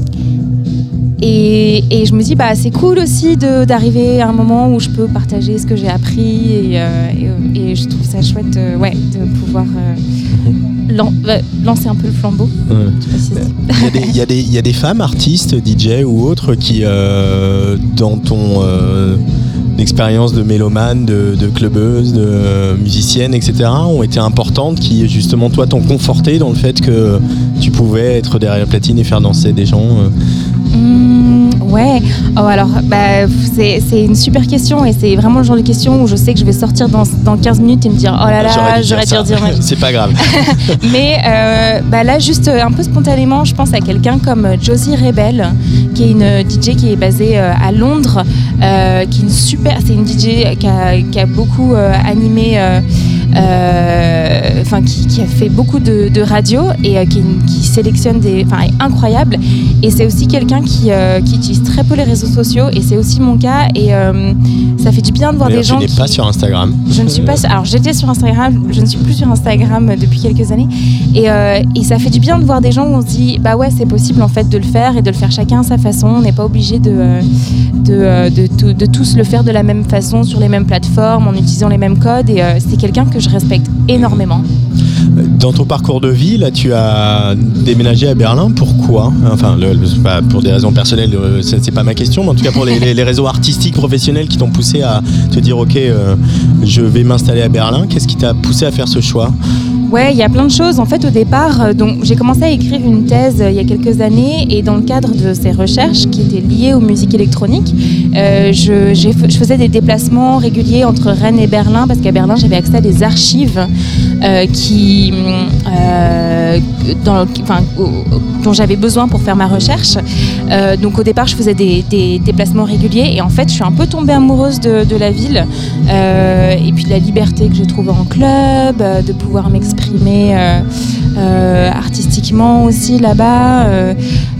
N: Et, et je me dis, bah, c'est cool aussi de, d'arriver à un moment où je peux partager ce que j'ai appris et, euh, et, et je trouve ça chouette euh, ouais, de pouvoir euh, lan- euh, lancer un peu le flambeau.
B: Ouais. Il y, y, y a des femmes artistes, D J ou autres, qui, euh, dans ton... Euh, d'expériences de mélomanes, de, de clubbeuses, de euh, musiciennes, et cetera ont été importantes, qui justement toi t'ont conforté dans le fait que tu pouvais être derrière la platine et faire danser des gens euh.
N: mmh, Ouais, oh, alors bah, c'est, c'est une super question et c'est vraiment le genre de question où je sais que je vais sortir dans, dans quinze minutes et me dire oh là là,
B: j'aurais dû
N: j'aurais dû dire.
B: C'est pas grave.
N: Mais euh, bah, là, juste un peu spontanément, je pense à quelqu'un comme Josie Rebel, qui est une D J qui est basée euh, à Londres, euh, qui est une super, c'est une D J qui a, qui a beaucoup euh, animé. Euh, Euh, enfin qui, qui a fait beaucoup de, de radio et euh, qui, qui sélectionne des, enfin est incroyable et c'est aussi quelqu'un qui, euh, qui utilise très peu les réseaux sociaux et c'est aussi mon cas et euh, ça fait du bien de voir
B: D'ailleurs,
N: des gens
B: tu n'es
N: qui...
B: pas sur Instagram.
N: Je ne suis pas, alors j'étais sur Instagram, je ne suis plus sur Instagram depuis quelques années et, euh, et ça fait du bien de voir des gens où on se dit bah ouais c'est possible en fait de le faire et de le faire chacun à sa façon, on n'est pas obligé de, de, de, de, de tous le faire de la même façon sur les mêmes plateformes en utilisant les mêmes codes et euh, c'est quelqu'un que je respecte énormément.
B: Dans ton parcours de vie, là, tu as déménagé à Berlin. Pourquoi ? Enfin, le, le, pas pour des raisons personnelles, c'est, c'est pas ma question, mais en tout cas pour les, les, les réseaux artistiques, professionnels qui t'ont poussé à te dire ok, euh, je vais m'installer à Berlin. Qu'est-ce qui t'a poussé à faire ce choix ?
N: Ouais, il y a plein de choses. En fait, au départ, euh, donc, j'ai commencé à écrire une thèse euh, il y a quelques années et dans le cadre de ces recherches qui étaient liées aux musiques électroniques, euh, je, j'ai, je faisais des déplacements réguliers entre Rennes et Berlin parce qu'à Berlin, j'avais accès à des archives euh, qui, euh, dans, enfin, dont j'avais besoin pour faire ma recherche. Euh, donc au départ, je faisais des, des déplacements réguliers et en fait, je suis un peu tombée amoureuse de, de la ville euh, et puis de la liberté que je trouvais en club, euh, de pouvoir m'exprimer Euh, euh, artistiquement aussi là-bas euh,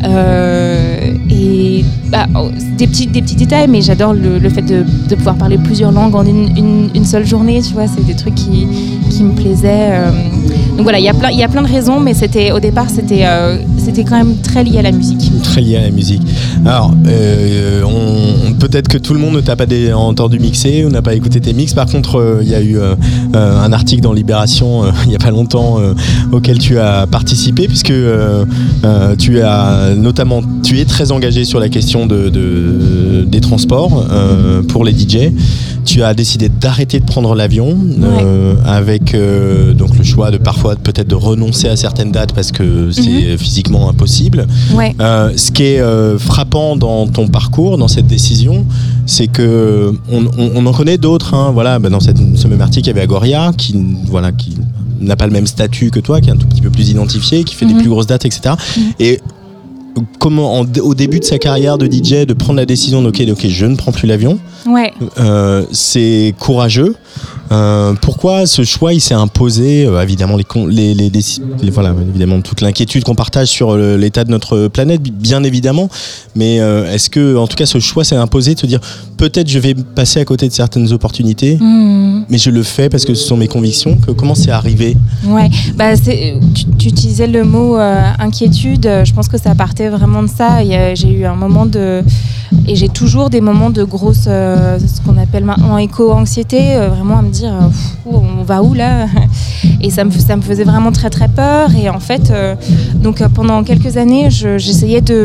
N: euh, et bah, oh, des, petits, des petits détails mais j'adore le, le fait de, de pouvoir parler plusieurs langues en une, une, une seule journée, tu vois, c'est des trucs qui, qui me plaisaient euh. Donc voilà, il y a plein, il y a plein de raisons mais c'était, au départ c'était, euh, c'était quand même très lié à la musique.
B: Très lié à la musique. Alors euh, on, peut-être que tout le monde ne t'a pas des, entendu mixer ou n'a pas écouté tes mix, par contre il euh, y a eu euh, euh, un article dans Libération il n'y a pas longtemps euh, auquel tu as participé puisque euh, euh, tu as notamment tu es très engagé sur la question de, de, des transports euh, pour les D J. Tu as décidé d'arrêter de prendre l'avion euh, ouais. avec euh, donc le choix de parfois peut-être de renoncer à certaines dates parce que c'est mm-hmm. physiquement impossible.
N: Ouais.
B: Euh, ce qui est euh, frappant dans ton parcours, dans cette décision, c'est que on, on, on en connaît d'autres. Hein, voilà, bah dans cette, ce même article, il y avait Agoria qui voilà qui n'a pas le même statut que toi, qui est un tout petit peu plus identifié, qui fait mm-hmm. des plus grosses dates, et cetera. Mm-hmm. Et comment, en, au début de sa carrière de D J, de prendre la décision de ok, ok, je ne prends plus l'avion.
N: Ouais.
B: Euh, c'est courageux. Euh, pourquoi ce choix il s'est imposé euh, évidemment les, les, les, les, les voilà évidemment toute l'inquiétude qu'on partage sur le, l'état de notre planète bien évidemment, mais euh, est-ce que en tout cas ce choix s'est imposé de se dire peut-être je vais passer à côté de certaines opportunités mmh. mais je le fais parce que ce sont mes convictions. Que, comment c'est arrivé?
N: Ouais, bah c'est, tu, tu utilisais le mot euh, inquiétude, je pense que ça partait vraiment de ça. Il y a, j'ai eu un moment de et j'ai toujours des moments de grosse euh, ce qu'on appelle maintenant éco-anxiété, euh, vraiment à me dire pff, on va où là, et ça me, ça me faisait vraiment très très peur et en fait euh, donc pendant quelques années je, j'essayais de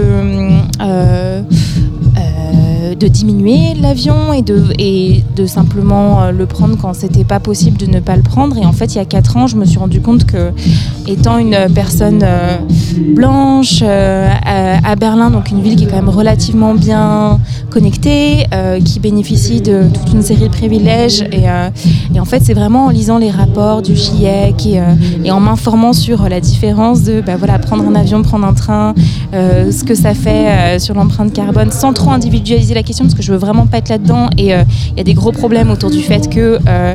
N: euh, euh, de diminuer l'avion et de, et de simplement le prendre quand c'était pas possible de ne pas le prendre. Et en fait il y a quatre ans je me suis rendu compte que étant une personne euh, blanche euh, à, à Berlin, donc une ville qui est quand même relativement bien connectée, euh, qui bénéficie de toute une série de privilèges et, euh, et en fait c'est vraiment en lisant les rapports du GIEC et, euh, et en m'informant sur la différence de bah, voilà, prendre un avion, prendre un train, euh, ce que ça fait euh, sur l'empreinte carbone, sans trop individualiser la question parce que je veux vraiment pas être là-dedans et il euh, y a des gros problèmes autour du fait que euh,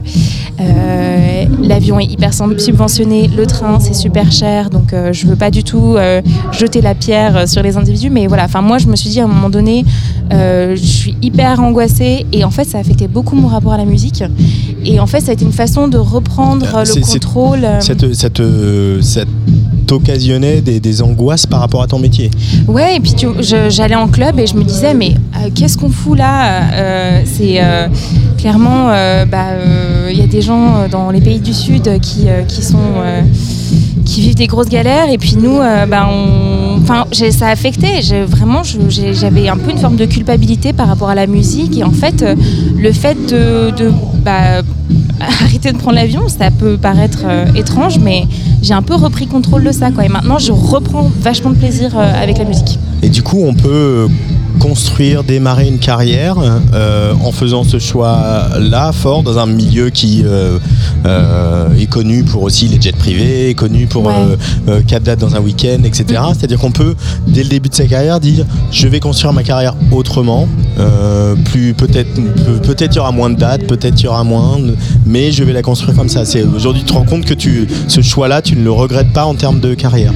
N: euh, l'avion est hyper subventionné, le train c'est super cher, donc euh, je veux pas du tout euh, jeter la pierre sur les individus, mais voilà, enfin moi je me suis dit à un moment donné euh, je suis hyper angoissée et en fait ça a affecté beaucoup mon rapport à la musique et en fait ça a été une façon de reprendre euh, le c'est, contrôle.
B: Ça te, ça te, ça t'occasionnait des, des angoisses par rapport à ton métier?
N: Ouais, et puis tu, je, j'allais en club et je me disais mais euh, qu'est-ce qu'on fout là, euh, c'est euh, clairement il euh, bah, euh, y a des gens dans les pays du Sud qui, euh, qui sont euh, qui vivent des grosses galères et puis nous euh, bah, on... enfin, ça a affecté. J'ai, vraiment, je, j'ai, j'avais un peu une forme de culpabilité par rapport à la musique. Et en fait, euh, le fait de, de bah, arrêter de prendre l'avion, ça peut paraître euh, étrange, mais j'ai un peu repris contrôle de ça, quoi. Et maintenant, je reprends vachement de plaisir euh, avec la musique.
B: Et du coup, on peut construire, démarrer une carrière euh, en faisant ce choix-là fort dans un milieu qui euh, euh, est connu pour aussi les jets privés, est connu pour ouais. euh, euh, quatre dates dans un week-end, et cetera. Mmh. C'est-à-dire qu'on peut, dès le début de sa carrière, dire je vais construire ma carrière autrement. Euh, plus peut-être, peut-être il y aura moins de dates, peut-être il y aura moins, mais je vais la construire comme ça. C'est, aujourd'hui, tu te rends compte que tu, ce choix-là, tu ne le regrettes pas en termes de carrière.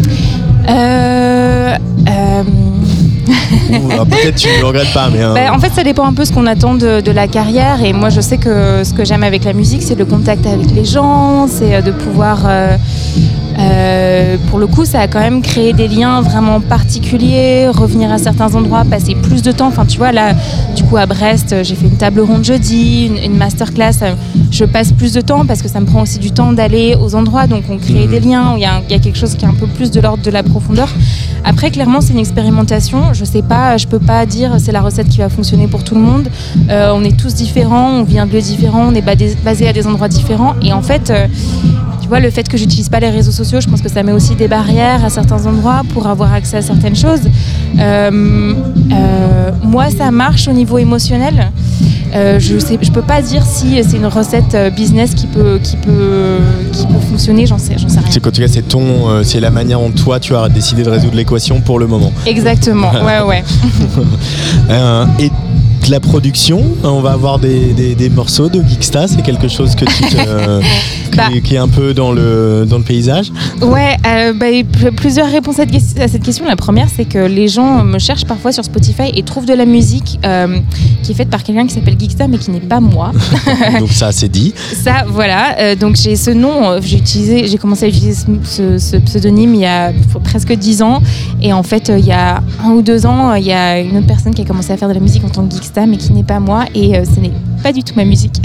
N: Euh... euh...
B: Ou, alors, peut-être tu ne le regrettes pas, mais euh...
N: bah, en fait ça dépend un peu ce qu'on attend de, de la carrière. Et moi je sais que ce que j'aime avec la musique, c'est le contact avec les gens, c'est de pouvoir euh, euh, pour le coup ça a quand même créé des liens vraiment particuliers, revenir à certains endroits, passer plus de temps. Enfin tu vois là du coup à Brest j'ai fait une table ronde jeudi, une, une masterclass, je passe plus de temps parce que ça me prend aussi du temps d'aller aux endroits, donc on crée mmh. des liens, il y, a, il y a quelque chose qui est un peu plus de l'ordre de la profondeur. Après clairement c'est une expérimentation, je sais pas, je peux pas dire c'est la recette qui va fonctionner pour tout le monde. Euh, on est tous différents, on vient de lieux différents, on est basé à des endroits différents. Et en fait, euh, tu vois, le fait que j'utilise pas les réseaux sociaux, je pense que ça met aussi des barrières à certains endroits pour avoir accès à certaines choses. Euh, euh, moi, ça marche au niveau émotionnel. Euh, je sais, je peux pas dire si c'est une recette business qui peut, qui peut, qui peut fonctionner. J'en sais, j'en sais rien.
B: C'est qu'en tout cas, c'est ton, euh, c'est la manière dont toi tu as décidé de résoudre l'équation pour le moment.
N: Exactement. ouais, ouais.
B: euh, et de la production, on va avoir des, des, des morceaux de Geeksta, c'est quelque chose que tu te, euh, bah, qui, qui est un peu dans le, dans le paysage.
N: Ouais, euh, bah, plusieurs réponses à cette question. La première, c'est que les gens me cherchent parfois sur Spotify et trouvent de la musique euh, qui est faite par quelqu'un qui s'appelle Geeksta, mais qui n'est pas moi.
B: Donc ça, c'est dit.
N: Ça, voilà. Euh, donc j'ai ce nom, j'ai, utilisé, j'ai commencé à utiliser ce, ce pseudonyme il y a presque dix ans. Et en fait, il y a un ou deux ans, il y a une autre personne qui a commencé à faire de la musique en tant que Geeksta, mais qui n'est pas moi, et euh, ce n'est pas du tout ma musique.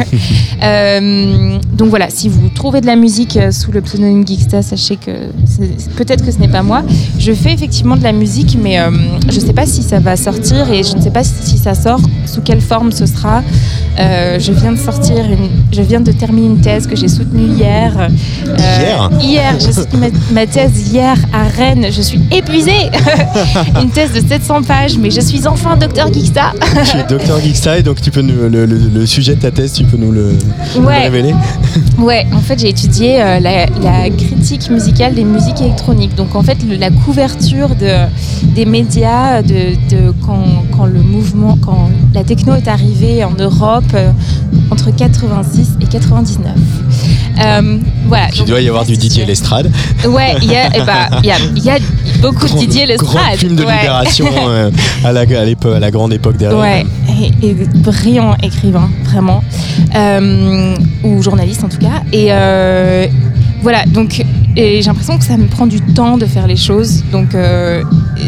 N: euh, donc voilà, si vous trouvez de la musique sous le pseudonyme Geeksta, sachez que c'est, peut-être que ce n'est pas moi. Je fais effectivement de la musique, mais euh, je ne sais pas si ça va sortir, et je ne sais pas si ça sort, sous quelle forme ce sera. Euh, je viens de sortir, une, je viens de terminer une thèse que j'ai soutenue hier.
B: Euh, hier
N: Hier, j'ai soutenu ma, ma thèse hier à Rennes. Je suis épuisée. Une thèse de sept cents pages, mais je suis enfin docteur Geeksta.
B: Tu es docteur Geeksta, et donc tu peux nous, le, le, le sujet de ta thèse, tu peux nous le,
N: ouais.
B: nous le révéler.
N: Ouais, en fait j'ai étudié euh, la, la critique musicale des musiques électroniques. Donc en fait le, la couverture de, des médias de, de quand, quand le mouvement, quand la techno est arrivée en Europe euh, entre quatre-vingt-six et quatre-vingt-dix-neuf. Euh, voilà.
B: Il doit y avoir du Didier Lestrade.
N: Ouais, il y a, eh ben, y a, y a beaucoup grand, de Didier Lestrade.
B: Grand film de
N: ouais.
B: libération euh, à, la, à, à la grande époque derrière.
N: Ouais, et, et brillant écrivain, vraiment. Euh, ou journaliste en tout cas. Et euh, voilà, donc et j'ai l'impression que ça me prend du temps de faire les choses. Donc euh,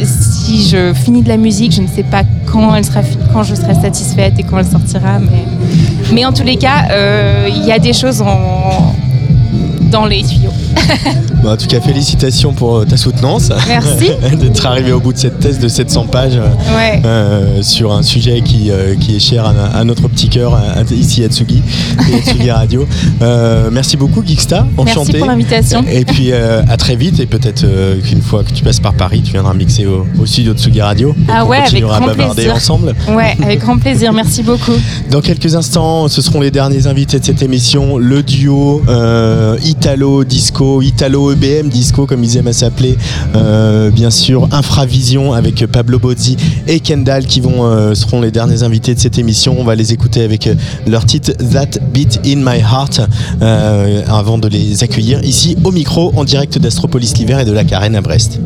N: si je finis de la musique, je ne sais pas quand, elle sera, quand je serai satisfaite et quand elle sortira. Mais, mais en tous les cas, il euh, y a des choses en, dans les tuyaux.
B: Bon, en tout cas, félicitations pour ta soutenance.
N: Merci.
B: D'être arrivé au bout de cette thèse de sept cents pages
N: ouais.
B: euh, sur un sujet qui, euh, qui est cher à, à notre petit cœur, à, ici à Tsugi, et Tsugi Radio. Euh, merci beaucoup, Geeksta. Enchanté.
N: Merci pour l'invitation.
B: Et puis euh, à très vite. Et peut-être euh, qu'une fois que tu passes par Paris, tu viendras mixer au, au studio de Tsugi Radio.
N: Ah ouais, avec grand
B: à bavarder
N: plaisir.
B: Ensemble.
N: Ouais, avec grand plaisir. Merci beaucoup.
B: Dans quelques instants, ce seront les derniers invités de cette émission. Le duo euh, Italo Disco, Italo E B M Disco, comme ils aiment à s'appeler, euh, bien sûr Infravision avec Pablo Bozzi et Kendall qui vont, euh, seront les derniers invités de cette émission. On va les écouter avec leur titre That Beat in My Heart euh, avant de les accueillir ici au micro en direct d'Astropolis l'hiver et de la Carène à Brest.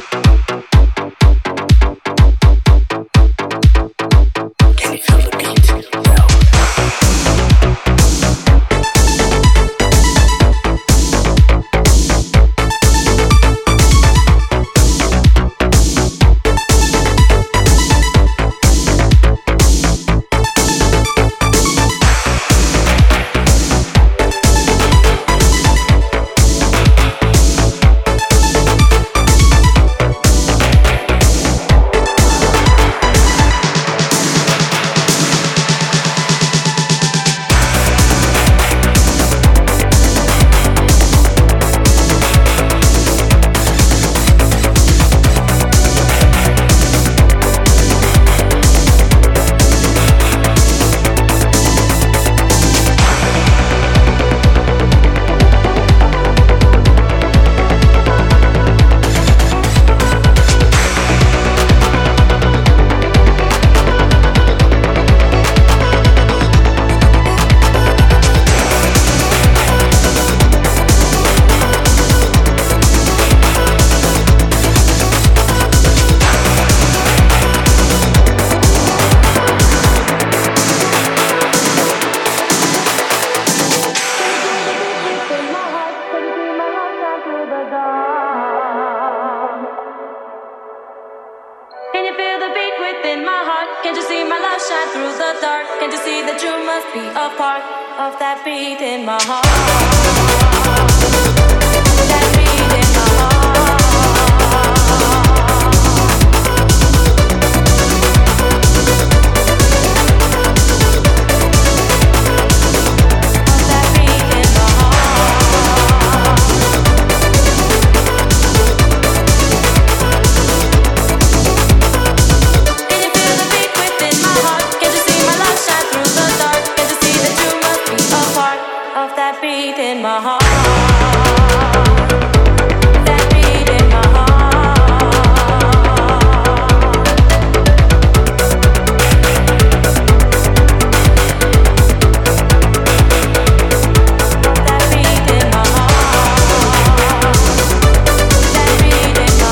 O: Can you feel the beat? Can't you see that you must be a part of that beat in my heart? That beat in my heart. In my heart, that beat in my heart, that beat in my heart, that beat in my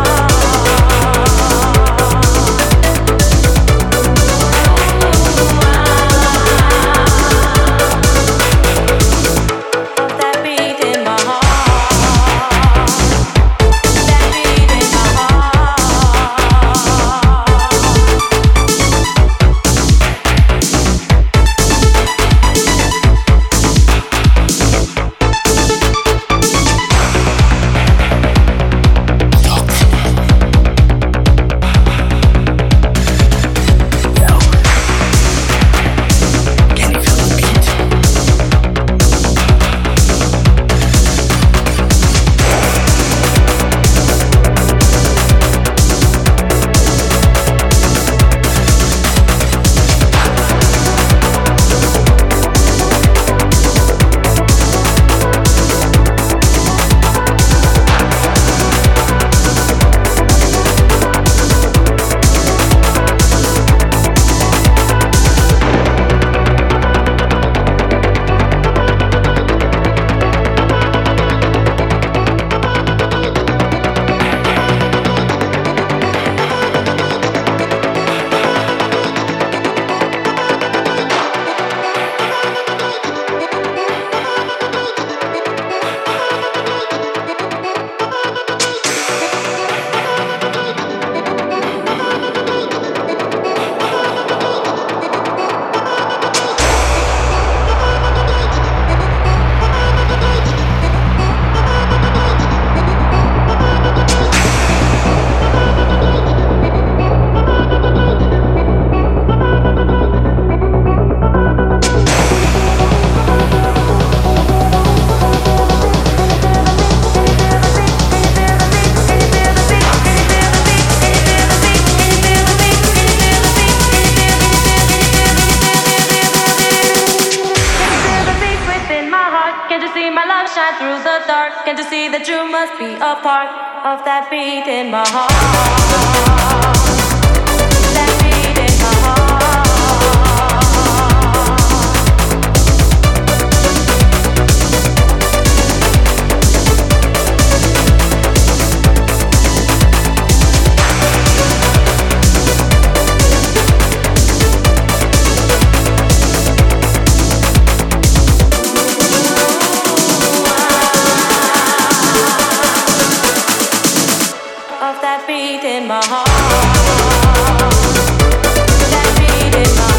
O: Can't you see that you must be a part of that beat in my heart? That beat in my heart. In my heart, that beat in my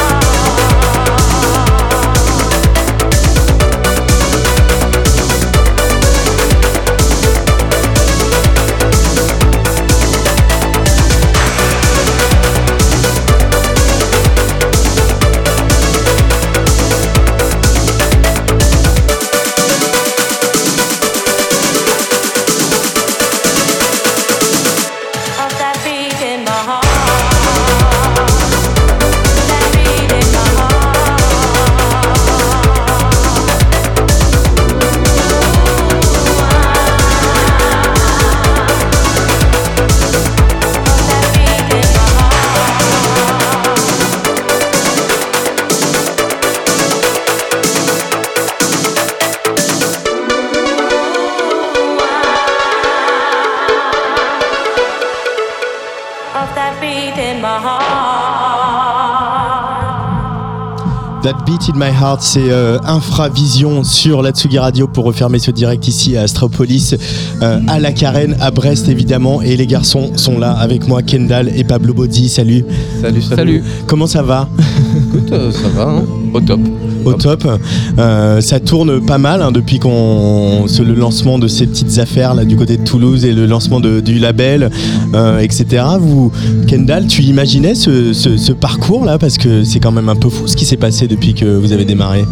B: That Beat in My Heart, c'est euh, Infravision sur la Tsugi Radio pour refermer ce direct ici à Astropolis, euh, à la Carène, à Brest évidemment. Et les garçons sont là avec moi, Kendall et Pablo Bozzi. Salut.
P: Salut, salut.
B: Comment ça va ?
P: Écoute, euh, ça va, hein.
I: Au top.
B: Au top. Euh, ça tourne pas mal hein, depuis qu'on c'est le lancement de ces petites affaires là du côté de Toulouse et le lancement de, du label, euh, et cetera. Vous, Kendall, tu imaginais ce, ce, ce parcours là parce que c'est quand même un peu fou ce qui s'est passé depuis que vous avez démarré.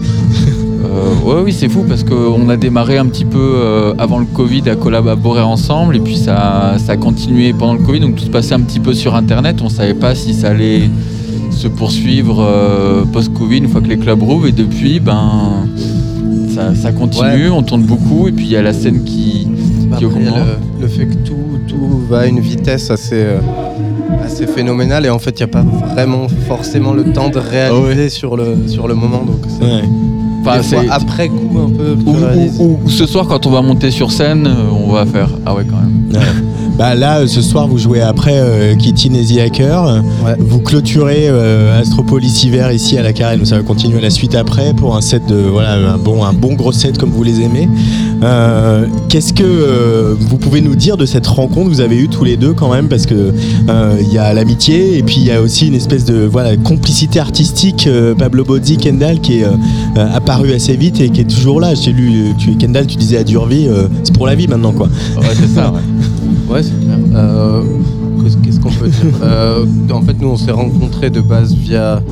I: Euh, ouais, oui, c'est fou parce qu'on a démarré un petit peu euh, avant le Covid à collaborer ensemble et puis ça, ça a continué pendant le Covid, donc tout se passait un petit peu sur Internet. On savait pas si ça allait se poursuivre euh, post-Covid une fois que les clubs rouvrent et depuis, ben, ça, ça continue, ouais. On tourne beaucoup et puis il y a la scène qui,
P: bah
I: qui
P: après,
I: augmente.
P: Le, le fait que tout, tout va à une vitesse assez, euh, assez phénoménale et en fait il n'y a pas vraiment forcément le temps de réaliser oh ouais. sur, le, sur le moment. Donc c'est... Ouais. Enfin, c'est après coup un peu.
I: Ou, ou, ou ce soir quand on va monter sur scène, on va faire ah ouais quand même.
B: Ouais. Bah là ce soir vous jouez après euh, Kittin et The Hacker. Ouais. Vous clôturez euh, Astropolis Hiver ici à la Carène. Donc ça va continuer la suite après pour un set de voilà un bon un bon gros set comme vous les aimez. Euh, qu'est-ce que euh, vous pouvez nous dire de cette rencontre que vous avez eue tous les deux quand même parce que il euh, y a l'amitié et puis il y a aussi une espèce de voilà complicité artistique euh, Pablo Bozzi Kendall qui est euh, apparu assez vite et qui est toujours là. J'ai lu tu Kendall tu disais à Durvie euh, c'est pour la vie maintenant quoi.
I: Ouais c'est ça ouais.
P: Ouais, c'est clair. Euh, qu'est-ce qu'on peut dire euh, En fait, nous, on s'est rencontrés de base via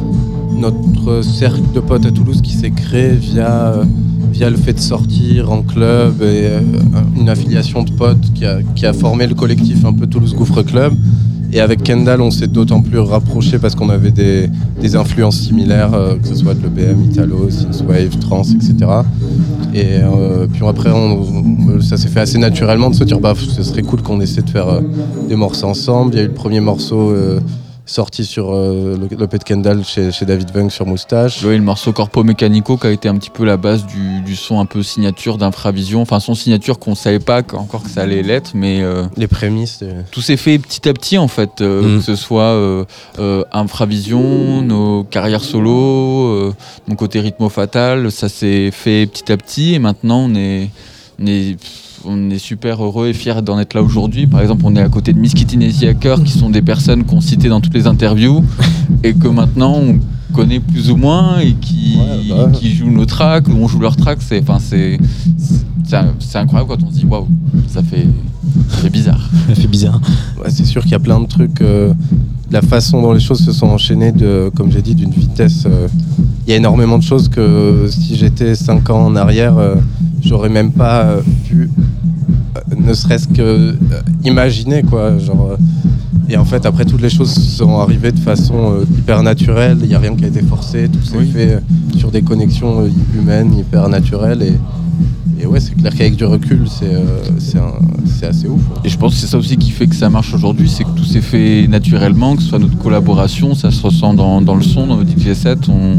P: notre cercle de potes à Toulouse qui s'est créé via, via le fait de sortir en club et euh, une affiliation de potes qui a, qui a formé le collectif un peu Toulouse Gouffre Club. Et avec Kendall, on s'est d'autant plus rapprochés parce qu'on avait des, des influences similaires, euh, que ce soit de l'E B M, Italo, Synthwave, Trance, et cetera. Et euh, puis après, on, on, ça s'est fait assez naturellement de se dire bah, ce serait cool qu'on essaie de faire euh, des morceaux ensemble. Il y a eu le premier morceau euh, sorti sur euh, l'E P de Kendall chez, chez David Vung sur Moustache.
I: Oui, le morceau Corpo Mécanico qui a été un petit peu la base du, du son un peu signature d'Infravision. Enfin, son signature qu'on ne savait pas encore que ça allait l'être, mais... Euh,
P: les prémices. De...
I: Tout s'est fait petit à petit, en fait. Euh, mmh. Que ce soit euh, euh, Infravision, nos carrières solo, euh, mon côté Rythmo Fatal, ça s'est fait petit à petit. Et maintenant, on est... On est On est super heureux et fiers d'en être là aujourd'hui. Par exemple, on est à côté de Miss Kittin et The Hacker, qui sont des personnes qu'on citait dans toutes les interviews et que maintenant on connaît plus ou moins et qui, ouais, bah ouais. qui jouent nos tracks, ou on joue leurs tracks. C'est, enfin, c'est, c'est, c'est incroyable quand on se dit waouh, ça fait, ça fait bizarre.
B: Ça fait bizarre.
P: Ouais, c'est sûr qu'il y a plein de trucs. Euh, la façon dont les choses se sont enchaînées, de, comme j'ai dit, d'une vitesse. Euh, il y a énormément de choses que si j'étais cinq ans en arrière, euh, j'aurais même pas euh, pu, euh, ne serait-ce que euh, imaginer quoi. Genre, euh, et en fait, après, toutes les choses sont arrivées de façon euh, hyper naturelle. Il n'y a rien qui a été forcé. Tout s'est oui. fait euh, sur des connexions euh, humaines, hyper naturelles. Et, et ouais, c'est clair qu'avec du recul, c'est, euh, c'est, un, c'est assez ouf. Ouais.
I: Et je pense que c'est ça aussi qui fait que ça marche aujourd'hui, c'est que tout s'est fait naturellement, que ce soit notre collaboration, ça se ressent dans, dans le son, dans nos D J sets, on,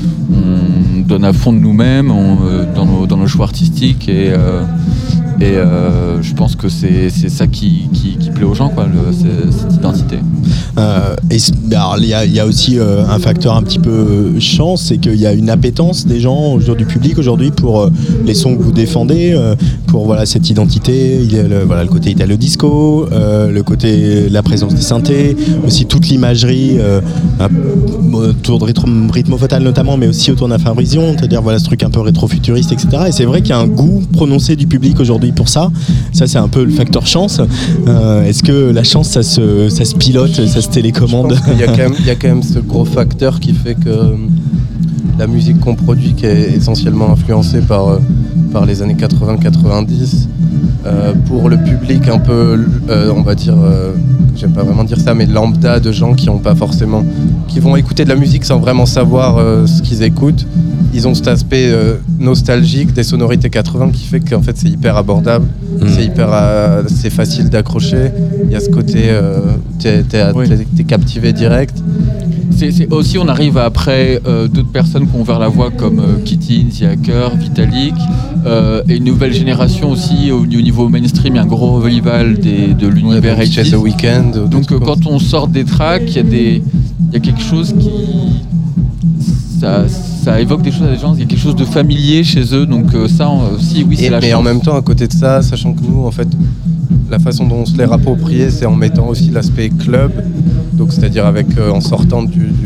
I: on donne à fond de nous-mêmes, on, euh, dans, nos, dans nos choix artistiques et, euh, et euh, je pense que c'est, c'est ça qui, qui, qui plaît aux gens, quoi, le, c'est, cette identité.
B: Euh, et il y, y a aussi euh, un facteur un petit peu chance, c'est qu'il y a une appétence des gens, du public aujourd'hui pour euh, les sons que vous défendez, euh, pour voilà, cette identité. Il y a le, voilà, le côté italo disco, euh, le côté la présence des synthés, aussi toute l'imagerie euh, autour de Rythmo Fatal notamment, mais aussi autour d'Infravision, c'est-à-dire voilà, ce truc un peu rétro-futuriste, et cetera. Et c'est vrai qu'il y a un goût prononcé du public aujourd'hui pour ça. Ça, c'est un peu le facteur chance. Euh, est-ce que la chance, ça se, ça se pilote, ça se télécommande?
P: Il y a quand même, il y a quand même ce gros facteur qui fait que la musique qu'on produit, qui est essentiellement influencée par, par les années quatre-vingts quatre-vingt-dix, euh, pour le public un peu, euh, on va dire, euh, j'aime pas vraiment dire ça, mais lambda, de gens qui ont pas forcément, qui vont écouter de la musique sans vraiment savoir euh, ce qu'ils écoutent. Ils ont cet aspect euh, nostalgique des sonorités quatre-vingts qui fait qu'en fait c'est hyper abordable, mmh. c'est hyper, euh, c'est facile d'accrocher. Il y a ce côté, euh, t'es, t'es, oui. t'es, t'es captivé direct.
I: C'est, c'est aussi, on arrive après euh, d'autres personnes qui ont ouvert la voie comme euh, Kittin, The Hacker, Vitalik, euh, et une nouvelle génération aussi au, au niveau mainstream. Il y a un gros revival des, de l'univers
P: ouais,
I: H D.
P: The Weeknd.
I: Donc euh, quand on sort des tracks, il y a des, il y a quelque chose qui, ça, ça évoque des choses à des gens. Il y a quelque chose de familier chez eux. Donc euh, ça aussi, oui, c'est et, la
P: mais
I: chance.
P: En même temps, à côté de ça, sachant que nous, en fait, la façon dont on se l'est approprié, c'est en mettant aussi l'aspect club. Donc, c'est-à-dire avec, euh, en sortant du, du,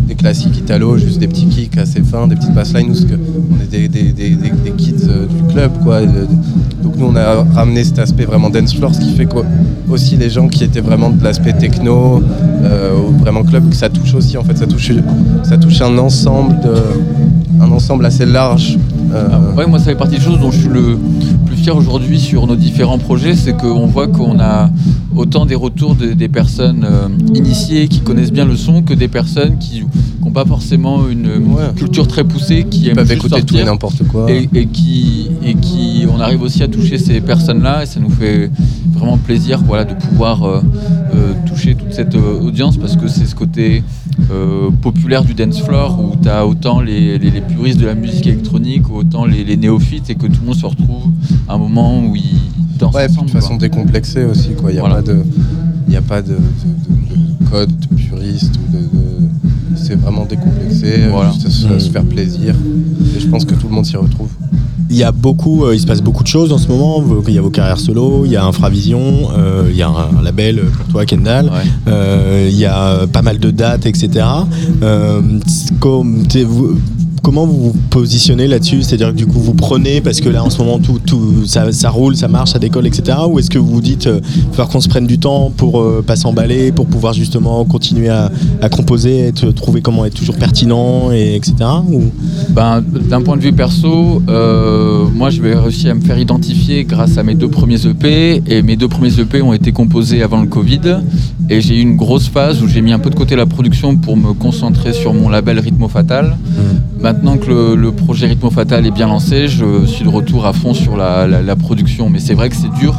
P: des classiques italo, juste des petits kicks assez fins, des petites basslines. Nous, que, on est des, des, des, des, des kids euh, du club, quoi. Donc nous, on a ramené cet aspect vraiment dance floor, ce qui fait que aussi les gens qui étaient vraiment de l'aspect techno, euh, ou vraiment club, que ça touche aussi, en fait, ça touche, ça touche un ensemble de, un ensemble assez large. Euh...
I: Ah, ouais, moi, ça fait partie des choses dont je suis le plus fier aujourd'hui sur nos différents projets, c'est qu'on voit qu'on a autant des retours de, des personnes euh, initiées qui connaissent bien le son que des personnes qui n'ont pas forcément une ouais. culture très poussée, qui aiment
P: peuvent
I: juste
P: écouter tout et n'importe quoi.
I: Et, et, qui, et qui, on arrive aussi à toucher ces personnes-là et ça nous fait vraiment plaisir, voilà, de pouvoir euh, euh, toucher toute cette euh, audience parce que c'est ce côté euh, populaire du dance floor où tu as autant les, les, les puristes de la musique électronique, autant les, les néophytes et que tout le monde se retrouve à un moment où ils dansent
P: ouais,
I: ensemble.
P: De façon décomplexée aussi, quoi. Il n'y a, voilà. a pas de, de, de, de code de puriste ou de, de... c'est vraiment décomplexé, voilà. Juste se, mmh. se faire plaisir et je pense que tout le monde s'y retrouve.
B: Il y a beaucoup, euh, il se passe beaucoup de choses en ce moment. Il y a vos carrières solo, il y a Infravision, euh, il y a un, un label pour toi, Kendall. Ouais. Euh, il y a pas mal de dates, et cetera. Euh, comme vous, comment vous vous positionnez là-dessus ? C'est-à-dire que du coup vous prenez parce que là en ce moment tout, tout ça, ça roule, ça marche, ça décolle, et cetera. Ou est-ce que vous vous dites euh, faire qu'on se prenne du temps pour euh, pas s'emballer, pour pouvoir justement continuer à, à composer, être, trouver comment être toujours pertinent, et etc. Ou...
I: Ben, d'un point de vue perso, euh, moi je vais réussir à me faire identifier grâce à mes deux premiers E P et mes deux premiers E P ont été composés avant le Covid et j'ai eu une grosse phase où j'ai mis un peu de côté la production pour me concentrer sur mon label Ritmo Fatal. Mmh. Maintenant que le, le projet Ritmo Fatal est bien lancé, je suis de retour à fond sur la, la, la production. Mais c'est vrai que c'est dur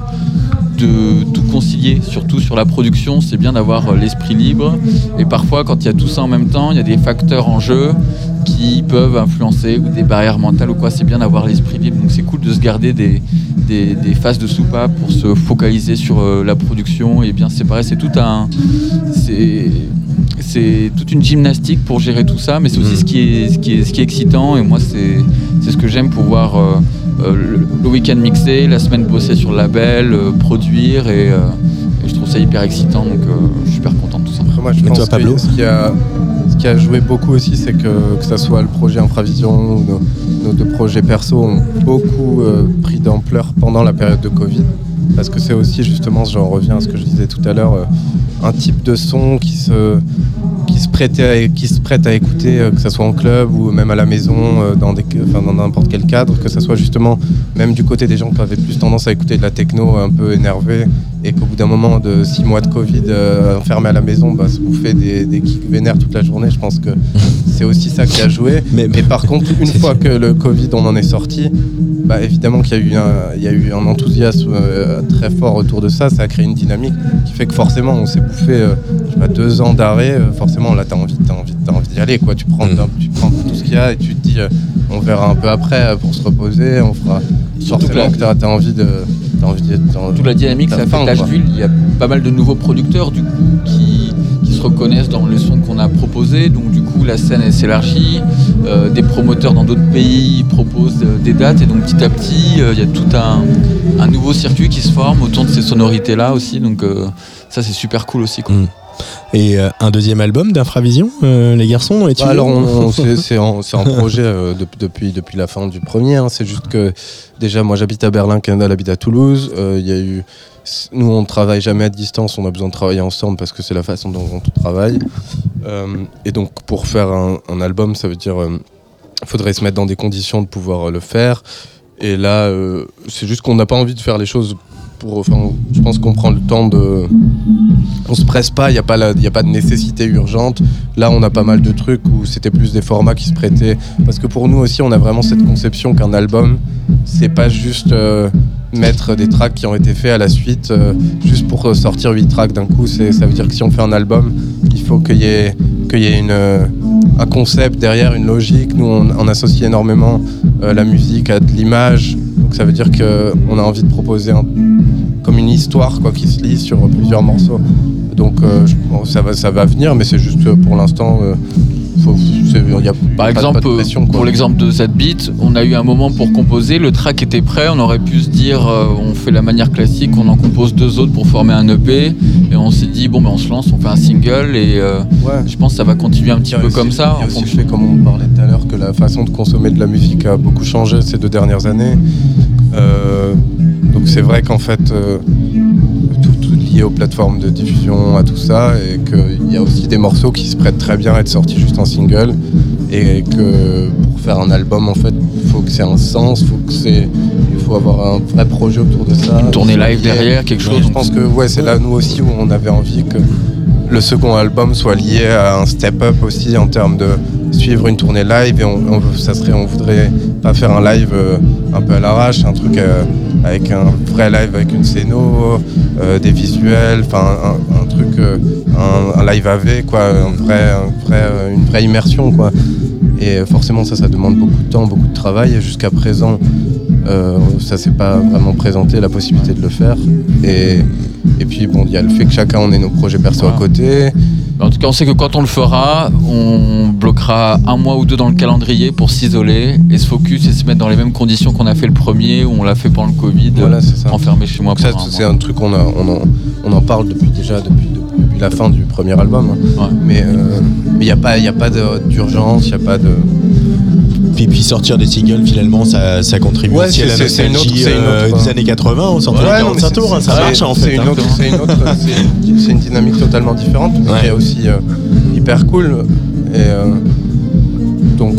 I: de tout concilier, surtout sur la production. C'est bien d'avoir l'esprit libre. Et parfois, quand il y a tout ça en même temps, il y a des facteurs en jeu qui peuvent influencer ou des barrières mentales ou quoi. C'est bien d'avoir l'esprit libre. Donc c'est cool de se garder des, des, des phases de soupape pour se focaliser sur euh, la production et bien séparer. C'est tout un... C'est... C'est toute une gymnastique pour gérer tout ça, mais c'est aussi mmh. ce, qui est, ce, qui est, ce qui est excitant. Et moi, c'est, c'est ce que j'aime, pouvoir euh, euh, le, le week-end mixer, la semaine bosser sur le label, euh, produire. Et, euh, et je trouve ça hyper excitant, donc euh, je suis super content de tout ça.
P: Après, moi, je et pense toi, Pablo, que ce qui, a, ce qui a joué beaucoup aussi, c'est que, que ça soit le projet Infravision ou nos, nos deux projets perso ont beaucoup euh, pris d'ampleur pendant la période de Covid. Parce que c'est aussi, justement, j'en reviens à ce que je disais tout à l'heure, euh, un type de son qui se, qui se, prêtait à, qui se prête à écouter, euh, que ce soit en club ou même à la maison, euh, dans, des, enfin, dans n'importe quel cadre, que ce soit justement même du côté des gens qui avaient plus tendance à écouter de la techno un peu énervée et qu'au bout d'un moment de six mois de Covid euh, enfermé à la maison, bah, se bouffer des, des kicks vénères toute la journée. Je pense que c'est aussi ça qui a joué. Mais, mais par contre, une fois que le Covid, on en est sorti, bah, évidemment qu'il y a eu un, il y a eu un enthousiasme euh, très fort autour de ça. Ça a créé une dynamique qui fait que forcément, on s'est bouffé euh, je sais pas, deux ans d'arrêt. Euh, forcément, là, t'as envie, t'as envie, t'as envie d'y aller, quoi. Tu prends, mmh. tu prends tout ce qu'il y a et tu te dis, euh, on verra un peu après pour se reposer. On fera.
I: Surtout
P: forcément que t'as, t'as envie de. T'as envie d'être dans
I: toute la dynamique, ça fait Nashville. Il y a pas mal de nouveaux producteurs du coup qui, qui se reconnaissent dans le son qu'on a proposé. Donc du coup, la scène elle s'élargit. Euh, des promoteurs dans d'autres pays proposent euh, des dates et donc petit à petit, euh, il y a tout un, un nouveau circuit qui se forme autour de ces sonorités-là aussi. Donc euh, ça, c'est super cool aussi, quoi. Mmh.
B: Et euh, un deuxième album d'Infravision, euh, les garçons, est-tu
P: bah alors on, on, c'est, c'est, en, c'est en projet euh, de, depuis, depuis la fin du premier. Hein. C'est juste que déjà moi j'habite à Berlin, Kendall habite à Toulouse. Euh, y a eu, nous on ne travaille jamais à distance, on a besoin de travailler ensemble parce que c'est la façon dont on travaille. Euh, et donc pour faire un, un album, ça veut dire il euh, faudrait se mettre dans des conditions de pouvoir euh, le faire. Et là, euh, c'est juste qu'on n'a pas envie de faire les choses pour. Enfin, je pense qu'on prend le temps de. On se presse pas, il n'y a pas la, y a pas de nécessité urgente. Là, on a pas mal de trucs où c'était plus des formats qui se prêtaient. Parce que pour nous aussi, on a vraiment cette conception qu'un album, c'est pas juste euh, mettre des tracks qui ont été faits à la suite, euh, juste pour sortir huit tracks d'un coup. C'est, ça veut dire que si on fait un album, il faut qu'il y ait, qu'il y ait une, euh, un concept derrière, une logique. Nous, on, on associe énormément euh, la musique à de l'image. Donc ça veut dire qu'on a envie de proposer un, comme une histoire quoi, qui se lit sur plusieurs morceaux. Donc euh, je, bon, ça, va, ça va venir, mais c'est juste pour l'instant, euh, faut, y a
Q: Par
P: pas,
Q: exemple,
P: pas de pression,
Q: pour l'exemple de cette beat, on a eu un moment pour composer, le track était prêt, on aurait pu se dire, euh, on fait la manière classique, on en compose deux autres pour former un E P, et on s'est dit, bon, ben on se lance, on fait un single, et euh, ouais. je pense que ça va continuer un petit peu
P: aussi,
Q: comme ça.
P: Il y a aussi le fait, comme on parlait tout à l'heure, que la façon de consommer de la musique a beaucoup changé ces deux dernières années. Euh, donc c'est vrai qu'en fait, euh, tout, tout lié aux plateformes de diffusion, à tout ça, et qu'il y a aussi des morceaux qui se prêtent très bien à être sortis juste en single, et que pour faire un album, en fait, il faut que c'est un sens, faut que c'est, il faut avoir un vrai projet autour de ça.
Q: Une tournée live derrière, quelque chose.
P: Je pense que ouais, c'est là nous aussi où on avait envie que le second album soit lié à un step-up aussi en termes de suivre une tournée live, et on, on, ça serait, on voudrait pas faire un live euh, un peu à l'arrache, un truc euh, avec un vrai live avec une scéno, euh, des visuels, enfin un, un truc, euh, un, un live A V quoi, un vrai, un vrai, une vraie immersion quoi. Et forcément ça, ça demande beaucoup de temps, beaucoup de travail, et jusqu'à présent euh, ça s'est pas vraiment présenté la possibilité de le faire. Et, et puis bon, il y a le fait que chacun on ait nos projets perso à côté.
Q: En tout cas, on sait que quand on le fera, on bloquera un mois ou deux dans le calendrier pour s'isoler et se focus et se mettre dans les mêmes conditions qu'on a fait le premier, où on l'a fait pendant le Covid,
P: voilà, c'est ça.
Q: enfermé chez moi.
P: Ça, c'est un truc qu'on a, on en, on en parle depuis déjà depuis, depuis la fin du premier album. Hein. Ouais. Mais il n'y a pas, y a pas de, d'urgence, il n'y a pas de...
B: Puis, puis sortir des singles, finalement, ça, ça contribue ouais, aussi à la nostalgie euh, des années quatre-vingts. On sortait ouais, les quarante-cinq tours, hein, ça marche en fait.
P: C'est une, autre, c'est une, autre, c'est une, c'est une dynamique totalement différente, mais ouais. qui est aussi euh, hyper cool. Et euh, donc,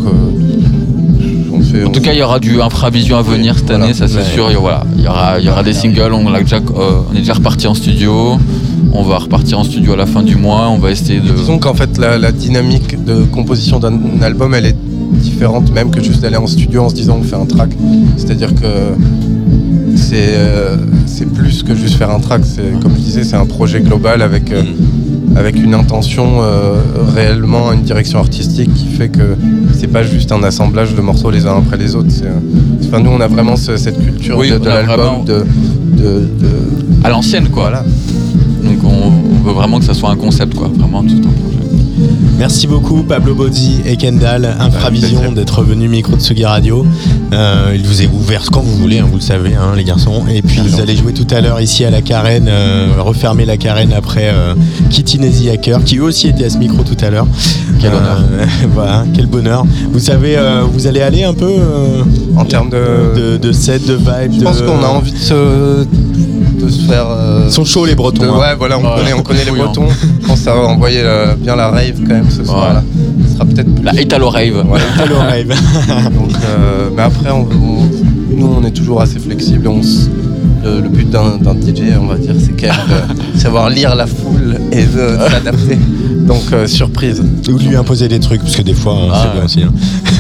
P: euh, on fait.
Q: En
P: on
Q: tout cas, il y aura du Infravision à venir oui, cette voilà, année, ça c'est ouais. sûr. Et voilà, il y aura, il y aura des singles. On, a déjà, euh, on est déjà reparti en studio. On va repartir en studio à la fin du mois. On va essayer de.
P: Disons qu'en fait, la, la dynamique de composition d'un album, elle est différente même que juste d'aller en studio en se disant on fait un track. C'est-à-dire que c'est, euh, c'est plus que juste faire un track. C'est, comme je disais, c'est un projet global avec, euh, avec une intention euh, réellement, une direction artistique qui fait que c'est pas juste un assemblage de morceaux les uns après les autres. C'est, euh, enfin, nous on a vraiment ce, cette culture oui, de, de l'album de, de, de...
Q: à l'ancienne quoi. Voilà. Donc on, on veut vraiment que ça soit un concept quoi, vraiment tout un projet.
B: Merci beaucoup Pablo Bozzi et Kendall, Infravision, d'être venus micro de Tsugi Radio. Euh, il vous est ouvert quand vous voulez, hein, vous le savez hein, les garçons. Et puis vous allez jouer tout à l'heure ici à la Carène, euh, refermer la Carène après euh, Kitty Nazy Hacker, qui eux aussi était à ce micro tout à l'heure.
Q: Quel euh, honneur.
B: Voilà, quel bonheur. Vous savez, euh, vous allez aller un peu euh,
P: en termes de...
B: de, de set, de vibe.
P: Je
B: de...
P: pense qu'on a envie de se... de se faire. Euh,
B: Ils sont chauds les Bretons.
P: De,
B: hein.
P: Ouais, voilà, on ouais. connaît, on connaît les Bretons. Je pense que ça va envoyer euh, bien la rave quand même ce soir-là. Ouais. Ce sera peut-être plus...
Q: La Italo Rave.
P: Voilà.
B: Italo Rave.
P: Donc, euh, mais après, on, on, nous, on est toujours assez flexible. On s... le, le but d'un, d'un D J, on va dire, c'est quand même de savoir lire la foule et de s'adapter. Donc, euh, surprise.
B: Ou de lui imposer des trucs, parce que des fois, ah, c'est ouais. bien aussi. Hein.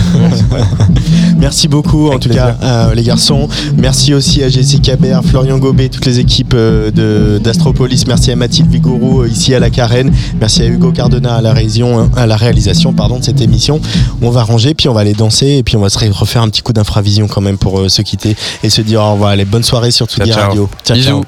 B: Merci beaucoup en tout plaisir. cas euh, les garçons. Merci aussi à Jessica Baird, Florian Gobet, toutes les équipes euh, de, d'Astropolis. Merci à Mathilde Vigouroux euh, ici à la Carène. Merci à Hugo Cardona à la, réalisation, à la réalisation pardon, de cette émission. On va ranger, puis on va aller danser, et puis on va se refaire un petit coup d'Infravision quand même pour euh, se quitter et se dire au revoir. Allez, bonne soirée sur Tsugi Radio.
Q: Ciao, ciao.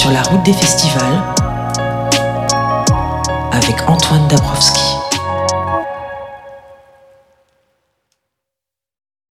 A: sur la route des festivals avec Antoine Dabrowski.